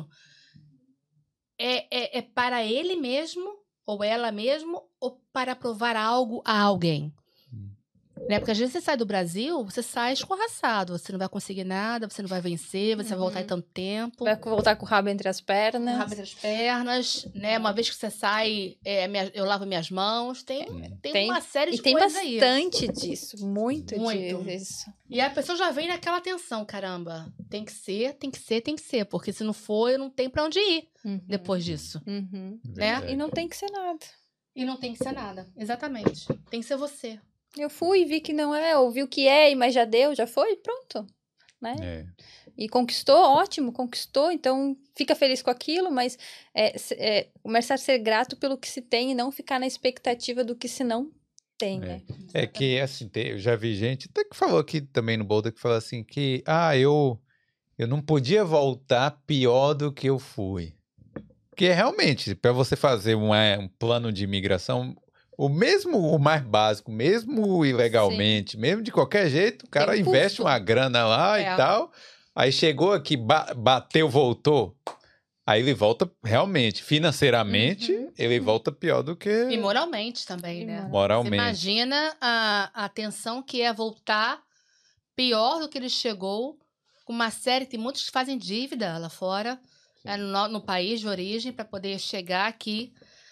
é, é, é para ele mesmo, ou ela mesmo, ou para provar algo a alguém. Né? Porque às vezes você sai do Brasil, você sai escorraçado. Você não vai conseguir nada, você não vai vencer, você uhum. vai voltar em tanto tempo. Vai voltar com o rabo entre as pernas. Com o rabo entre as pernas, né? Uma vez que você sai, é, minha, eu lavo minhas mãos. Tem, tem, tem uma série de e tem coisas aí. E tem bastante disso. Muito, muito disso. E a pessoa já vem naquela tensão, caramba. Tem que ser, tem que ser, tem que ser. Porque se não for, eu não tenho pra onde ir uhum. depois disso. Uhum. Né? E não tem que ser nada. E não tem que ser nada, exatamente. Tem que ser você. Eu fui, vi que não é, ouvi o que é, mas já deu, já foi, pronto. né? É. E conquistou, ótimo, conquistou, então fica feliz com aquilo, mas é, é, começar a ser grato pelo que se tem e não ficar na expectativa do que se não tem, né? É, é que, assim, tem- eu já vi gente, até que falou aqui também no Boulder, que falou assim que, ah, eu, eu não podia voltar pior do que eu fui. Porque realmente, para você fazer uma- um plano de imigração, o mesmo, o mais básico, mesmo ilegalmente, mesmo de qualquer jeito, o cara Tem investe custo. uma grana lá É. e tal, aí chegou aqui, ba- bateu, voltou, aí ele volta realmente, financeiramente, Uhum. ele volta pior do que E moralmente também, E né? Você moralmente. imagina a, a tensão que é voltar pior do que ele chegou, com uma série, tem muitos que fazem dívida lá fora, é, no, no país de origem, para poder chegar aqui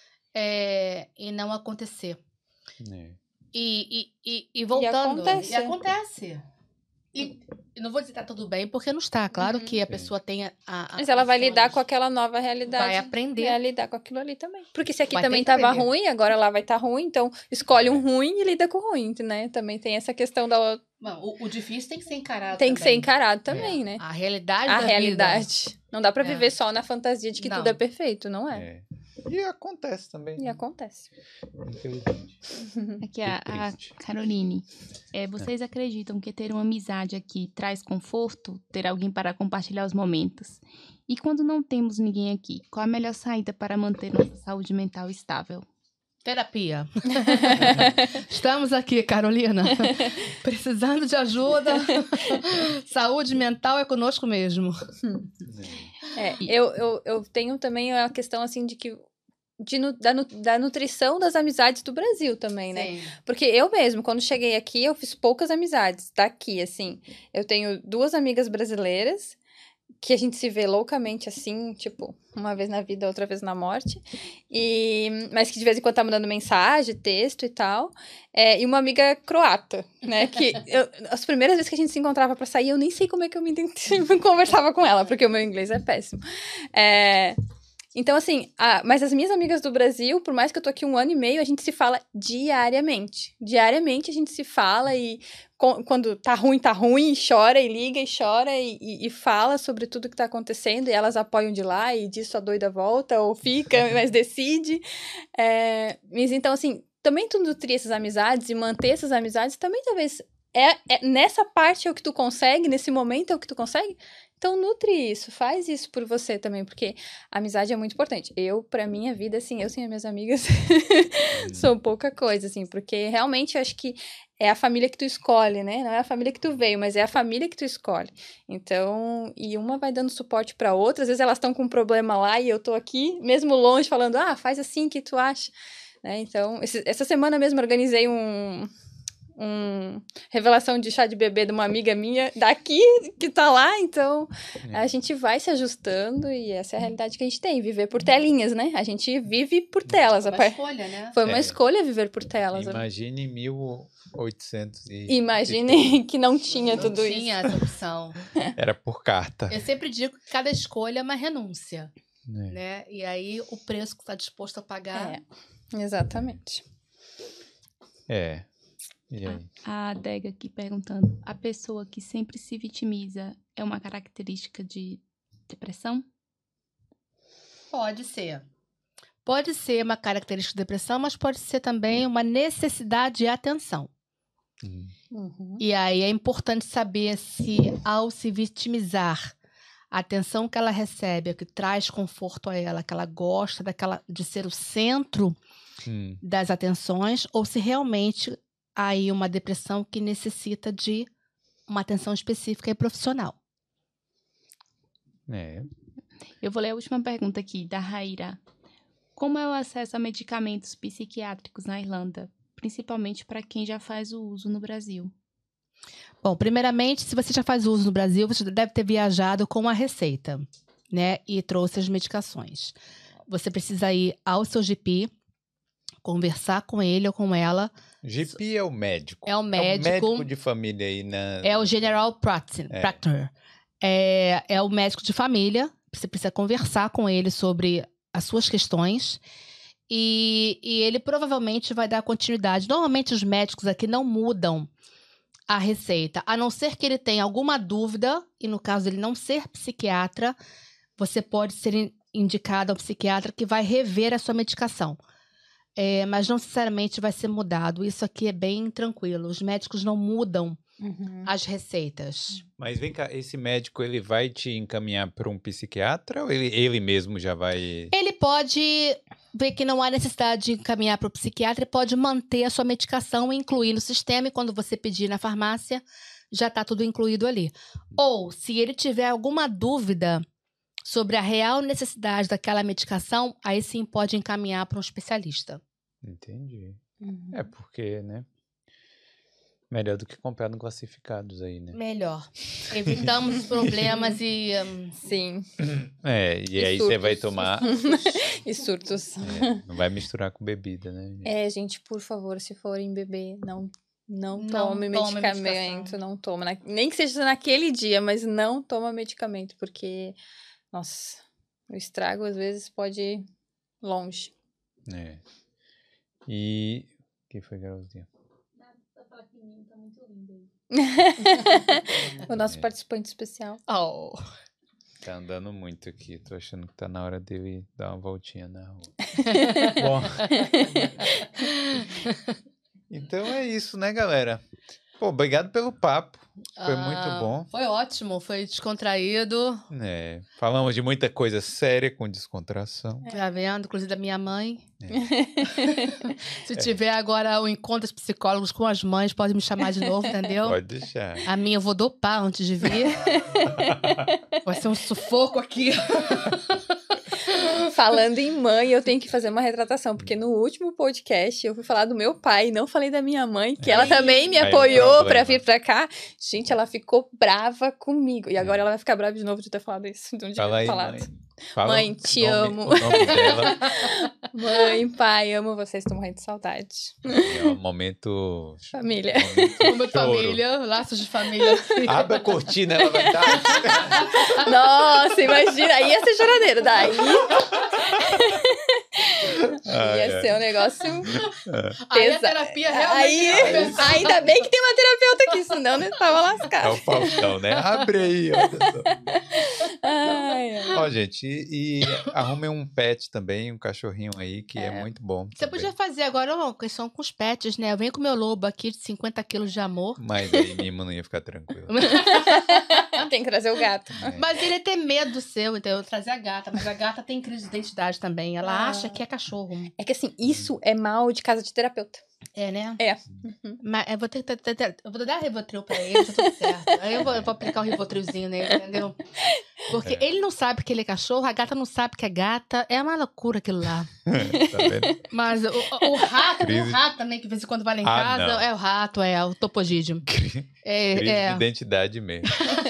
é, e não acontecer. É. E, e, e, e voltando. acontece. E acontece. E eu não vou dizer que tá tudo bem, porque não está. Claro Uhum. que a Sim. pessoa tem a, a Mas ela vai condições, lidar com aquela nova realidade. vai aprender. Vai lidar com aquilo ali também. Porque se aqui Vai ter também que tava aprender. ruim, agora lá vai estar ruim, então escolhe É. um ruim e lida com o ruim, né? Também tem essa questão da... Bom, o, o difícil tem que ser encarado Tem que ser também. encarado também, É. né? A realidade A da realidade. vida. Não dá pra É. viver só na fantasia de que Não. tudo é perfeito, não é? É. E acontece também. E né? acontece. Infelizmente. Aqui a, Que a triste. Caroline. É, vocês acreditam que ter uma amizade aqui traz conforto? Ter alguém para compartilhar os momentos? E quando não temos ninguém aqui, qual a melhor saída para manter nossa saúde mental estável? Terapia. Estamos aqui, Carolina. Precisando de ajuda. Saúde mental é conosco mesmo. É, eu, eu, eu tenho também a questão, assim, de que... De, nu- da, nu- da nutrição das amizades do Brasil também, né? Sim. Porque eu mesmo, quando cheguei aqui, eu fiz poucas amizades daqui, assim. Eu tenho duas amigas brasileiras, que a gente se vê loucamente, assim, tipo, uma vez na vida, outra vez na morte. E, mas que de vez em quando tá mandando mensagem, texto e tal. É, e uma amiga croata, né? Que eu- as primeiras vezes que a gente se encontrava pra sair, eu nem sei como é que eu me ident- conversava com ela, porque o meu inglês é péssimo. É... Então, assim, a- mas as minhas amigas do Brasil, por mais que eu tô aqui um ano e meio, a gente se fala diariamente. Diariamente a gente se fala e co- quando tá ruim, tá ruim, e chora e liga e chora e, e- e fala sobre tudo que tá acontecendo e elas apoiam de lá e disso a doida volta ou fica, mas decide. É, mas então, assim, também tu nutrir essas amizades e manter essas amizades também talvez... É, é- nessa parte é o que tu consegue, nesse momento é o que tu consegue. Então, nutre isso, faz isso por você também, porque a amizade é muito importante. Eu, pra minha vida, assim, eu sem as minhas amigas, sou pouca coisa, assim, porque realmente eu acho que é a família que tu escolhe, né? Não é a família que tu veio, mas é a família que tu escolhe. Então, e uma vai dando suporte pra outra, às vezes elas estão com um problema lá e eu tô aqui, mesmo longe, falando, ah, faz assim, que tu acha? Né? Então, esse- essa semana mesmo eu organizei um... um revelação de chá de bebê de uma amiga minha daqui, que tá lá, então É. a gente vai se ajustando e essa é a realidade que a gente tem, viver por telinhas, né? A gente vive por telas. É a uma par- escolha, né? Foi uma É. escolha viver por telas. Imagine mil e oitocentos e... Imagine que não tinha Não tudo tinha essa opção. Era por carta. Eu sempre digo que cada escolha é uma renúncia, né? né? E aí o preço que está disposto a pagar. É, exatamente. É. E aí? A Adega aqui perguntando: a pessoa que sempre se vitimiza é uma característica de depressão? Pode ser. Pode ser uma característica de depressão, mas pode ser também uma necessidade de atenção. Hum. Uhum. E aí é importante saber se, ao se vitimizar, a atenção que ela recebe, é que traz conforto a ela, que ela gosta daquela, de ser o centro Hum. das atenções, ou se realmente há aí uma depressão que necessita de uma atenção específica e profissional. É. Eu vou ler a última pergunta aqui, da Raíra. Como é o acesso a medicamentos psiquiátricos na Irlanda, principalmente para quem já faz o uso no Brasil? Bom, primeiramente, se você já faz uso no Brasil, você deve ter viajado com a receita, né? E trouxe as medicações. Você precisa ir ao seu G P, conversar com ele ou com ela. G P é o médico. É o médico. É o médico de família aí na... É o General Practi- É. Practitioner. É, é o médico de família. Você precisa conversar com ele sobre as suas questões. E, e ele provavelmente vai dar continuidade. Normalmente os médicos aqui não mudam a receita. A não ser que ele tenha alguma dúvida, e no caso ele não ser psiquiatra, você pode ser in- indicado ao psiquiatra que vai rever a sua medicação. É, mas não necessariamente vai ser mudado. Isso aqui é bem tranquilo. Os médicos não mudam Uhum. as receitas. Mas vem cá, esse médico, ele vai te encaminhar para um psiquiatra ou ele, ele mesmo já vai... Ele pode ver que não há necessidade de encaminhar para o psiquiatra e pode manter a sua medicação e incluir no sistema. E quando você pedir na farmácia, já está tudo incluído ali. Ou, se ele tiver alguma dúvida sobre a real necessidade daquela medicação, aí sim pode encaminhar para um especialista. Entendi. Uhum. É porque, né? Melhor do que comprar no classificados aí, né? Melhor. Evitamos os problemas e... hum, Sim. É, e, E aí você vai surtos. tomar... E surtos. é, não vai misturar com bebida, né? É, gente, por favor, se forem beber, não, não, Não tome tome medicamento, medicação. não toma. Na- nem que seja naquele dia, mas não toma medicamento, porque, nossa, o estrago às vezes pode ir longe. É. E... O que foi, Carolzinha? O nosso É. participante especial. Oh. Tá andando muito aqui. Tô achando que tá na hora dele dar uma voltinha na rua. Bom. Então é isso, né, galera? Pô, obrigado pelo papo. Foi muito Ah, bom. Foi ótimo, foi descontraído. É, falamos de muita coisa séria com descontração. Tá vendo? Inclusive da minha mãe. É. Se tiver agora o encontro dos psicólogos com as mães, pode me chamar de novo, entendeu? Pode deixar. A minha eu vou dopar antes de vir. Vai ser um sufoco aqui. Falando em mãe, eu tenho que fazer uma retratação, porque no último podcast eu fui falar do meu pai, não falei da minha mãe, que ela Ai. também me Aí, apoiou problema. pra vir pra cá. Gente, ela ficou brava comigo. E agora ela vai ficar brava de novo de ter falado isso, de um dia Fala aí, falado. mãe. Fala Mãe, o te nome- amo. O nome dela Mãe, pai, amo vocês, tô morrendo de saudade. é um momento... Família. momento Como de choro. família, laços de família. Abre a cortina, ela vai estar... Nossa, imagina, aí ia ser choradeiro, daí Ai, ia ai. ser um negócio Aí a pesado. terapia realmente... Aí, tem que pensar. ainda bem que tem uma terapeuta aqui, senão eu tava É lascada. o Faustão, né? Abre aí, olha só. Ai, ai. Ó, gente, e, e arrumem um pet também, um cachorrinho aí, que é, É. muito bom. Você também. podia fazer agora uma questão com os pets, né? Eu venho com meu lobo aqui de cinquenta quilos de amor. Mas aí Mimo não ia ficar tranquilo. Tem que trazer o gato. É. Mas ele tem medo seu, então eu trazer a gata. Mas a gata tem crise de identidade também. Ela Ah. acha que é cachorro. É que assim, isso é mal de casa de terapeuta. É, né? É. Mas eu vou ter, ter, ter, ter- eu vou dar Rivotril pra ele, tá tudo certo. Aí eu vou, eu vou aplicar o Rivotrilzinho nele, entendeu? Porque É. ele não sabe que ele é cachorro, a gata não sabe que é gata. É uma loucura aquilo lá. Tá vendo? Mas o, o- o rato, tem Crise- um rato também, que de vez em quando vai lá em Ah, casa. não. É o rato, é o topogídeo. Crise É, de é. identidade mesmo.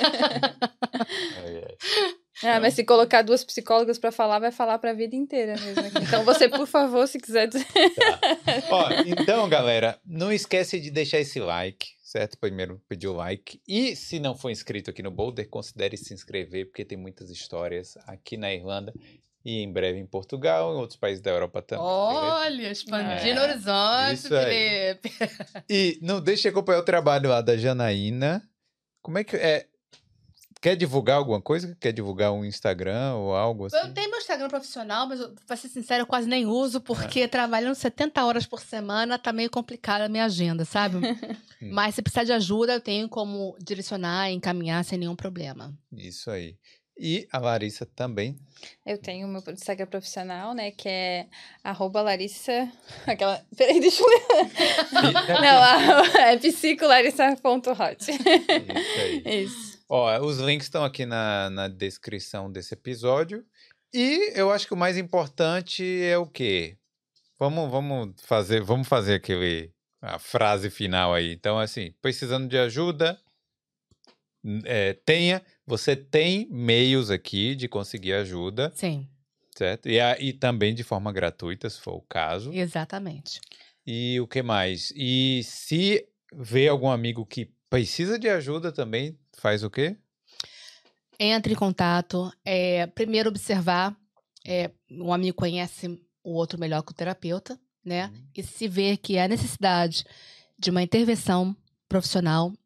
Ai, ai. Ah, mas se colocar duas psicólogas pra falar, vai falar pra vida inteira mesmo. aqui. Então você, por favor, se quiser dizer. Ó, então, galera, não esquece de deixar esse like, certo? Primeiro pedir o like. E se não for inscrito aqui no Boulder, considere se inscrever, porque tem muitas histórias aqui na Irlanda e em breve em Portugal e em outros países da Europa também. beleza? Olha, expandindo É, horizonte, isso aí. Felipe. E não deixe de acompanhar o trabalho lá da Janaína. Como é que é? Quer divulgar alguma coisa? Quer divulgar um Instagram ou algo assim? Eu tenho meu Instagram profissional, mas eu, pra ser sincero, eu quase nem uso, porque trabalhando setenta horas por semana tá meio complicada a minha agenda, sabe? Mas se precisar de ajuda, eu tenho como direcionar e encaminhar sem nenhum problema. Isso aí. E a Larissa também. Eu tenho o meu Instagram profissional, né? Que é arroba Larissa. Aquela. Peraí, deixa eu ler. Não, a- é psicolarissa.hot. Isso aí. Isso. Ó, os links estão aqui na, na descrição desse episódio. E eu acho que o mais importante é o quê? Vamos, vamos fazer, vamos fazer aquele a frase final aí. Então, assim, precisando de ajuda, n- é, tenha. Você tem meios aqui de conseguir ajuda, Sim, certo? E, a- e também de forma gratuita, se for o caso. exatamente. E o que mais? E se vê algum amigo que precisa de ajuda também, faz o quê? Entre em contato. É, primeiro observar. É, um amigo conhece o outro melhor que o terapeuta, né? E se vê que há necessidade de uma intervenção profissional,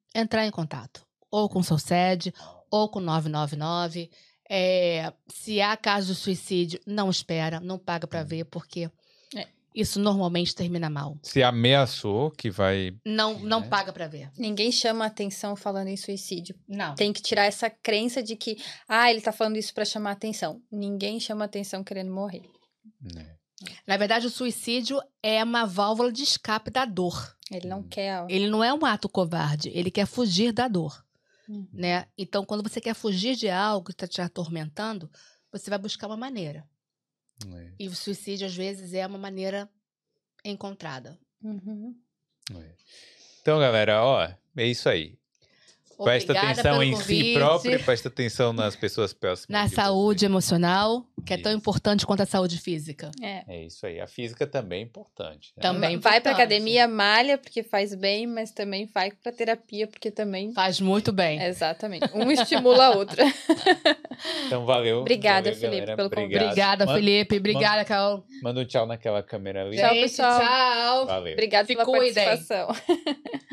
entrar em contato. Ou com o seu S E D, ou com o nove nove nove. É, se há caso de suicídio, não espera, não paga pra ver, porque É. isso normalmente termina mal. Se ameaçou que vai... Não, não É. paga pra ver. Ninguém chama atenção falando em suicídio. Não. Tem que tirar essa crença de que, ah, ele tá falando isso pra chamar atenção. Ninguém chama atenção querendo morrer. É. Na verdade, o suicídio é uma válvula de escape da dor. Ele não Hum. quer... Ele não é um ato covarde, ele quer fugir da dor. Hum. Né? Então, quando você quer fugir de algo que está te atormentando, você vai buscar uma maneira. É. E o suicídio, às vezes, é uma maneira encontrada. Uhum. É. Então, galera, ó, é isso aí. Presta Obrigada atenção pelo em convite, si próprio, presta atenção nas pessoas próximas. na de saúde você. emocional, que é tão Isso. importante quanto a saúde física. É. É isso aí. A física também é importante. Né? Também Vai pra importante. academia, malha, porque faz bem, mas também vai pra terapia, porque também... Faz muito bem. Exatamente. Um estimula a outra. Então, valeu. Obrigada, valeu, Felipe, galera. pelo convite. Obrigado. Obrigada, Manda- Felipe. Obrigada, Carol. Manda um tchau naquela câmera ali. Tchau, Gente, pessoal. tchau. Valeu. Obrigada Se pela cuidem. participação.